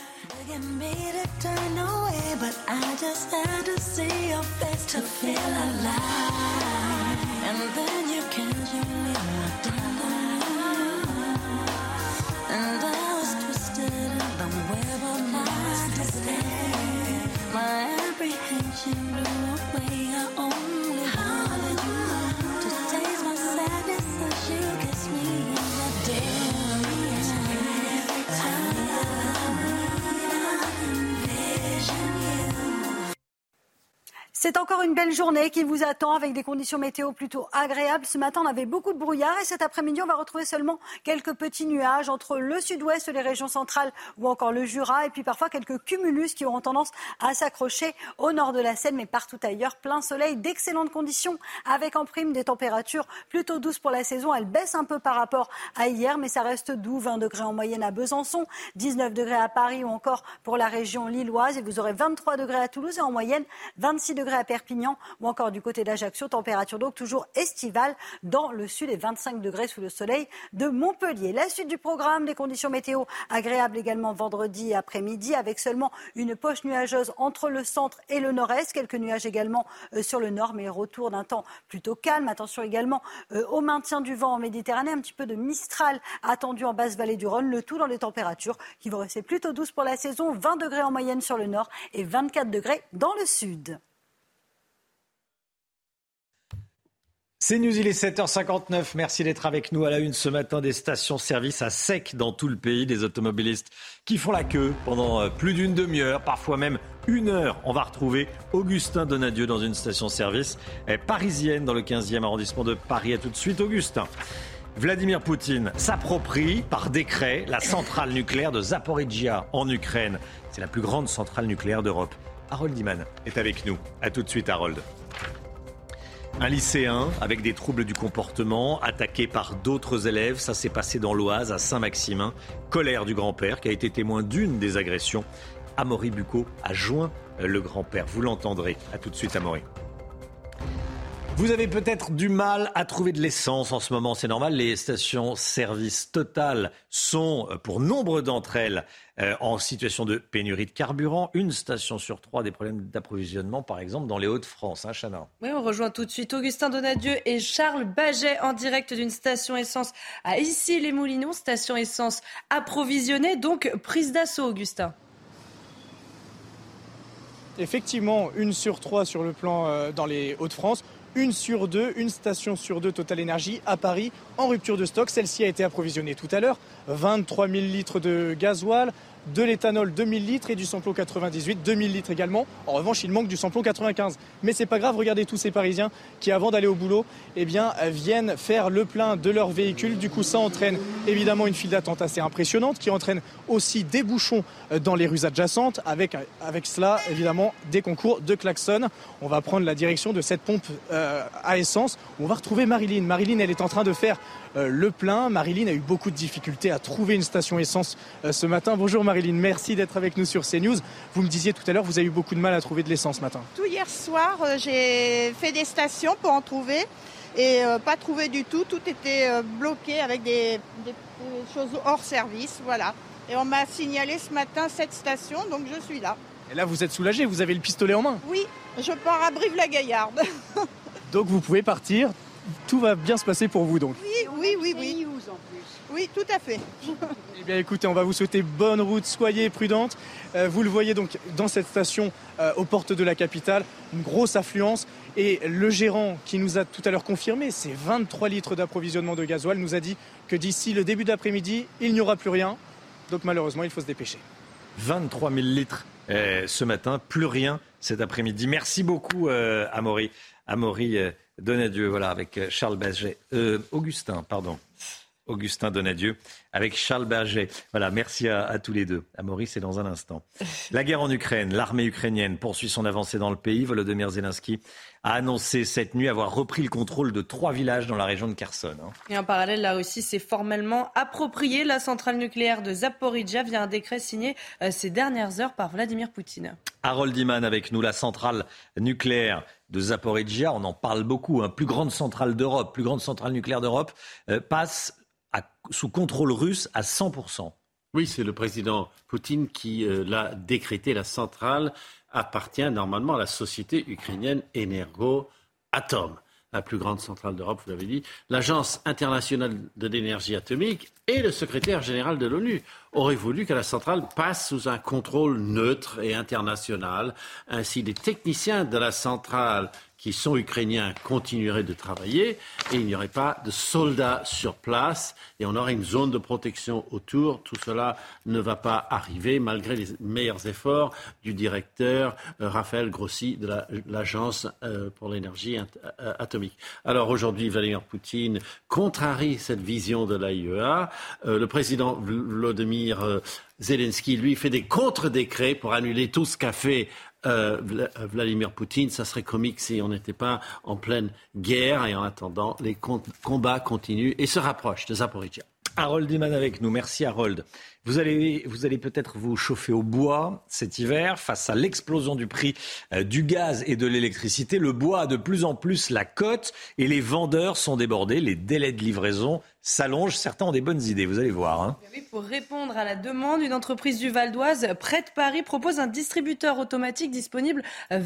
My apprehension blew away. I only wanted you to taste my sadness as you kiss me in the day. C'est encore une belle journée qui vous attend avec des conditions météo plutôt agréables. Ce matin, on avait beaucoup de brouillard et cet après-midi, on va retrouver seulement quelques petits nuages entre le sud-ouest, les régions centrales ou encore le Jura et puis parfois quelques cumulus qui auront tendance à s'accrocher au nord de la Seine, mais partout ailleurs, plein soleil, d'excellentes conditions avec en prime des températures plutôt douces pour la saison. Elles baissent un peu par rapport à hier, mais ça reste doux, 20 degrés en moyenne à Besançon, 19 degrés à Paris ou encore pour la région lilloise et vous aurez 23 degrés à Toulouse et en moyenne 26 degrés à Perpignan ou encore du côté d'Ajaccio, température donc toujours estivale dans le sud et 25 degrés sous le soleil de Montpellier. La suite du programme, des conditions météo agréables également vendredi après-midi avec seulement une poche nuageuse entre le centre et le nord-est, quelques nuages également sur le nord mais retour d'un temps plutôt calme. Attention également au maintien du vent en Méditerranée, un petit peu de Mistral attendu en basse vallée du Rhône, le tout dans des températures qui vont rester plutôt douces pour la saison, 20 degrés en moyenne sur le nord et 24 degrés dans le sud. C'est News, il est 7h59. Merci d'être avec nous à la une ce matin. Des stations-service à sec dans tout le pays. Des automobilistes qui font la queue pendant plus d'une demi-heure, parfois même 1 heure. On va retrouver Augustin Donadieu dans une station-service parisienne dans le 15e arrondissement de Paris. À tout de suite, Augustin. Vladimir Poutine s'approprie par décret la centrale nucléaire de Zaporijia en Ukraine. C'est la plus grande centrale nucléaire d'Europe. Harold Iman est avec nous. À tout de suite, Harold. Un lycéen avec des troubles du comportement, attaqué par d'autres élèves. Ça s'est passé dans l'Oise, à Saint-Maximin. Colère du grand-père qui a été témoin d'une des agressions. Amaury Bucco a joint le grand-père. Vous l'entendrez. À tout de suite, Amaury. Vous avez peut-être du mal à trouver de l'essence en ce moment, c'est normal. Les stations-service Total sont, pour nombre d'entre elles, en situation de pénurie de carburant. 1 station sur 3 des problèmes d'approvisionnement, par exemple, dans les Hauts-de-France. Chana. Oui, on rejoint tout de suite Augustin Donadieu et Charles Baget en direct d'une station essence à Issy-les-Moulineaux. Station essence approvisionnée, donc prise d'assaut, Augustin. Effectivement, 1 sur 3 sur le plan dans les Hauts-de-France. 1 sur 2, 1 station sur 2 Total Énergie à Paris en rupture de stock. Celle-ci a été approvisionnée tout à l'heure. 23 000 litres de gasoil, de l'éthanol 2000 litres et du samplon 98, 2000 litres également. En revanche, il manque du samplon 95. Mais c'est pas grave, regardez tous ces Parisiens qui, avant d'aller au boulot, viennent faire le plein de leur véhicule. Du coup, ça entraîne évidemment une file d'attente assez impressionnante qui entraîne aussi des bouchons dans les rues adjacentes. Avec cela, évidemment, des concours de klaxons. On va prendre la direction de cette pompe à essence où on va retrouver Marilyn. Marilyn, elle est en train de faire le plein. Marilyn a eu beaucoup de difficultés à trouver une station essence ce matin. Bonjour Marilyn, merci d'être avec nous sur CNews. Vous me disiez tout à l'heure, vous avez eu beaucoup de mal à trouver de l'essence ce matin. Tout hier soir, j'ai fait des stations pour en trouver et pas trouvé du tout. Tout était bloqué avec des choses hors service, voilà. Et on m'a signalé ce matin 7 stations, donc je suis là. Et là, vous êtes soulagé, vous avez le pistolet en main. Oui, je pars à Brive-la-Gaillarde. Donc vous pouvez partir. Tout va bien se passer pour vous donc. Oui. Oui, tout à fait. Eh bien écoutez, on va vous souhaiter bonne route, soyez prudentes. Vous le voyez donc dans cette station aux portes de la capitale, une grosse affluence. Et le gérant qui nous a tout à l'heure confirmé ces 23 litres d'approvisionnement de gasoil nous a dit que d'ici le début d'après-midi, il n'y aura plus rien. Donc malheureusement, il faut se dépêcher. 23 000 litres ce matin, plus rien cet après-midi. Merci beaucoup Amaury. Amaury Donadieu, voilà, avec Charles Berger. Augustin Donadieu avec Charles Berger. Voilà, merci à tous les deux. Amaury, c'est dans un instant. La guerre en Ukraine, l'armée ukrainienne poursuit son avancée dans le pays. Volodymyr Zelensky a annoncé cette nuit avoir repris le contrôle de 3 villages dans la région de Kherson. Et en parallèle, la Russie s'est formellement appropriée la centrale nucléaire de Zaporijia via un décret signé ces dernières heures par Vladimir Poutine. Harold Iman avec nous, la centrale nucléaire de Zaporijia, on en parle beaucoup, plus grande centrale d'Europe, plus grande centrale nucléaire d'Europe, passe sous contrôle russe à 100%. Oui, c'est le président Poutine qui l'a décrété. La centrale appartient normalement à la société ukrainienne Energoatom, la plus grande centrale d'Europe, vous l'avez dit. L'Agence internationale de l'énergie atomique et le secrétaire général de l'ONU auraient voulu que la centrale passe sous un contrôle neutre et international. Ainsi, les techniciens de la centrale qui sont ukrainiens continueraient de travailler et il n'y aurait pas de soldats sur place et on aurait une zone de protection autour. Tout cela ne va pas arriver malgré les meilleurs efforts du directeur Raphaël Grossi de l'Agence pour l'énergie atomique. Alors aujourd'hui, Vladimir Poutine contrarie cette vision de l'AIEA. Le président Volodymyr Zelensky, lui, fait des contre-décrets pour annuler tout ce qu'a fait Vladimir Poutine. Ça serait comique si on n'était pas en pleine guerre. Et en attendant, les combats continuent et se rapprochent de Zaporijia. Harold Iman avec nous. Merci Harold. Vous allez peut-être vous chauffer au bois cet hiver face à l'explosion du prix du gaz et de l'électricité. Le bois a de plus en plus la cote et les vendeurs sont débordés. Les délais de livraison s'allongent. Certains ont des bonnes idées, vous allez voir. Oui, pour répondre à la demande, une entreprise du Val d'Oise, près de Paris, propose un distributeur automatique disponible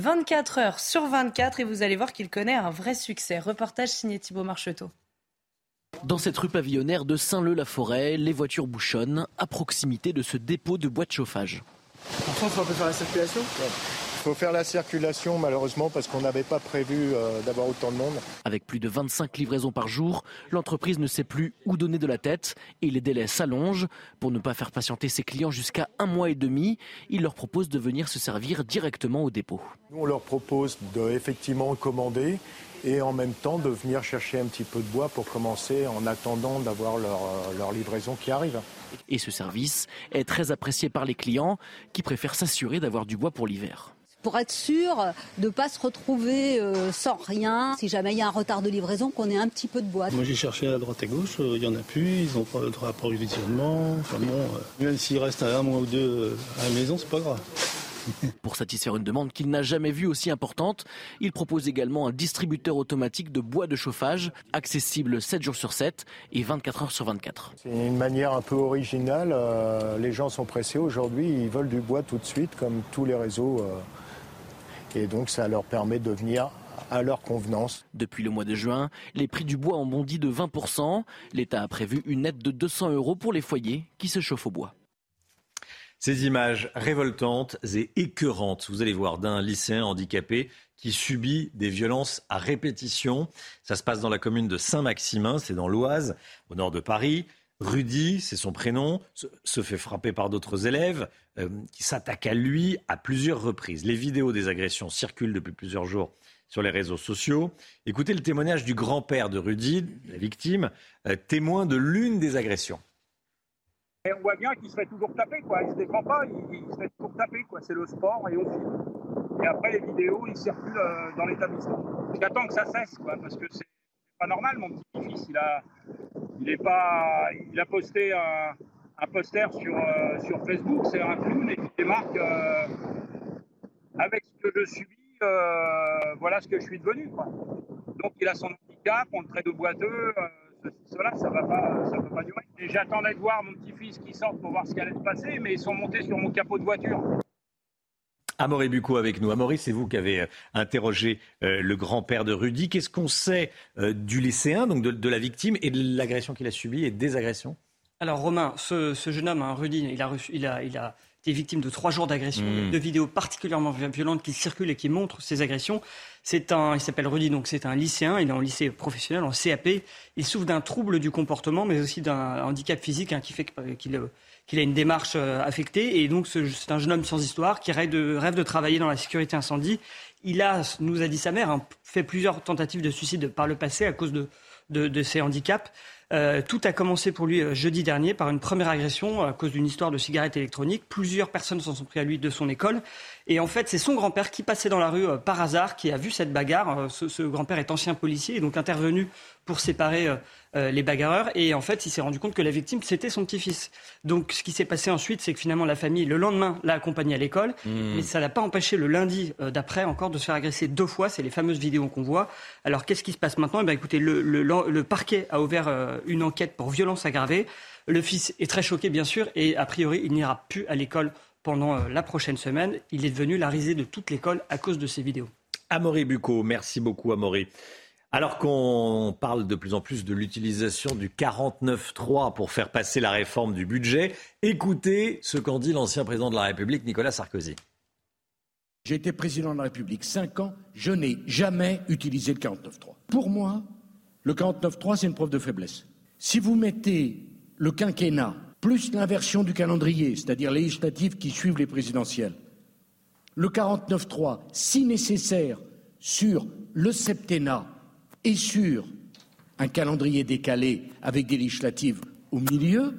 24 heures sur 24 et vous allez voir qu'il connaît un vrai succès. Reportage signé Thibaut Marcheteau. Dans cette rue pavillonnaire de Saint-Leu-la-Forêt, les voitures bouchonnent à proximité de ce dépôt de bois de chauffage. En France, on peut faire la circulation ? Il faut faire la circulation malheureusement parce qu'on n'avait pas prévu d'avoir autant de monde. Avec plus de 25 livraisons par jour, l'entreprise ne sait plus où donner de la tête et les délais s'allongent. Pour ne pas faire patienter ses clients jusqu'à 1 mois et demi, il leur propose de venir se servir directement au dépôt. Nous, on leur propose de effectivement commander et en même temps de venir chercher un petit peu de bois pour commencer en attendant d'avoir leur livraison qui arrive. Et ce service est très apprécié par les clients qui préfèrent s'assurer d'avoir du bois pour l'hiver. Pour être sûr de ne pas se retrouver sans rien, si jamais il y a un retard de livraison, qu'on ait un petit peu de bois. Moi j'ai cherché à droite et gauche, il n'y en a plus, ils n'ont pas de approvisionnement. Enfin bon, même s'il reste un mois ou deux à la maison, c'est pas grave. Pour satisfaire une demande qu'il n'a jamais vue aussi importante, il propose également un distributeur automatique de bois de chauffage, accessible 7 jours sur 7 et 24 heures sur 24. C'est une manière un peu originale, les gens sont pressés aujourd'hui, ils veulent du bois tout de suite comme tous les réseaux et donc ça leur permet de venir à leur convenance. Depuis le mois de juin, les prix du bois ont bondi de 20%. L'État a prévu une aide de 200 € pour les foyers qui se chauffent au bois. Ces images révoltantes et écœurantes, vous allez voir, d'un lycéen handicapé qui subit des violences à répétition. Ça se passe dans la commune de Saint-Maximin, c'est dans l'Oise, au nord de Paris. Rudy, c'est son prénom, se fait frapper par d'autres élèves qui s'attaquent à lui à plusieurs reprises. Les vidéos des agressions circulent depuis plusieurs jours sur les réseaux sociaux. Écoutez le témoignage du grand-père de Rudy, la victime, témoin de l'une des agressions. Et on voit bien qu'il se fait toujours taper, quoi. Il se défend pas, il se fait toujours taper, quoi. C'est le sport et on filme. Et après, les vidéos, ils circulent dans l'établissement. J'attends que ça cesse, quoi, parce que c'est pas normal. Mon petit-fils, il a posté un poster sur Facebook. C'est un clown et qui démarque avec ce que je subis. Voilà ce que je suis devenu, quoi. Donc, il a son handicap, on le traite de boiteux. Cela, ça peut pas durer. Et j'attendais de voir mon petit-fils qui sorte pour voir ce qui allait se passer, mais ils sont montés sur mon capot de voiture. Amaury Bucco avec nous. Amaury, c'est vous qui avez interrogé le grand-père de Rudy. Qu'est-ce qu'on sait du lycéen, donc de la victime, et de l'agression qu'il a subie et des agressions ? Alors Romain, ce jeune homme, Rudy, il a été victime de 3 jours d'agression, de vidéos particulièrement violentes qui circulent et qui montrent ces agressions. Il s'appelle Rudy, donc c'est un lycéen, il est en lycée professionnel, en CAP. Il souffre d'un trouble du comportement, mais aussi d'un handicap physique qui fait qu'il a une démarche affectée. Et donc c'est un jeune homme sans histoire qui rêve de travailler dans la sécurité incendie. Il a, nous a dit sa mère, fait plusieurs tentatives de suicide par le passé à cause de ses handicaps. Tout a commencé pour lui jeudi dernier par une première agression à cause d'une histoire de cigarette électronique. Plusieurs personnes s'en sont pris à lui de son école. Et en fait, c'est son grand-père qui passait dans la rue par hasard, qui a vu cette bagarre. Ce grand-père est ancien policier et donc intervenu pour séparer les bagarreurs. Et en fait, il s'est rendu compte que la victime, c'était son petit-fils. Donc ce qui s'est passé ensuite, c'est que finalement la famille, le lendemain, l'a accompagné à l'école. Mais ça n'a pas empêché le lundi d'après encore de se faire agresser 2 fois. C'est les fameuses vidéos qu'on voit. Alors qu'est-ce qui se passe maintenant ? Écoutez, le parquet a ouvert une enquête pour violence aggravée. Le fils est très choqué, bien sûr, et a priori, il n'ira plus à l'école pendant la prochaine semaine. Il est devenu la risée de toute l'école à cause de ces vidéos. Amaury Bucco, merci beaucoup Amaury. Alors qu'on parle de plus en plus de l'utilisation du 49.3 pour faire passer la réforme du budget, écoutez ce qu'en dit l'ancien président de la République, Nicolas Sarkozy. J'ai été président de la République 5 ans, je n'ai jamais utilisé le 49.3. Pour moi, le 49.3, c'est une preuve de faiblesse. Si vous mettez le quinquennat plus l'inversion du calendrier, c'est-à-dire les législatives qui suivent les présidentielles, le 49.3, si nécessaire, sur le septennat et sur un calendrier décalé avec des législatives au milieu,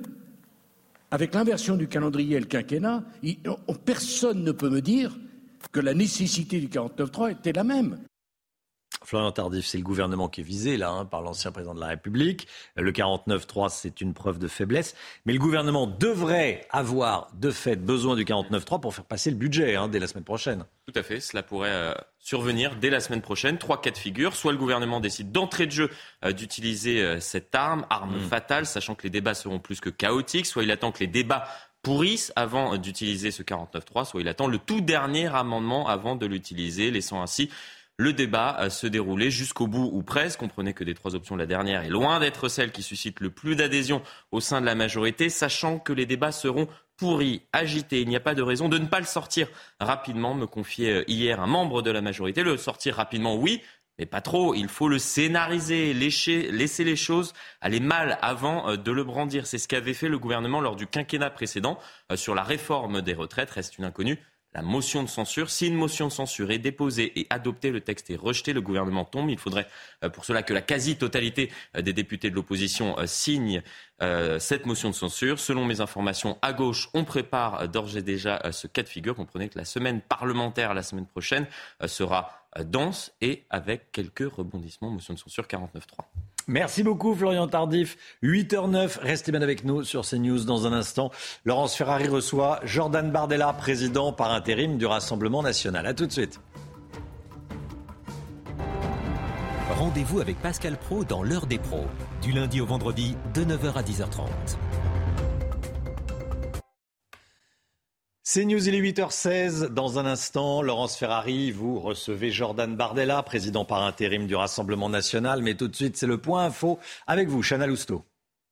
avec l'inversion du calendrier et le quinquennat, personne ne peut me dire que la nécessité du 49.3 était la même. Florian Tardif, c'est le gouvernement qui est visé là par l'ancien président de la République. Le 49.3, c'est une preuve de faiblesse. Mais le gouvernement devrait avoir de fait besoin du 49.3 pour faire passer le budget dès la semaine prochaine. Tout à fait, cela pourrait survenir dès la semaine prochaine. 3 cas de figure. Soit le gouvernement décide d'entrée de jeu d'utiliser cette arme fatale, sachant que les débats seront plus que chaotiques. Soit il attend que les débats pourrissent avant d'utiliser ce 49.3. Soit il attend le tout dernier amendement avant de l'utiliser, laissant ainsi le débat se dérouler jusqu'au bout ou presque. Comprenez que des 3 options, la dernière est loin d'être celle qui suscite le plus d'adhésion au sein de la majorité, sachant que les débats seront pourris, agités. Il n'y a pas de raison de ne pas le sortir rapidement, me confiait hier un membre de la majorité. Le sortir rapidement, oui, mais pas trop. Il faut le scénariser, laisser les choses aller mal avant de le brandir. C'est ce qu'avait fait le gouvernement lors du quinquennat précédent sur la réforme des retraites. Reste une inconnue. La motion de censure. Si une motion de censure est déposée et adoptée, le texte est rejeté, le gouvernement tombe. Il faudrait pour cela que la quasi-totalité des députés de l'opposition signent cette motion de censure. Selon mes informations, à gauche, on prépare d'ores et déjà ce cas de figure. Comprenez que la semaine parlementaire, la semaine prochaine, sera dense et avec quelques rebondissements. Motion de censure 49.3. Merci beaucoup Florian Tardif. 8h09, restez bien avec nous sur CNews dans un instant. Laurence Ferrari reçoit Jordan Bardella, président par intérim du Rassemblement national. A tout de suite. Rendez-vous avec Pascal Praud dans l'heure des pros, du lundi au vendredi de 9h à 10h30. CNews, il est 8h16. Dans un instant, Laurence Ferrari, vous recevez Jordan Bardella, président par intérim du Rassemblement national. Mais tout de suite, c'est le point info avec vous, Chana Lousteau.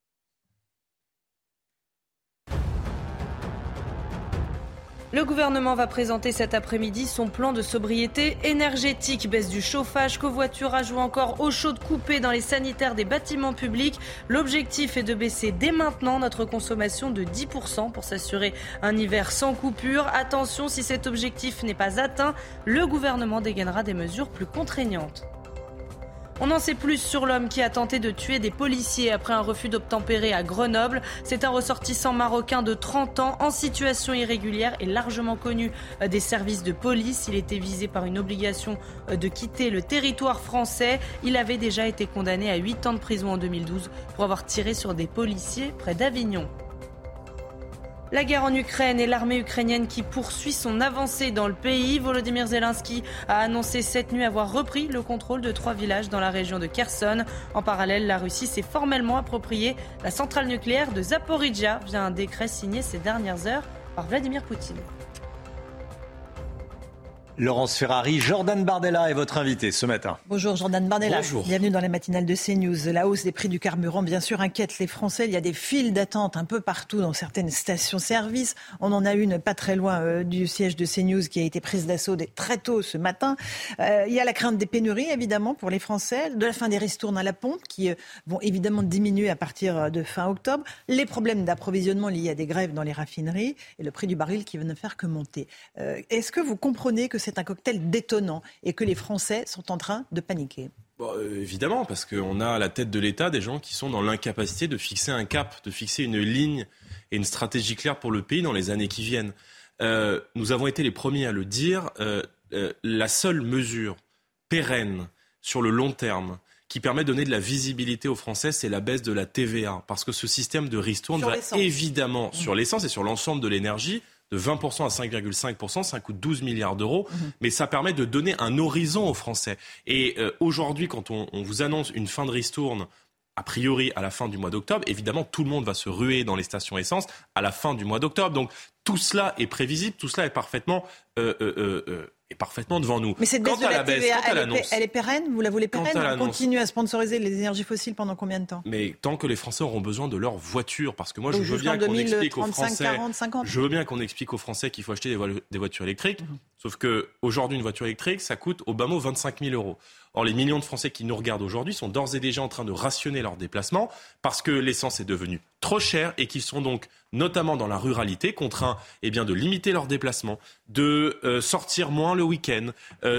Le gouvernement va présenter cet après-midi son plan de sobriété énergétique. Baisse du chauffage, covoiturage ou encore eau chaude coupée dans les sanitaires des bâtiments publics. L'objectif est de baisser dès maintenant notre consommation de 10% pour s'assurer un hiver sans coupure. Attention, si cet objectif n'est pas atteint, le gouvernement dégainera des mesures plus contraignantes. On en sait plus sur l'homme qui a tenté de tuer des policiers après un refus d'obtempérer à Grenoble. C'est un ressortissant marocain de 30 ans en situation irrégulière et largement connu des services de police. Il était visé par une obligation de quitter le territoire français. Il avait déjà été condamné à 8 ans de prison en 2012 pour avoir tiré sur des policiers près d'Avignon. La guerre en Ukraine et l'armée ukrainienne qui poursuit son avancée dans le pays. Volodymyr Zelensky a annoncé cette nuit avoir repris le contrôle de 3 villages dans la région de Kherson. En parallèle, la Russie s'est formellement appropriée la centrale nucléaire de Zaporijia via un décret signé ces dernières heures par Vladimir Poutine. Laurence Ferrari, Jordan Bardella est votre invité ce matin. Bonjour Jordan Bardella. Bonjour. Bienvenue dans la matinale de CNews. La hausse des prix du carburant, bien sûr, inquiète les Français. Il y a des files d'attente un peu partout dans certaines stations-service. On en a une pas très loin du siège de CNews qui a été prise d'assaut très tôt ce matin. Il y a la crainte des pénuries, évidemment, pour les Français, de la fin des ristournes à la pompe qui vont évidemment diminuer à partir de fin octobre. Les problèmes d'approvisionnement liés à des grèves dans les raffineries et le prix du baril qui ne faire que monter. Est-ce que vous comprenez que c'est un cocktail détonnant et que les Français sont en train de paniquer ? Évidemment, parce qu'on a à la tête de l'État des gens qui sont dans l'incapacité de fixer un cap, de fixer une ligne et une stratégie claire pour le pays dans les années qui viennent. Nous avons été les premiers à le dire, la seule mesure pérenne sur le long terme qui permet de donner de la visibilité aux Français, c'est la baisse de la TVA. Parce que ce système de ristourne va évidemment sur l'essence et sur l'ensemble de l'énergie, de 20% à 5,5%, ça coûte 12 milliards d'euros, mais ça permet de donner un horizon aux Français. Et aujourd'hui, quand on vous annonce une fin de ristourne, a priori à la fin du mois d'octobre, évidemment, tout le monde va se ruer dans les stations essence à la fin du mois d'octobre. Donc tout cela est prévisible, tout cela est parfaitement devant nous. Mais cette baisse de la TVA, elle est pérenne ? Vous la voulez pérenne ? On continue à sponsoriser les énergies fossiles pendant combien de temps ? Mais tant que les Français auront besoin de leur voiture, parce que moi je veux bien qu'on 2035, explique aux Français, 40, 50. je veux bien qu'on explique aux Français qu'il faut acheter des voitures électriques, sauf que aujourd'hui une voiture électrique ça coûte au bas mot 25 000 euros. Or les millions de Français qui nous regardent aujourd'hui sont d'ores et déjà en train de rationner leurs déplacements parce que l'essence est devenue trop chère et qu'ils sont donc notamment dans la ruralité contraints de limiter leurs déplacements, de sortir moins le week-end,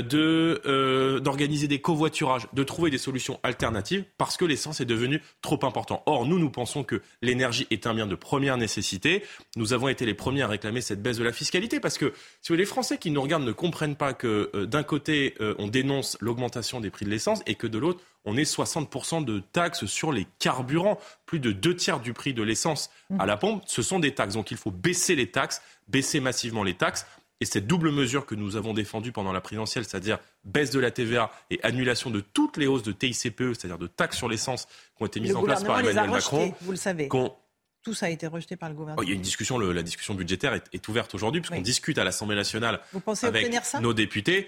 d'organiser des covoiturages, de trouver des solutions alternatives parce que l'essence est devenue trop important. Or, nous pensons que l'énergie est un bien de première nécessité. Nous avons été les premiers à réclamer cette baisse de la fiscalité parce que si les Français qui nous regardent ne comprennent pas que d'un côté, on dénonce l'augmentation des prix de l'essence et que de l'autre, on est 60% de taxes sur les carburants. Plus de 2/3 du prix de l'essence à la pompe, ce sont des taxes. Donc il faut baisser les taxes, baisser massivement les taxes. Et cette double mesure que nous avons défendue pendant la présidentielle, c'est-à-dire baisse de la TVA et annulation de toutes les hausses de TICPE, c'est-à-dire de taxes sur l'essence qui ont été mises en place par Emmanuel Macron. Vous le savez. Tout ça a été rejeté par le gouvernement. Il y a une discussion, la discussion budgétaire est ouverte aujourd'hui, puisqu'on discute à l'Assemblée nationale avec nos députés.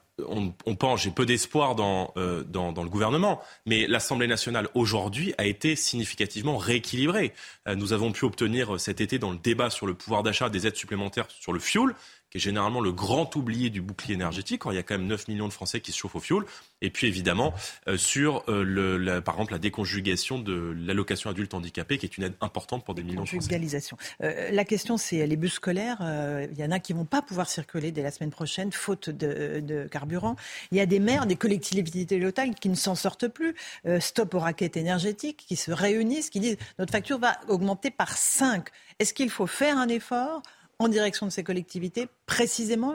On pense, j'ai peu d'espoir dans le gouvernement, mais l'Assemblée nationale aujourd'hui a été significativement rééquilibrée. Nous avons pu obtenir cet été dans le débat sur le pouvoir d'achat des aides supplémentaires sur le fioul, qui est généralement le grand oublié du bouclier énergétique. Il y a quand même 9 millions de Français qui se chauffent au fioul. Et puis évidemment, sur par exemple la déconjugation de l'allocation adulte handicapé, qui est une aide importante pour des millions de Français. La question, c'est les bus scolaires. Il y en a qui ne vont pas pouvoir circuler dès la semaine prochaine, faute de carburant. Il y a des maires, des collectivités locales qui ne s'en sortent plus. Stop aux raquettes énergétiques, qui se réunissent, qui disent notre facture va augmenter par 5. Est-ce qu'il faut faire un effort en direction de ces collectivités, précisément,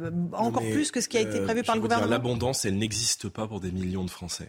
plus que ce qui a été prévu par le gouvernement ? L'abondance, elle n'existe pas pour des millions de Français.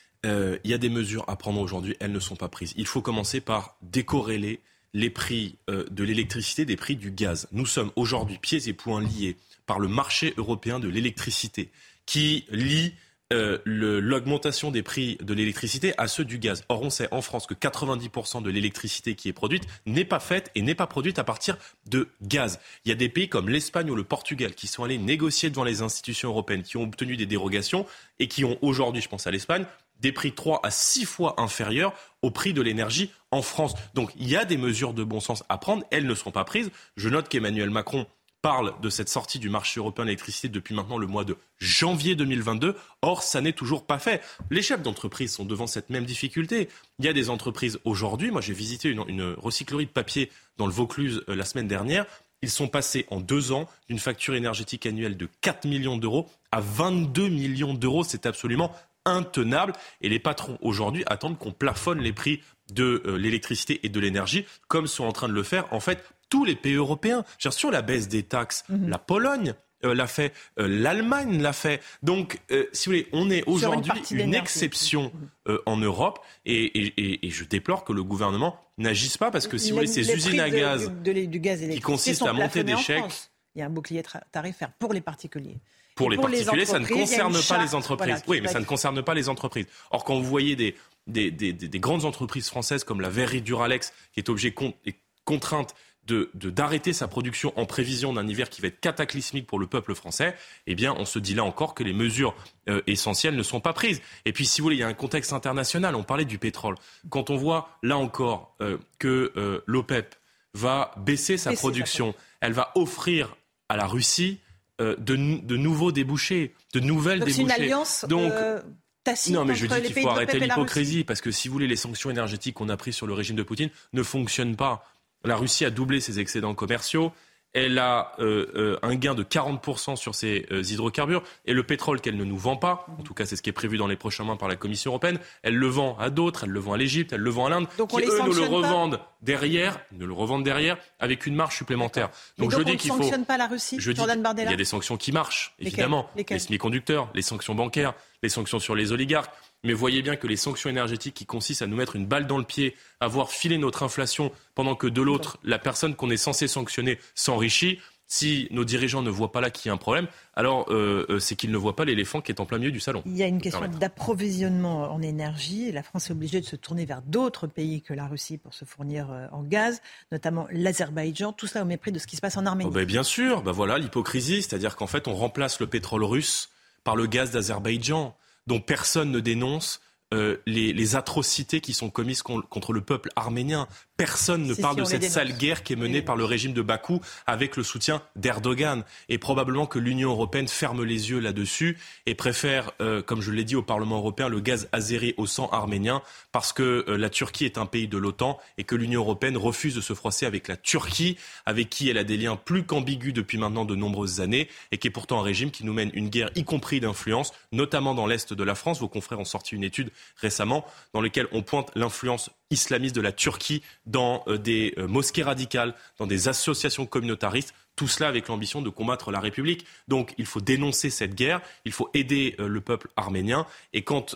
Il y a des mesures à prendre aujourd'hui, elles ne sont pas prises. Il faut commencer par décorréler les prix de l'électricité des prix du gaz. Nous sommes aujourd'hui pieds et poings liés par le marché européen de l'électricité, qui lie l'augmentation des prix de l'électricité à ceux du gaz. Or, on sait en France que 90% de l'électricité qui est produite n'est pas faite et n'est pas produite à partir de gaz. Il y a des pays comme l'Espagne ou le Portugal qui sont allés négocier devant les institutions européennes, qui ont obtenu des dérogations et qui ont aujourd'hui, je pense à l'Espagne, des prix 3 à 6 fois inférieurs au prix de l'énergie en France. Donc, il y a des mesures de bon sens à prendre. Elles ne seront pas prises. Je note qu'Emmanuel Macron parle de cette sortie du marché européen de l'électricité depuis maintenant le mois de janvier 2022. Or, ça n'est toujours pas fait. Les chefs d'entreprise sont devant cette même difficulté. Il y a des entreprises aujourd'hui. Moi, j'ai visité une recyclerie de papier dans le Vaucluse la semaine dernière. Ils sont passés en 2 ans d'une facture énergétique annuelle de 4 millions d'euros à 22 millions d'euros. C'est absolument intenable. Et les patrons aujourd'hui attendent qu'on plafonne les prix de l'électricité et de l'énergie, comme sont en train de le faire, en fait, tous les pays européens. Sur la baisse des taxes, la Pologne l'a fait, l'Allemagne l'a fait. Donc, si vous voulez, on est aujourd'hui une exception en Europe et je déplore que le gouvernement n'agisse pas parce que, si vous voulez, ces usines à gaz du gaz qui consistent à monter des chèques... Il y a un bouclier tarifaire pour les particuliers. Pour les particuliers, ça ne concerne pas les entreprises. Oui, mais ça ne concerne pas les entreprises. Or, quand vous voyez des grandes entreprises françaises comme la verrerie Duralex, qui est contrainte d'arrêter sa production en prévision d'un hiver qui va être cataclysmique pour le peuple français, eh bien, on se dit là encore que les mesures essentielles ne sont pas prises. Et puis, si vous voulez, il y a un contexte international. On parlait du pétrole. Quand on voit, là encore, que l'OPEP va baisser sa production, elle va offrir à la Russie de nouveaux débouchés, de nouvelles débouchés. Donc, c'est une alliance tacite non, mais je entre dis les qu'il pays faut de l'OPEP arrêter et la l'hypocrisie, Russie. parce que si vous voulez, les sanctions énergétiques qu'on a prises sur le régime de Poutine ne fonctionnent pas. La Russie a doublé ses excédents commerciaux. Elle a un gain de 40% sur ses hydrocarbures. Et le pétrole qu'elle ne nous vend pas, en tout cas c'est ce qui est prévu dans les prochains mois par la Commission européenne, elle le vend à d'autres, elle le vend à l'Égypte, elle le vend à l'Inde, Donc qui eux nous le revendent derrière avec une marge supplémentaire. Donc je on dis ne qu'il sanctionne pas la Russie, Jordan Bardella ? il y a des sanctions qui marchent, évidemment. Lesquelles ? Les semi-conducteurs, les sanctions bancaires, les sanctions sur les oligarques. Mais voyez bien que les sanctions énergétiques qui consistent à nous mettre une balle dans le pied, à voir filer notre inflation pendant que de l'autre, la personne qu'on est censé sanctionner s'enrichit, si nos dirigeants ne voient pas là qu'il y a un problème, alors c'est qu'ils ne voient pas l'éléphant qui est en plein milieu du salon. Il y a une question d'approvisionnement en énergie. La France est obligée de se tourner vers d'autres pays que la Russie pour se fournir en gaz, notamment l'Azerbaïdjan. Tout ça au mépris de ce qui se passe en Arménie. Bien sûr, voilà l'hypocrisie, c'est-à-dire qu'en fait on remplace le pétrole russe par le gaz d'Azerbaïdjan, dont personne ne dénonce les atrocités qui sont commises contre le peuple arménien. Personne ne parle de cette sale guerre qui est menée par le régime de Bakou avec le soutien d'Erdogan. Et probablement que l'Union européenne ferme les yeux là-dessus et préfère, comme je l'ai dit au Parlement européen, le gaz azéri au sang arménien parce que la Turquie est un pays de l'OTAN et que l'Union européenne refuse de se froisser avec la Turquie, avec qui elle a des liens plus qu'ambigus depuis maintenant de nombreuses années et qui est pourtant un régime qui nous mène une guerre, y compris d'influence, notamment dans l'Est de la France. Vos confrères ont sorti une étude récemment dans laquelle on pointe l'influence islamiste de la Turquie dans des mosquées radicales, dans des associations communautaristes, tout cela avec l'ambition de combattre la République. Donc il faut dénoncer cette guerre, il faut aider le peuple arménien, et quand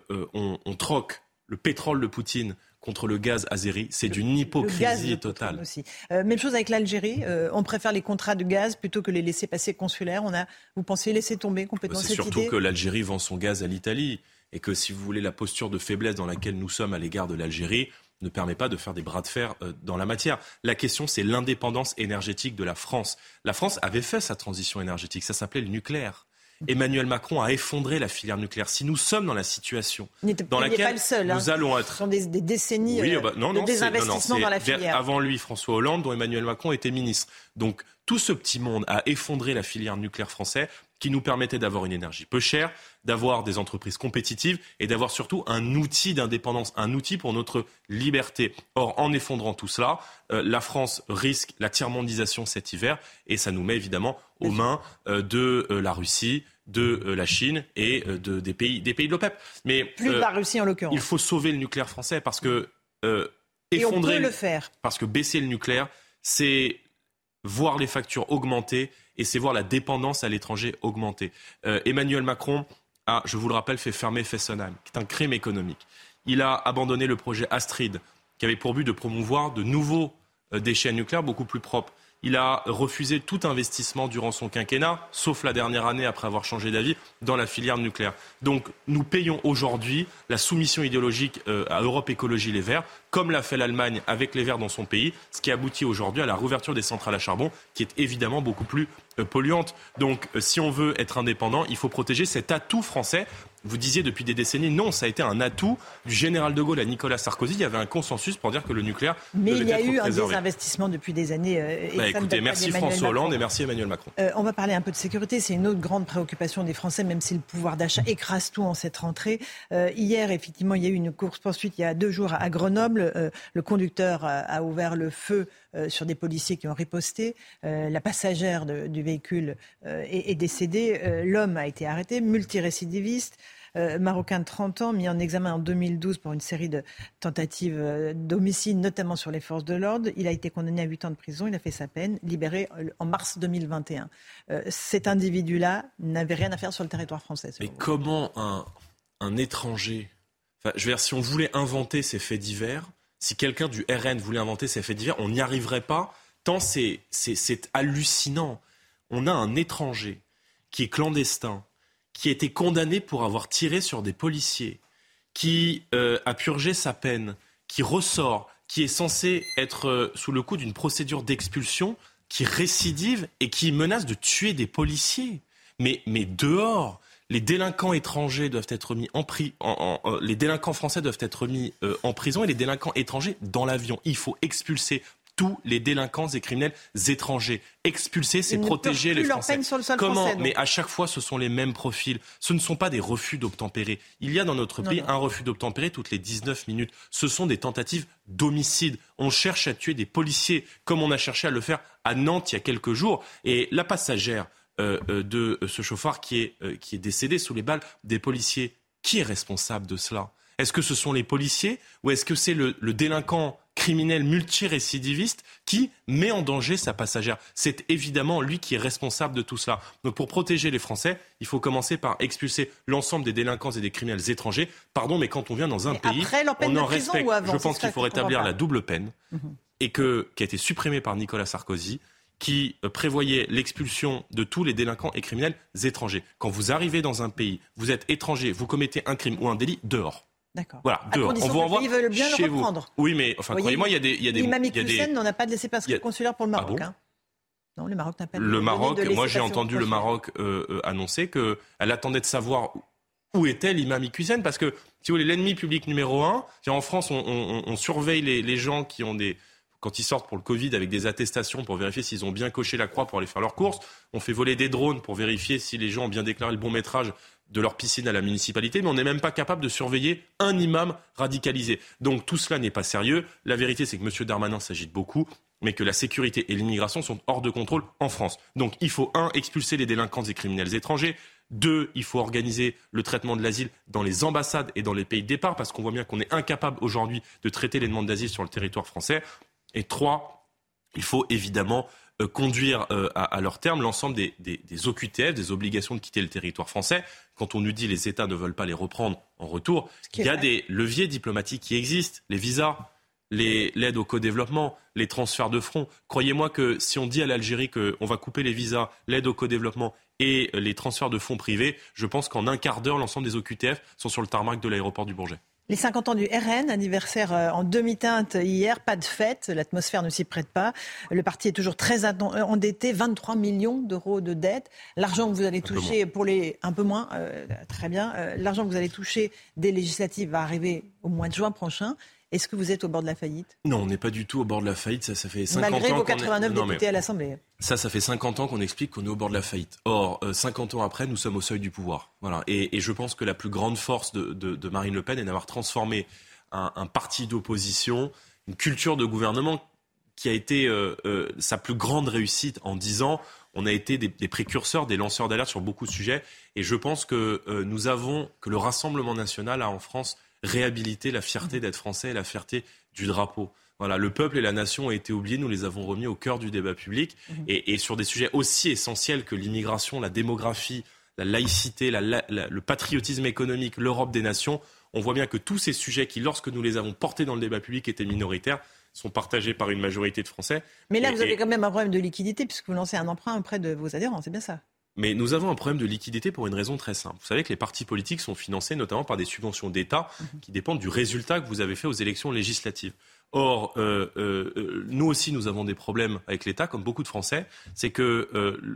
on troque le pétrole de Poutine contre le gaz azéri, c'est d'une hypocrisie totale. Aussi. Même chose avec l'Algérie, on préfère les contrats de gaz plutôt que les laissez-passer consulaires. Vous pensez laisser tomber complètement cette idée ? C'est surtout que l'Algérie vend son gaz à l'Italie. Et que, si vous voulez, la posture de faiblesse dans laquelle nous sommes à l'égard de l'Algérie ne permet pas de faire des bras de fer dans la matière. La question, c'est l'indépendance énergétique de la France. La France avait fait sa transition énergétique, ça s'appelait le nucléaire. Emmanuel Macron a effondré la filière nucléaire. Si nous sommes dans la situation dans laquelle nous allons être... Ce sont des décennies de désinvestissement dans la filière. Avant lui, François Hollande, dont Emmanuel Macron était ministre. Donc, tout ce petit monde a effondré la filière nucléaire française qui nous permettait d'avoir une énergie peu chère, d'avoir des entreprises compétitives et d'avoir surtout un outil d'indépendance, un outil pour notre liberté. Or, en effondrant tout cela, la France risque la tiers-mondisation cet hiver et ça nous met évidemment aux mains de la Russie, de la Chine et des pays de l'OPEP. Mais plus de la Russie en l'occurrence. Il faut sauver le nucléaire français parce que et on peut le faire. Parce que baisser le nucléaire, c'est voir les factures augmenter et c'est voir la dépendance à l'étranger augmenter. Emmanuel Macron a, je vous le rappelle, fait fermer Fessenheim, qui est un crime économique. Il a abandonné le projet Astrid, qui avait pour but de promouvoir de nouveaux déchets nucléaires beaucoup plus propres. Il a refusé tout investissement durant son quinquennat, sauf la dernière année après avoir changé d'avis, dans la filière nucléaire. Donc nous payons aujourd'hui la soumission idéologique à Europe Écologie Les Verts, comme l'a fait l'Allemagne avec les Verts dans son pays, ce qui aboutit aujourd'hui à la réouverture des centrales à charbon, qui est évidemment beaucoup plus polluante. Donc si on veut être indépendant, il faut protéger cet atout français. Vous disiez depuis des décennies, non, ça a été un atout du général de Gaulle à Nicolas Sarkozy. Il y avait un consensus pour dire que le nucléaire devait être préservé. Mais il y a eu un désinvestissement depuis des années. Écoutez, merci François Hollande et merci Emmanuel Macron. On va parler un peu de sécurité. C'est une autre grande préoccupation des Français, même si le pouvoir d'achat écrase tout en cette rentrée. Hier, effectivement, il y a eu une course-poursuite il y a 2 jours à Grenoble. Le conducteur a ouvert le feu sur des policiers qui ont riposté. La passagère du véhicule est décédée. L'homme a été arrêté, multirécidiviste. Marocain de 30 ans, mis en examen en 2012 pour une série de tentatives d'homicide, notamment sur les forces de l'ordre. Il a été condamné à 8 ans de prison, il a fait sa peine, libéré en mars 2021. Cet individu-là n'avait rien à faire sur le territoire français. Mais comment un étranger... je veux dire, si on voulait inventer ces faits divers, si quelqu'un du RN voulait inventer ces faits divers, on n'y arriverait pas, tant c'est hallucinant. On a un étranger qui est clandestin, qui a été condamné pour avoir tiré sur des policiers, qui a purgé sa peine, qui ressort, qui est censé être sous le coup d'une procédure d'expulsion qui récidive et qui menace de tuer des policiers. Mais dehors, les délinquants étrangers doivent être mis les délinquants français doivent être mis en prison et les délinquants étrangers dans l'avion. Il faut expulser tous les délinquants et criminels étrangers. Expulser, c'est protéger les Français. Peine sur le sol Comment français, Mais à chaque fois, ce sont les mêmes profils. Ce ne sont pas des refus d'obtempérer. Il y a dans notre pays un refus d'obtempérer toutes les 19 minutes. Ce sont des tentatives d'homicide. On cherche à tuer des policiers, comme on a cherché à le faire à Nantes il y a quelques jours. Et la passagère de ce chauffard qui est décédé sous les balles des policiers, qui est responsable de cela ? Est-ce que ce sont les policiers ou est-ce que c'est le délinquant criminel multirécidiviste qui met en danger sa passagère ? C'est évidemment lui qui est responsable de tout cela. Donc pour protéger les Français, il faut commencer par expulser l'ensemble des délinquants et des criminels étrangers. Pardon, mais quand on vient dans un pays, on en respecte. Je pense qu'il faut rétablir la double peine et qui a été supprimée par Nicolas Sarkozy, qui prévoyait l'expulsion de tous les délinquants et criminels étrangers. Quand vous arrivez dans un pays, vous êtes étranger, vous commettez un crime ou un délit, dehors. D'accord. Voilà, à condition on vous que les pays veulent bien chez le reprendre. Vous. Oui, mais croyez-moi, il y a des... L'imam Iqiyoussen n'en a pas de laissez-passer consulaire pour le Maroc. Ah bon Non, le Maroc n'a pas de Le Maroc, de moi j'ai entendu le Maroc annoncer qu'elle attendait de savoir où était l'imam Iqiyoussen, parce que, si vous voulez, l'ennemi public numéro 1, en France, on surveille les gens qui ont quand ils sortent pour le Covid avec des attestations pour vérifier s'ils ont bien coché la croix pour aller faire leurs courses. On fait voler des drones pour vérifier si les gens ont bien déclaré le bon métrage de leur piscine à la municipalité, mais on n'est même pas capable de surveiller un imam radicalisé. Donc tout cela n'est pas sérieux. La vérité, c'est que M. Darmanin s'agite beaucoup, mais que la sécurité et l'immigration sont hors de contrôle en France. Donc il faut, 1, expulser les délinquants et criminels étrangers. 2, il faut organiser le traitement de l'asile dans les ambassades et dans les pays de départ, parce qu'on voit bien qu'on est incapable aujourd'hui de traiter les demandes d'asile sur le territoire français. Et 3, il faut évidemment conduire à leur terme l'ensemble des OQTF, des obligations de quitter le territoire français. Quand on nous dit les États ne veulent pas les reprendre en retour, il y a des leviers diplomatiques qui existent, les visas, l'aide au co-développement, les transferts de fonds. Croyez-moi que si on dit à l'Algérie qu'on va couper les visas, l'aide au co-développement et les transferts de fonds privés, je pense qu'en un quart d'heure, l'ensemble des OQTF sont sur le tarmac de l'aéroport du Bourget. Les 50 ans du RN, anniversaire en demi-teinte hier, pas de fête, l'atmosphère ne s'y prête pas. Le parti est toujours très endetté, 23 millions d'euros de dette. L'argent que vous allez toucher un peu moins, très bien. L'argent que vous allez toucher des législatives va arriver au mois de juin prochain. Est-ce que vous êtes au bord de la faillite ? Non, on n'est pas du tout au bord de la faillite. Ça fait 50 ans. Malgré vos 89 députés à l'Assemblée. Ça fait 50 ans qu'on explique qu'on est au bord de la faillite. Or, 50 ans après, nous sommes au seuil du pouvoir. Voilà. Et je pense que la plus grande force de Marine Le Pen est d'avoir transformé un parti d'opposition, une culture de gouvernement qui a été sa plus grande réussite en 10 ans. On a été des précurseurs, des lanceurs d'alerte sur beaucoup de sujets. Et je pense que que le Rassemblement national a en France réhabilité la fierté d'être français et la fierté du drapeau. Voilà, le peuple et la nation ont été oubliés, nous les avons remis au cœur du débat public. Et sur des sujets aussi essentiels que l'immigration, la démographie, la laïcité, le patriotisme économique, l'Europe des nations, on voit bien que tous ces sujets qui, lorsque nous les avons portés dans le débat public, étaient minoritaires, sont partagés par une majorité de Français. Mais là, vous avez quand même un problème de liquidité puisque vous lancez un emprunt auprès de vos adhérents, c'est bien ça ? Mais nous avons un problème de liquidité pour une raison très simple. Vous savez que les partis politiques sont financés notamment par des subventions d'État qui dépendent du résultat que vous avez fait aux élections législatives. Or, nous aussi, nous avons des problèmes avec l'État, comme beaucoup de Français. C'est que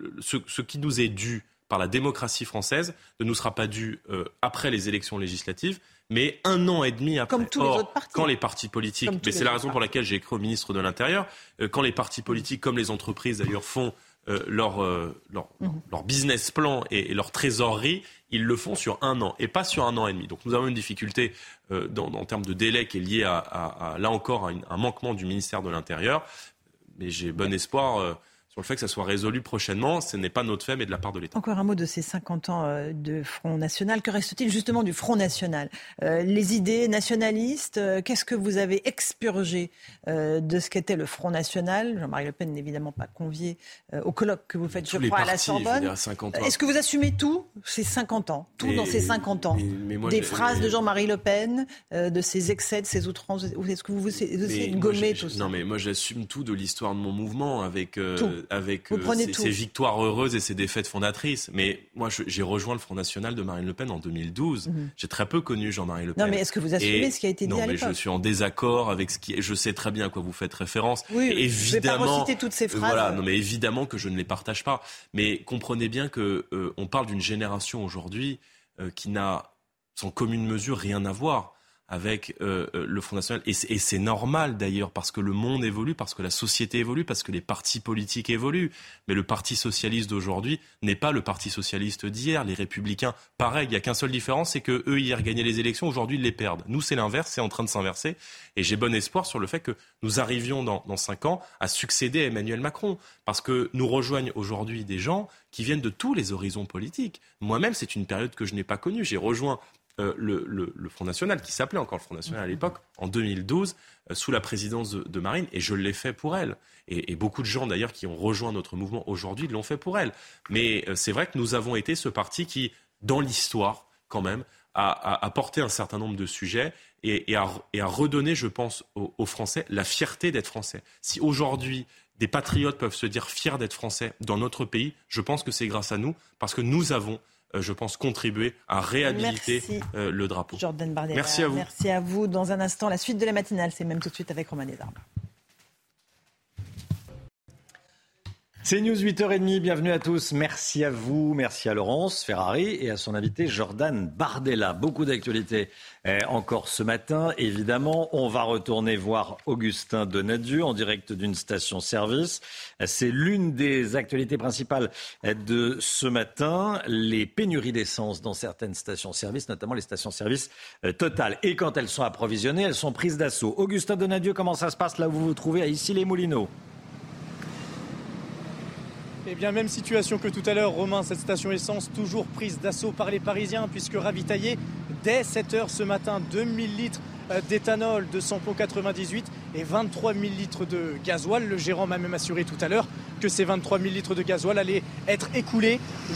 ce qui nous est dû par la démocratie française ne nous sera pas dû après les élections législatives, mais 1 an et demi après. Comme tous les autres partis. Quand les partis politiques, mais c'est la raison pour laquelle j'ai écrit au ministre de l'Intérieur, quand les partis politiques, comme les entreprises d'ailleurs, font leur business plan et leur trésorerie, ils le font sur 1 an et pas sur 1 an et demi. Donc nous avons une difficulté en termes de délai qui est liée là encore à un manquement du ministère de l'Intérieur. Mais j'ai bon espoir sur le fait que ça soit résolu prochainement. Ce n'est pas notre fait, mais de la part de l'État. Encore un mot de ces 50 ans de Front National. Que reste-t-il justement du Front National ? Les idées nationalistes, qu'est-ce que vous avez expurgé de ce qu'était le Front National ? Jean-Marie Le Pen n'est évidemment pas convié au colloque que vous faites, je crois, à la Sorbonne. Est-ce que vous assumez tout, ces 50 ans ? Tout dans ces 50 ans mais moi, des phrases de Jean-Marie Le Pen, de ses excès, de ses outrances. Est-ce que vous essayez de gommer tout ça ? Non, mais moi, j'assume tout de l'histoire de mon mouvement avec... ces victoires heureuses et ces défaites fondatrices. Mais moi, j'ai rejoint le Front National de Marine Le Pen en 2012. J'ai très peu connu Jean-Marie Le Pen. Non, mais est-ce que vous assumez ce qui a été dit à l'époque ? Non, mais je suis en désaccord avec ce qui... Je sais très bien à quoi vous faites référence. Oui, évidemment, je ne vais pas reciter toutes ces phrases. Voilà, non, mais évidemment que je ne les partage pas. Mais comprenez bien qu'on parle d'une génération aujourd'hui qui n'a, sans commune mesure, rien à voir avec le Front National. Et c'est normal d'ailleurs, parce que le monde évolue, parce que la société évolue, parce que les partis politiques évoluent. Mais le Parti socialiste d'aujourd'hui n'est pas le Parti socialiste d'hier. Les Républicains, pareil, il n'y a qu'une seule différence, c'est qu'eux, hier, gagnaient les élections, aujourd'hui, ils les perdent. Nous, c'est l'inverse, c'est en train de s'inverser. Et j'ai bon espoir sur le fait que nous arrivions dans 5 ans à succéder à Emmanuel Macron. Parce que nous rejoignent aujourd'hui des gens qui viennent de tous les horizons politiques. Moi-même, c'est une période que je n'ai pas connue. J'ai rejoint le Front National, qui s'appelait encore le Front National à l'époque, en 2012, sous la présidence de Marine, et je l'ai fait pour elle. Et beaucoup de gens, d'ailleurs, qui ont rejoint notre mouvement aujourd'hui, l'ont fait pour elle. Mais c'est vrai que nous avons été ce parti qui, dans l'histoire, quand même, a porté un certain nombre de sujets et a redonné, je pense, aux Français la fierté d'être Français. Si aujourd'hui, des patriotes peuvent se dire fiers d'être Français dans notre pays, je pense que c'est grâce à nous, parce que nous avons je pense, contribuer à réhabiliter le drapeau. Jordan Bardella. Merci à vous. Merci à vous. Dans un instant, la suite de la matinale, c'est même tout de suite avec Romain Desarmes. C'est News 8h30, bienvenue à tous. Merci à vous, merci à Laurence Ferrari et à son invité Jordan Bardella. Beaucoup d'actualités encore ce matin, évidemment. On va retourner voir Augustin Donadieu en direct d'une station-service. C'est l'une des actualités principales de ce matin, les pénuries d'essence dans certaines stations-service, notamment les stations-service Total. Et quand elles sont approvisionnées, elles sont prises d'assaut. Augustin Donadieu, comment ça se passe là où vous vous trouvez à Issy-les-Moulineaux ? Eh bien, même situation que tout à l'heure, Romain, cette station essence toujours prise d'assaut par les Parisiens, puisque ravitaillée dès 7h ce matin, 2000 litres d'éthanol, de samplon 98 et 23 000 litres de gasoil. Le gérant m'a même assuré tout à l'heure que ces 23 000 litres de gasoil allaient être écoulés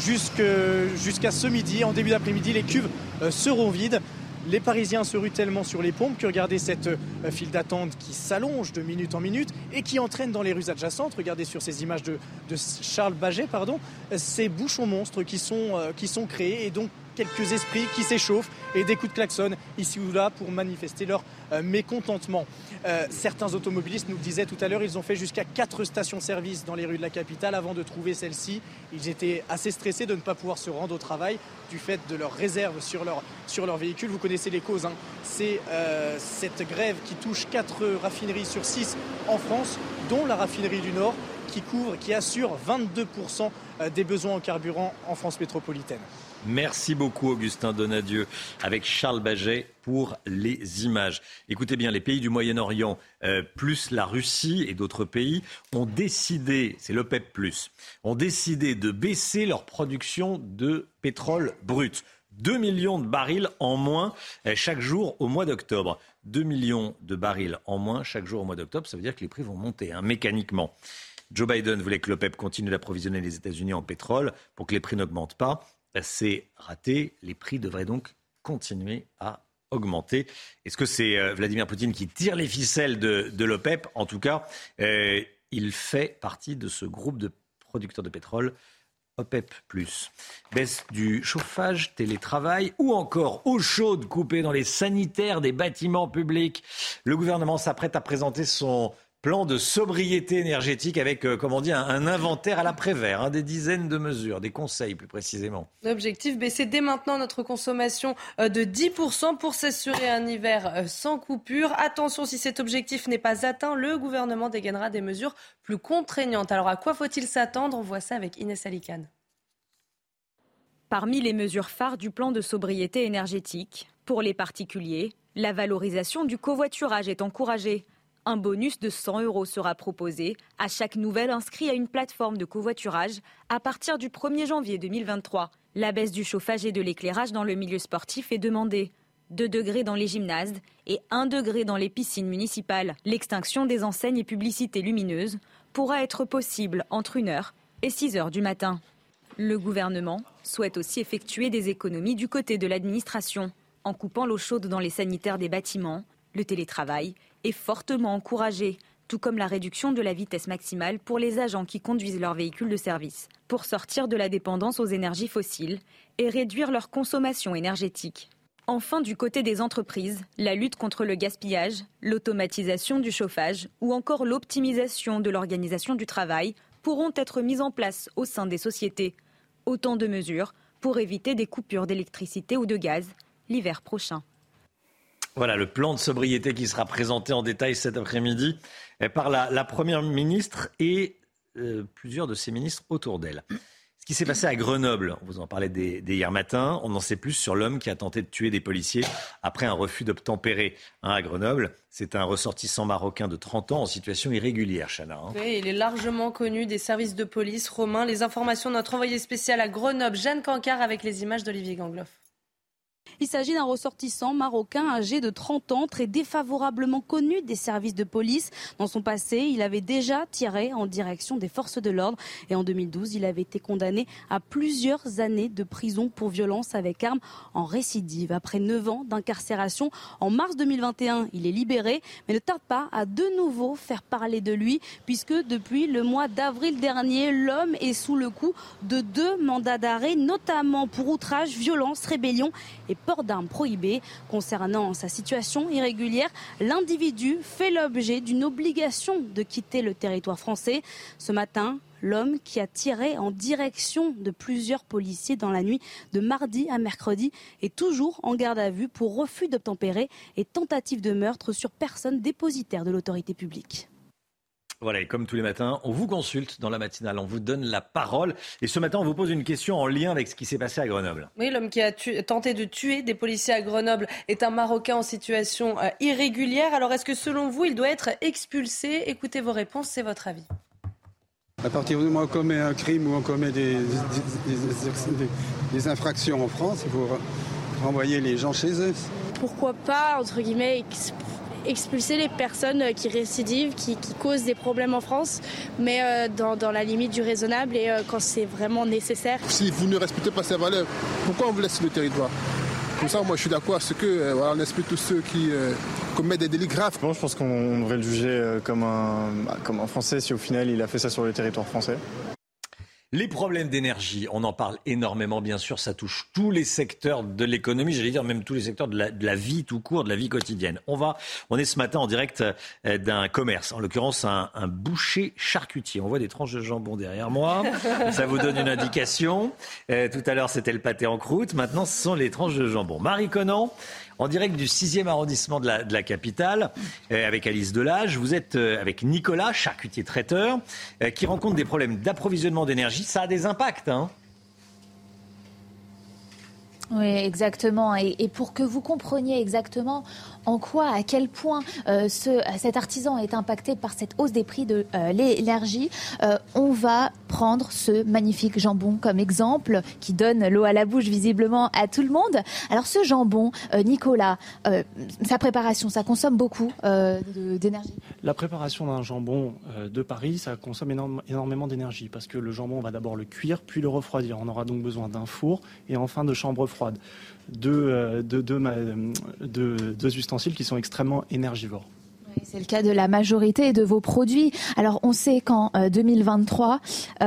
jusqu'à ce midi. En début d'après-midi, les cuves seront vides. Les Parisiens se ruent tellement sur les pompes que regardez cette file d'attente qui s'allonge de minute en minute et qui entraîne dans les rues adjacentes. Regardez sur ces images de Charles Baget, ces bouchons monstres qui sont créés et donc quelques esprits qui s'échauffent et des coups de klaxon ici ou là pour manifester leur mécontentement. Certains automobilistes nous le disaient tout à l'heure, ils ont fait jusqu'à 4 stations-service dans les rues de la capitale avant de trouver celle-ci. Ils étaient assez stressés de ne pas pouvoir se rendre au travail du fait de leur réserve sur leur véhicule. Vous connaissez les causes, c'est cette grève qui touche 4 raffineries sur 6 en France, dont la raffinerie du Nord qui assure 22% des besoins en carburant en France métropolitaine. Merci beaucoup Augustin Donadieu avec Charles Baget pour les images. Écoutez bien, les pays du Moyen-Orient plus la Russie et d'autres pays ont décidé, c'est l'OPEP+, ont décidé de baisser leur production de pétrole brut. 2 millions de barils en moins chaque jour au mois d'octobre. 2 millions de barils en moins chaque jour au mois d'octobre, ça veut dire que les prix vont monter mécaniquement. Joe Biden voulait que l'OPEP continue d'approvisionner les États-Unis en pétrole pour que les prix n'augmentent pas. C'est raté. Les prix devraient donc continuer à augmenter. Est-ce que c'est Vladimir Poutine qui tire les ficelles de l'OPEP ? En tout cas, il fait partie de ce groupe de producteurs de pétrole OPEP+. Baisse du chauffage, télétravail ou encore eau chaude coupée dans les sanitaires des bâtiments publics. Le gouvernement s'apprête à présenter son plan de sobriété énergétique avec, comme on dit, un inventaire à l'après-vert, des dizaines de mesures, des conseils plus précisément. L'objectif, baisser dès maintenant notre consommation de 10% pour s'assurer un hiver sans coupure. Attention, si cet objectif n'est pas atteint, le gouvernement dégainera des mesures plus contraignantes. Alors à quoi faut-il s'attendre ? On voit ça avec Inès Alicane. Parmi les mesures phares du plan de sobriété énergétique, pour les particuliers, la valorisation du covoiturage est encouragée. Un bonus de 100 € sera proposé à chaque nouvel inscrit à une plateforme de covoiturage à partir du 1er janvier 2023. La baisse du chauffage et de l'éclairage dans le milieu sportif est demandée. 2 degrés dans les gymnases et 1 degré dans les piscines municipales. L'extinction des enseignes et publicités lumineuses pourra être possible entre 1h et 6h du matin. Le gouvernement souhaite aussi effectuer des économies du côté de l'administration. En coupant l'eau chaude dans les sanitaires des bâtiments, le télétravail est fortement encouragé. tout comme la réduction de la vitesse maximale pour les agents qui conduisent leur véhicule de service, pour sortir de la dépendance aux énergies fossiles et réduire leur consommation énergétique. Enfin, du côté des entreprises, la lutte contre le gaspillage, l'automatisation du chauffage ou encore l'optimisation de l'organisation du travail pourront être mises en place au sein des sociétés. Autant de mesures pour éviter des coupures d'électricité ou de gaz l'hiver prochain. Voilà le plan de sobriété qui sera présenté en détail cet après-midi par la Première ministre et plusieurs de ses ministres autour d'elle. Ce qui s'est passé à Grenoble, on vous en parlait dès hier matin, on en sait plus sur l'homme qui a tenté de tuer des policiers après un refus d'obtempérer. À Grenoble, c'est un ressortissant marocain de 30 ans en situation irrégulière, Chana. Oui, il est largement connu des services de police. Romain, les informations de notre envoyé spécial à Grenoble, Jeanne Cancard, avec les images d'Olivier Gangloff. Il s'agit d'un ressortissant marocain âgé de 30 ans, très défavorablement connu des services de police. Dans son passé, il avait déjà tiré en direction des forces de l'ordre. Et en 2012, il avait été condamné à plusieurs années de prison pour violence avec arme en récidive. Après 9 ans d'incarcération, en mars 2021, il est libéré, mais ne tarde pas à de nouveau faire parler de lui, puisque depuis le mois d'avril dernier, l'homme est sous le coup de 2 mandats d'arrêt, notamment pour outrage, violence, rébellion et port d'armes prohibées. Concernant sa situation irrégulière, l'individu fait l'objet d'une obligation de quitter le territoire français. Ce matin, l'homme qui a tiré en direction de plusieurs policiers dans la nuit de mardi à mercredi est toujours en garde à vue pour refus d'obtempérer et tentative de meurtre sur personne dépositaire de l'autorité publique. Voilà, et comme tous les matins, on vous consulte dans la matinale, on vous donne la parole. Et ce matin, on vous pose une question en lien avec ce qui s'est passé à Grenoble. Oui, l'homme qui a tenté de tuer des policiers à Grenoble est un Marocain en situation irrégulière. Alors, est-ce que selon vous, il doit être expulsé ? Écoutez vos réponses, c'est votre avis. À partir du moment où on commet un crime ou on commet des infractions en France, il faut renvoyer les gens chez eux. Pourquoi pas, entre guillemets, expulser les personnes qui récidivent, qui causent des problèmes en France, mais dans la limite du raisonnable et quand c'est vraiment nécessaire. Si vous ne respectez pas ces valeurs, pourquoi on vous laisse sur le territoire ? Comme ça, moi je suis d'accord à ce qu'on expulse tous ceux qui commettent des délits graves. Bon, je pense qu'on devrait le juger comme un Français si au final il a fait ça sur le territoire français. Les problèmes d'énergie, on en parle énormément, bien sûr, ça touche tous les secteurs de l'économie, j'allais dire même tous les secteurs de la vie tout court, de la vie quotidienne. On est ce matin en direct d'un commerce, en l'occurrence un boucher charcutier. On voit des tranches de jambon derrière moi, ça vous donne une indication. Tout à l'heure c'était le pâté en croûte, maintenant ce sont les tranches de jambon. Marie Conan, en direct du 6e arrondissement de la capitale, avec Alice Delage. Vous êtes avec Nicolas, charcutier traiteur, qui rencontre des problèmes d'approvisionnement d'énergie. Ça a des impacts, hein ? Oui, exactement. Et pour que vous compreniez exactement en quoi, à quel point cet artisan est impacté par cette hausse des prix de l'énergie, on va prendre ce magnifique jambon comme exemple qui donne l'eau à la bouche visiblement à tout le monde. Alors ce jambon, Nicolas, sa préparation, ça consomme beaucoup d'énergie. La préparation d'un jambon de Paris, ça consomme énormément d'énergie parce que le jambon, on va d'abord le cuire puis le refroidir. On aura donc besoin d'un four et enfin de chambres froides. Deux ustensiles qui sont extrêmement énergivores. C'est le cas de la majorité de vos produits. Alors, on sait qu'en 2023,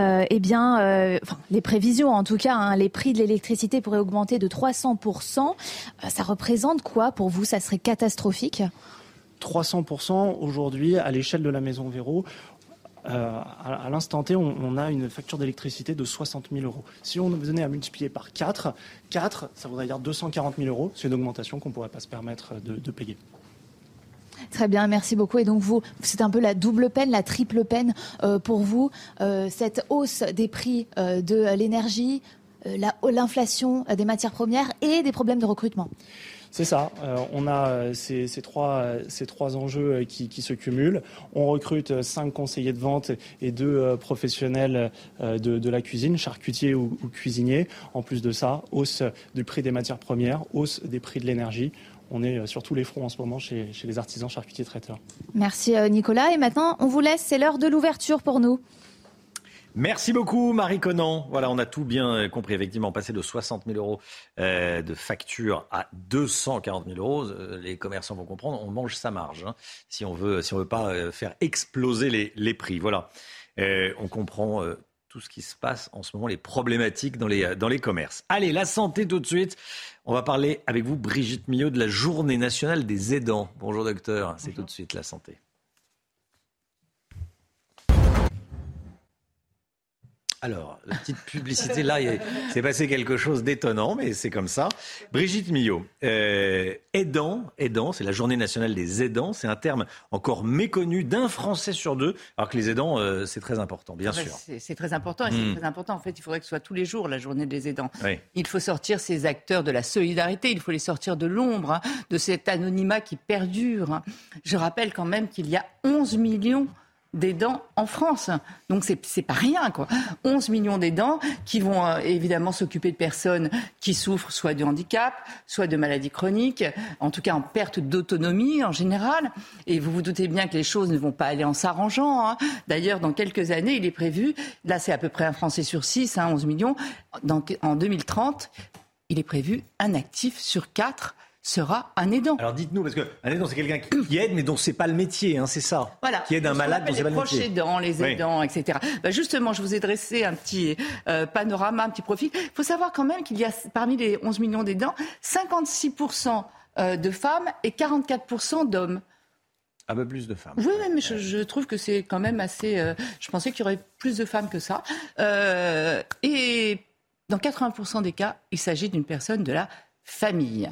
les prévisions, en tout cas, les prix de l'électricité pourraient augmenter de 300%. Ça représente quoi pour vous ? Ça serait catastrophique ? 300% aujourd'hui à l'échelle de la Maison Véro. À l'instant T, on a une facture d'électricité de 60 000 euros. Si on venait à multiplier par 4, ça voudrait dire 240 000 euros. C'est une augmentation qu'on ne pourrait pas se permettre de payer. Très bien, merci beaucoup. Et donc vous, c'est un peu la double peine, la triple peine pour vous, cette hausse des prix de l'énergie, l'inflation des matières premières et des problèmes de recrutement. C'est ça. On a ces trois enjeux qui se cumulent. On recrute 5 conseillers de vente et 2 professionnels de la cuisine, charcutiers ou cuisiniers. En plus de ça, hausse du prix des matières premières, hausse des prix de l'énergie. On est sur tous les fronts en ce moment chez les artisans charcutiers traiteurs. Merci Nicolas. Et maintenant, on vous laisse. C'est l'heure de l'ouverture pour nous. Merci beaucoup Marie Conan. Voilà, on a tout bien compris. Effectivement, passer de 60 000 euros de facture à 240 000 euros, les commerçants vont comprendre, on mange sa marge. Si on veut pas faire exploser les prix. Voilà, on comprend tout ce qui se passe en ce moment, les problématiques dans les commerces. Allez, la santé tout de suite. On va parler avec vous, Brigitte Millot, de la Journée nationale des aidants. Bonjour docteur, c'est tout de suite la santé. Alors, la petite publicité, là, il s'est passé quelque chose d'étonnant, mais c'est comme ça. Brigitte Millot, aidant, c'est la Journée nationale des aidants. C'est un terme encore méconnu d'1 Français sur 2, alors que les aidants, c'est très important, bien sûr. C'est très important, et c'est très important. En fait, il faudrait que ce soit tous les jours la Journée des aidants. Oui. Il faut sortir ces acteurs de la solidarité, il faut les sortir de l'ombre, de cet anonymat qui perdure. Je rappelle quand même qu'il y a 11 millions d'aidants en France. Donc c'est pas rien, quoi. 11 millions d'aidants qui vont évidemment s'occuper de personnes qui souffrent soit de handicap, soit de maladies chroniques, en tout cas en perte d'autonomie en général. Et vous vous doutez bien que les choses ne vont pas aller en s'arrangeant. D'ailleurs, dans quelques années, il est prévu, là c'est à peu près un Français sur 6, 11 millions, en 2030, il est prévu un actif sur 4 sera un aidant. Alors dites-nous, parce qu'un aidant, c'est quelqu'un qui aide, mais dont c'est pas le métier, c'est ça. Voilà. Qui aide un malade dont c'est pas le métier. Les proches aidants, les aidants, etc. Justement, je vous ai dressé un petit panorama, un petit profil. Il faut savoir quand même qu'il y a, parmi les 11 millions d'aidants, 56% de femmes et 44% d'hommes. Un peu plus de femmes. Oui, mais je trouve que c'est quand même assez... je pensais qu'il y aurait plus de femmes que ça. Et dans 80% des cas, il s'agit d'une personne de la famille.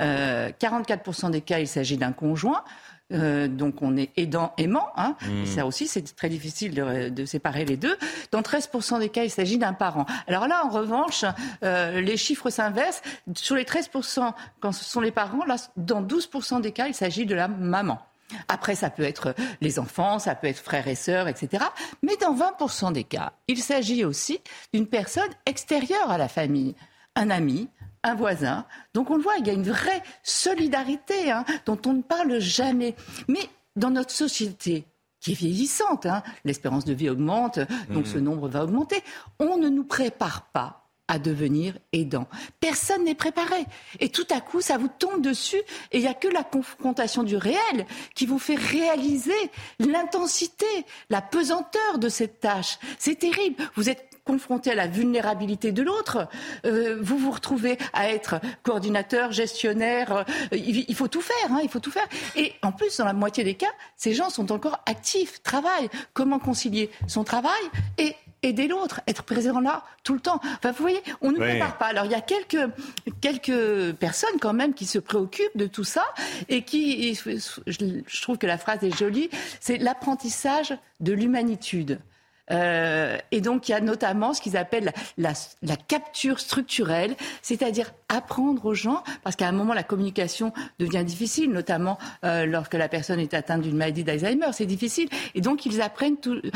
44% des cas, il s'agit d'un conjoint. Donc on est aidant-aimant. Et ça aussi, c'est très difficile de séparer les deux. Dans 13% des cas, il s'agit d'un parent. Alors là, en revanche, les chiffres s'inversent. Sur les 13%, quand ce sont les parents, là, dans 12% des cas, il s'agit de la maman. Après, ça peut être les enfants, ça peut être frères et sœurs, etc. Mais dans 20% des cas, il s'agit aussi d'une personne extérieure à la famille. Un ami, un voisin. Donc on le voit, il y a une vraie solidarité dont on ne parle jamais. Mais dans notre société, qui est vieillissante, l'espérance de vie augmente, donc ce nombre va augmenter, on ne nous prépare pas à devenir aidant. Personne n'est préparé. Et tout à coup, ça vous tombe dessus et il n'y a que la confrontation du réel qui vous fait réaliser l'intensité, la pesanteur de cette tâche. C'est terrible. Vous êtes confronté à la vulnérabilité de l'autre, vous vous retrouvez à être coordinateur, gestionnaire, il faut tout faire, il faut tout faire. Et en plus, dans la moitié des cas, ces gens sont encore actifs, travaillent. Comment concilier son travail et aider l'autre, être présent là tout le temps. Enfin, vous voyez, on ne prépare pas. Alors, il y a quelques personnes quand même qui se préoccupent de tout ça et qui, je trouve que la phrase est jolie, c'est l'apprentissage de l'humanitude. Et donc, il y a notamment ce qu'ils appellent la capture structurelle, c'est-à-dire apprendre aux gens, parce qu'à un moment, la communication devient difficile, notamment lorsque la personne est atteinte d'une maladie d'Alzheimer, c'est difficile. Et donc, ils apprennent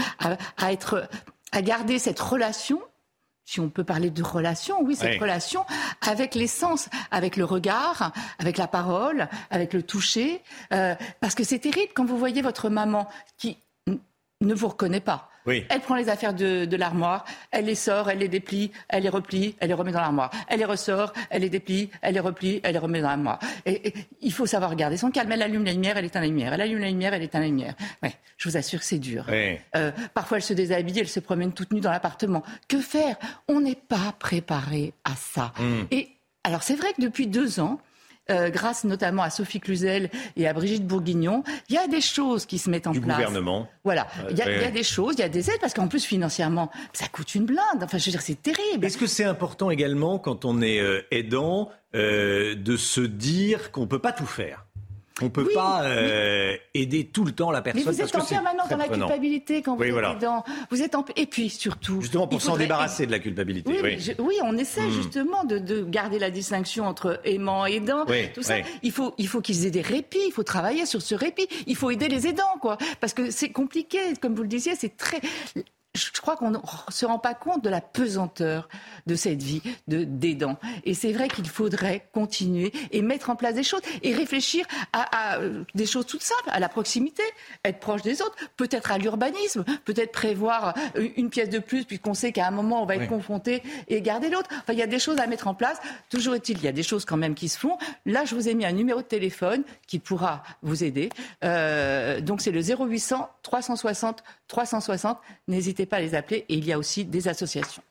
à garder cette relation, si on peut parler de relation, cette relation avec les sens, avec le regard, avec la parole, avec le toucher, parce que c'est terrible quand vous voyez votre maman qui ne vous reconnaît pas. Oui. Elle prend les affaires de l'armoire, elle les sort, elle les déplie, elle les replie, elle les remet dans l'armoire. Elle les ressort, elle les déplie, elle les replie, elle les remet dans l'armoire. Et il faut savoir garder son calme. Elle allume la lumière, elle éteint la lumière. Elle allume la lumière, elle éteint la lumière. Ouais, je vous assure que c'est dur. Oui. Parfois, elle se déshabille, elle se promène toute nue dans l'appartement. Que faire ? On n'est pas préparé à ça. Et alors, c'est vrai que depuis 2 ans, grâce notamment à Sophie Cluzel et à Brigitte Bourguignon, il y a des choses qui se mettent en place. Du gouvernement. Voilà, il y a des choses, il y a des aides, parce qu'en plus, financièrement, ça coûte une blinde. Enfin, je veux dire, c'est terrible. Est-ce que c'est important également, quand on est aidant, de se dire qu'on ne peut pas tout faire ? On ne peut pas aider tout le temps la personne. Mais vous êtes en permanence dans la culpabilité quand vous êtes aidant. Vous êtes Et puis surtout... Justement pour s'en débarrasser de la culpabilité. Oui, on essaie justement de garder la distinction entre aimant et aidant. Tout ça. Il faut qu'ils aient des répits. Il faut travailler sur ce répit. Il faut aider les aidants, quoi. Parce que c'est compliqué. Comme vous le disiez, c'est très... je crois qu'on ne se rend pas compte de la pesanteur de cette vie d'aidant. Et c'est vrai qu'il faudrait continuer et mettre en place des choses et réfléchir à des choses toutes simples, à la proximité, être proche des autres, peut-être à l'urbanisme, peut-être prévoir une pièce de plus puisqu'on sait qu'à un moment on va être confronté et garder l'autre. Enfin, il y a des choses à mettre en place. Toujours est-il, il y a des choses quand même qui se font. Là, je vous ai mis un numéro de téléphone qui pourra vous aider. Donc c'est le 0800 360 360. N'hésitez pas à les appeler et il y a aussi des associations.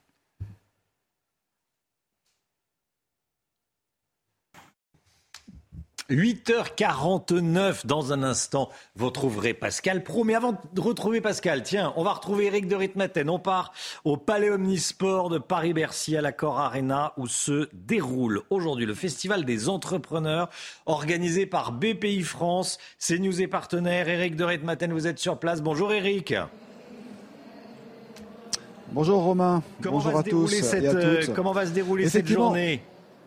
– 8h49, dans un instant, vous trouverez Pascal Praud. Mais avant de retrouver Pascal, tiens, on va retrouver Éric de Ritmaten. On part au Palais Omnisport de Paris-Bercy à l'Accor Arena où se déroule aujourd'hui le Festival des entrepreneurs organisé par BPI France. CNews et partenaires. Éric de Ritmaten, vous êtes sur place. Bonjour Éric. Bonjour Romain. Bonjour à tous et à toutes. Comment va se dérouler cette journée ?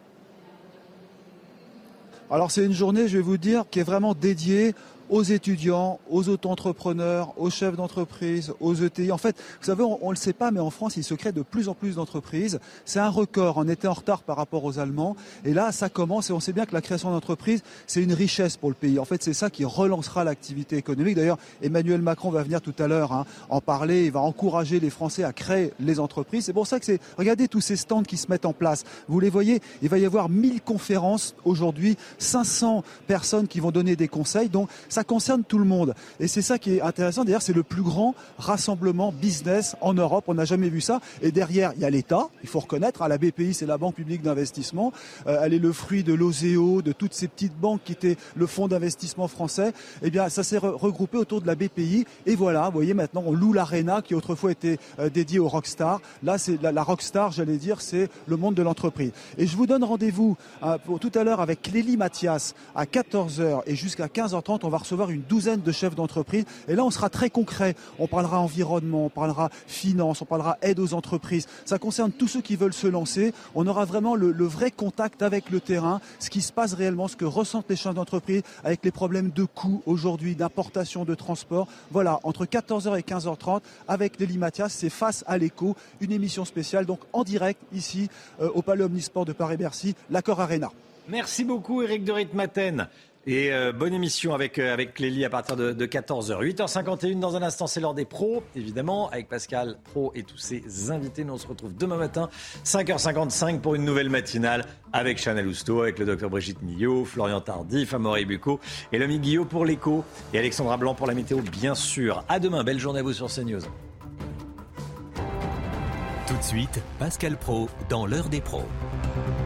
Alors c'est une journée, je vais vous dire, qui est vraiment dédiée aux étudiants, aux auto-entrepreneurs, aux chefs d'entreprise, aux ETI. En fait, vous savez, on ne le sait pas, mais en France, il se crée de plus en plus d'entreprises. C'est un record. On était en retard par rapport aux Allemands. Et là, ça commence. Et on sait bien que la création d'entreprises, c'est une richesse pour le pays. En fait, c'est ça qui relancera l'activité économique. D'ailleurs, Emmanuel Macron va venir tout à l'heure en parler. Il va encourager les Français à créer les entreprises. C'est pour ça que regardez tous ces stands qui se mettent en place. Vous les voyez, il va y avoir 1000 conférences aujourd'hui, 500 personnes qui vont donner des conseils. Donc, ça concerne tout le monde. Et c'est ça qui est intéressant. D'ailleurs, c'est le plus grand rassemblement business en Europe. On n'a jamais vu ça. Et derrière, il y a l'État. Il faut reconnaître, la BPI, c'est la Banque publique d'investissement. Elle est le fruit de l'OSEO, de toutes ces petites banques qui étaient le fonds d'investissement français. Eh bien, ça s'est regroupé autour de la BPI. Et voilà, vous voyez, maintenant, on loue l'Arena qui autrefois était dédiée aux rockstars. Là, c'est la rockstar, j'allais dire, c'est le monde de l'entreprise. Et je vous donne rendez-vous pour tout à l'heure avec Clélie Mathias à 14h et jusqu'à 15h30. On va recevoir une douzaine de chefs d'entreprise. Et là, on sera très concret. On parlera environnement, on parlera finance, on parlera aide aux entreprises. Ça concerne tous ceux qui veulent se lancer. On aura vraiment le vrai contact avec le terrain, ce qui se passe réellement, ce que ressentent les chefs d'entreprise avec les problèmes de coûts aujourd'hui, d'importation, de transport. Voilà, entre 14h et 15h30, avec Clélie Mathias, c'est Face à l'écho, une émission spéciale, donc en direct, ici, au Palais Omnisport de Paris-Bercy, l'Accor Arena. Merci beaucoup, Éric de Ritmaten. Et bonne émission avec Clélie à partir de 14h. 8h51, dans un instant, c'est l'heure des pros, évidemment, avec Pascal Praud et tous ses invités. Nous, on se retrouve demain matin, 5h55, pour une nouvelle matinale avec Chanel Housteau, avec le docteur Brigitte Millot, Florian Tardif, Amaury Bucco et Lomi Guillot pour l'écho et Alexandra Blanc pour la météo, bien sûr. À demain, belle journée à vous sur CNews. Tout de suite, Pascal Praud dans l'heure des pros.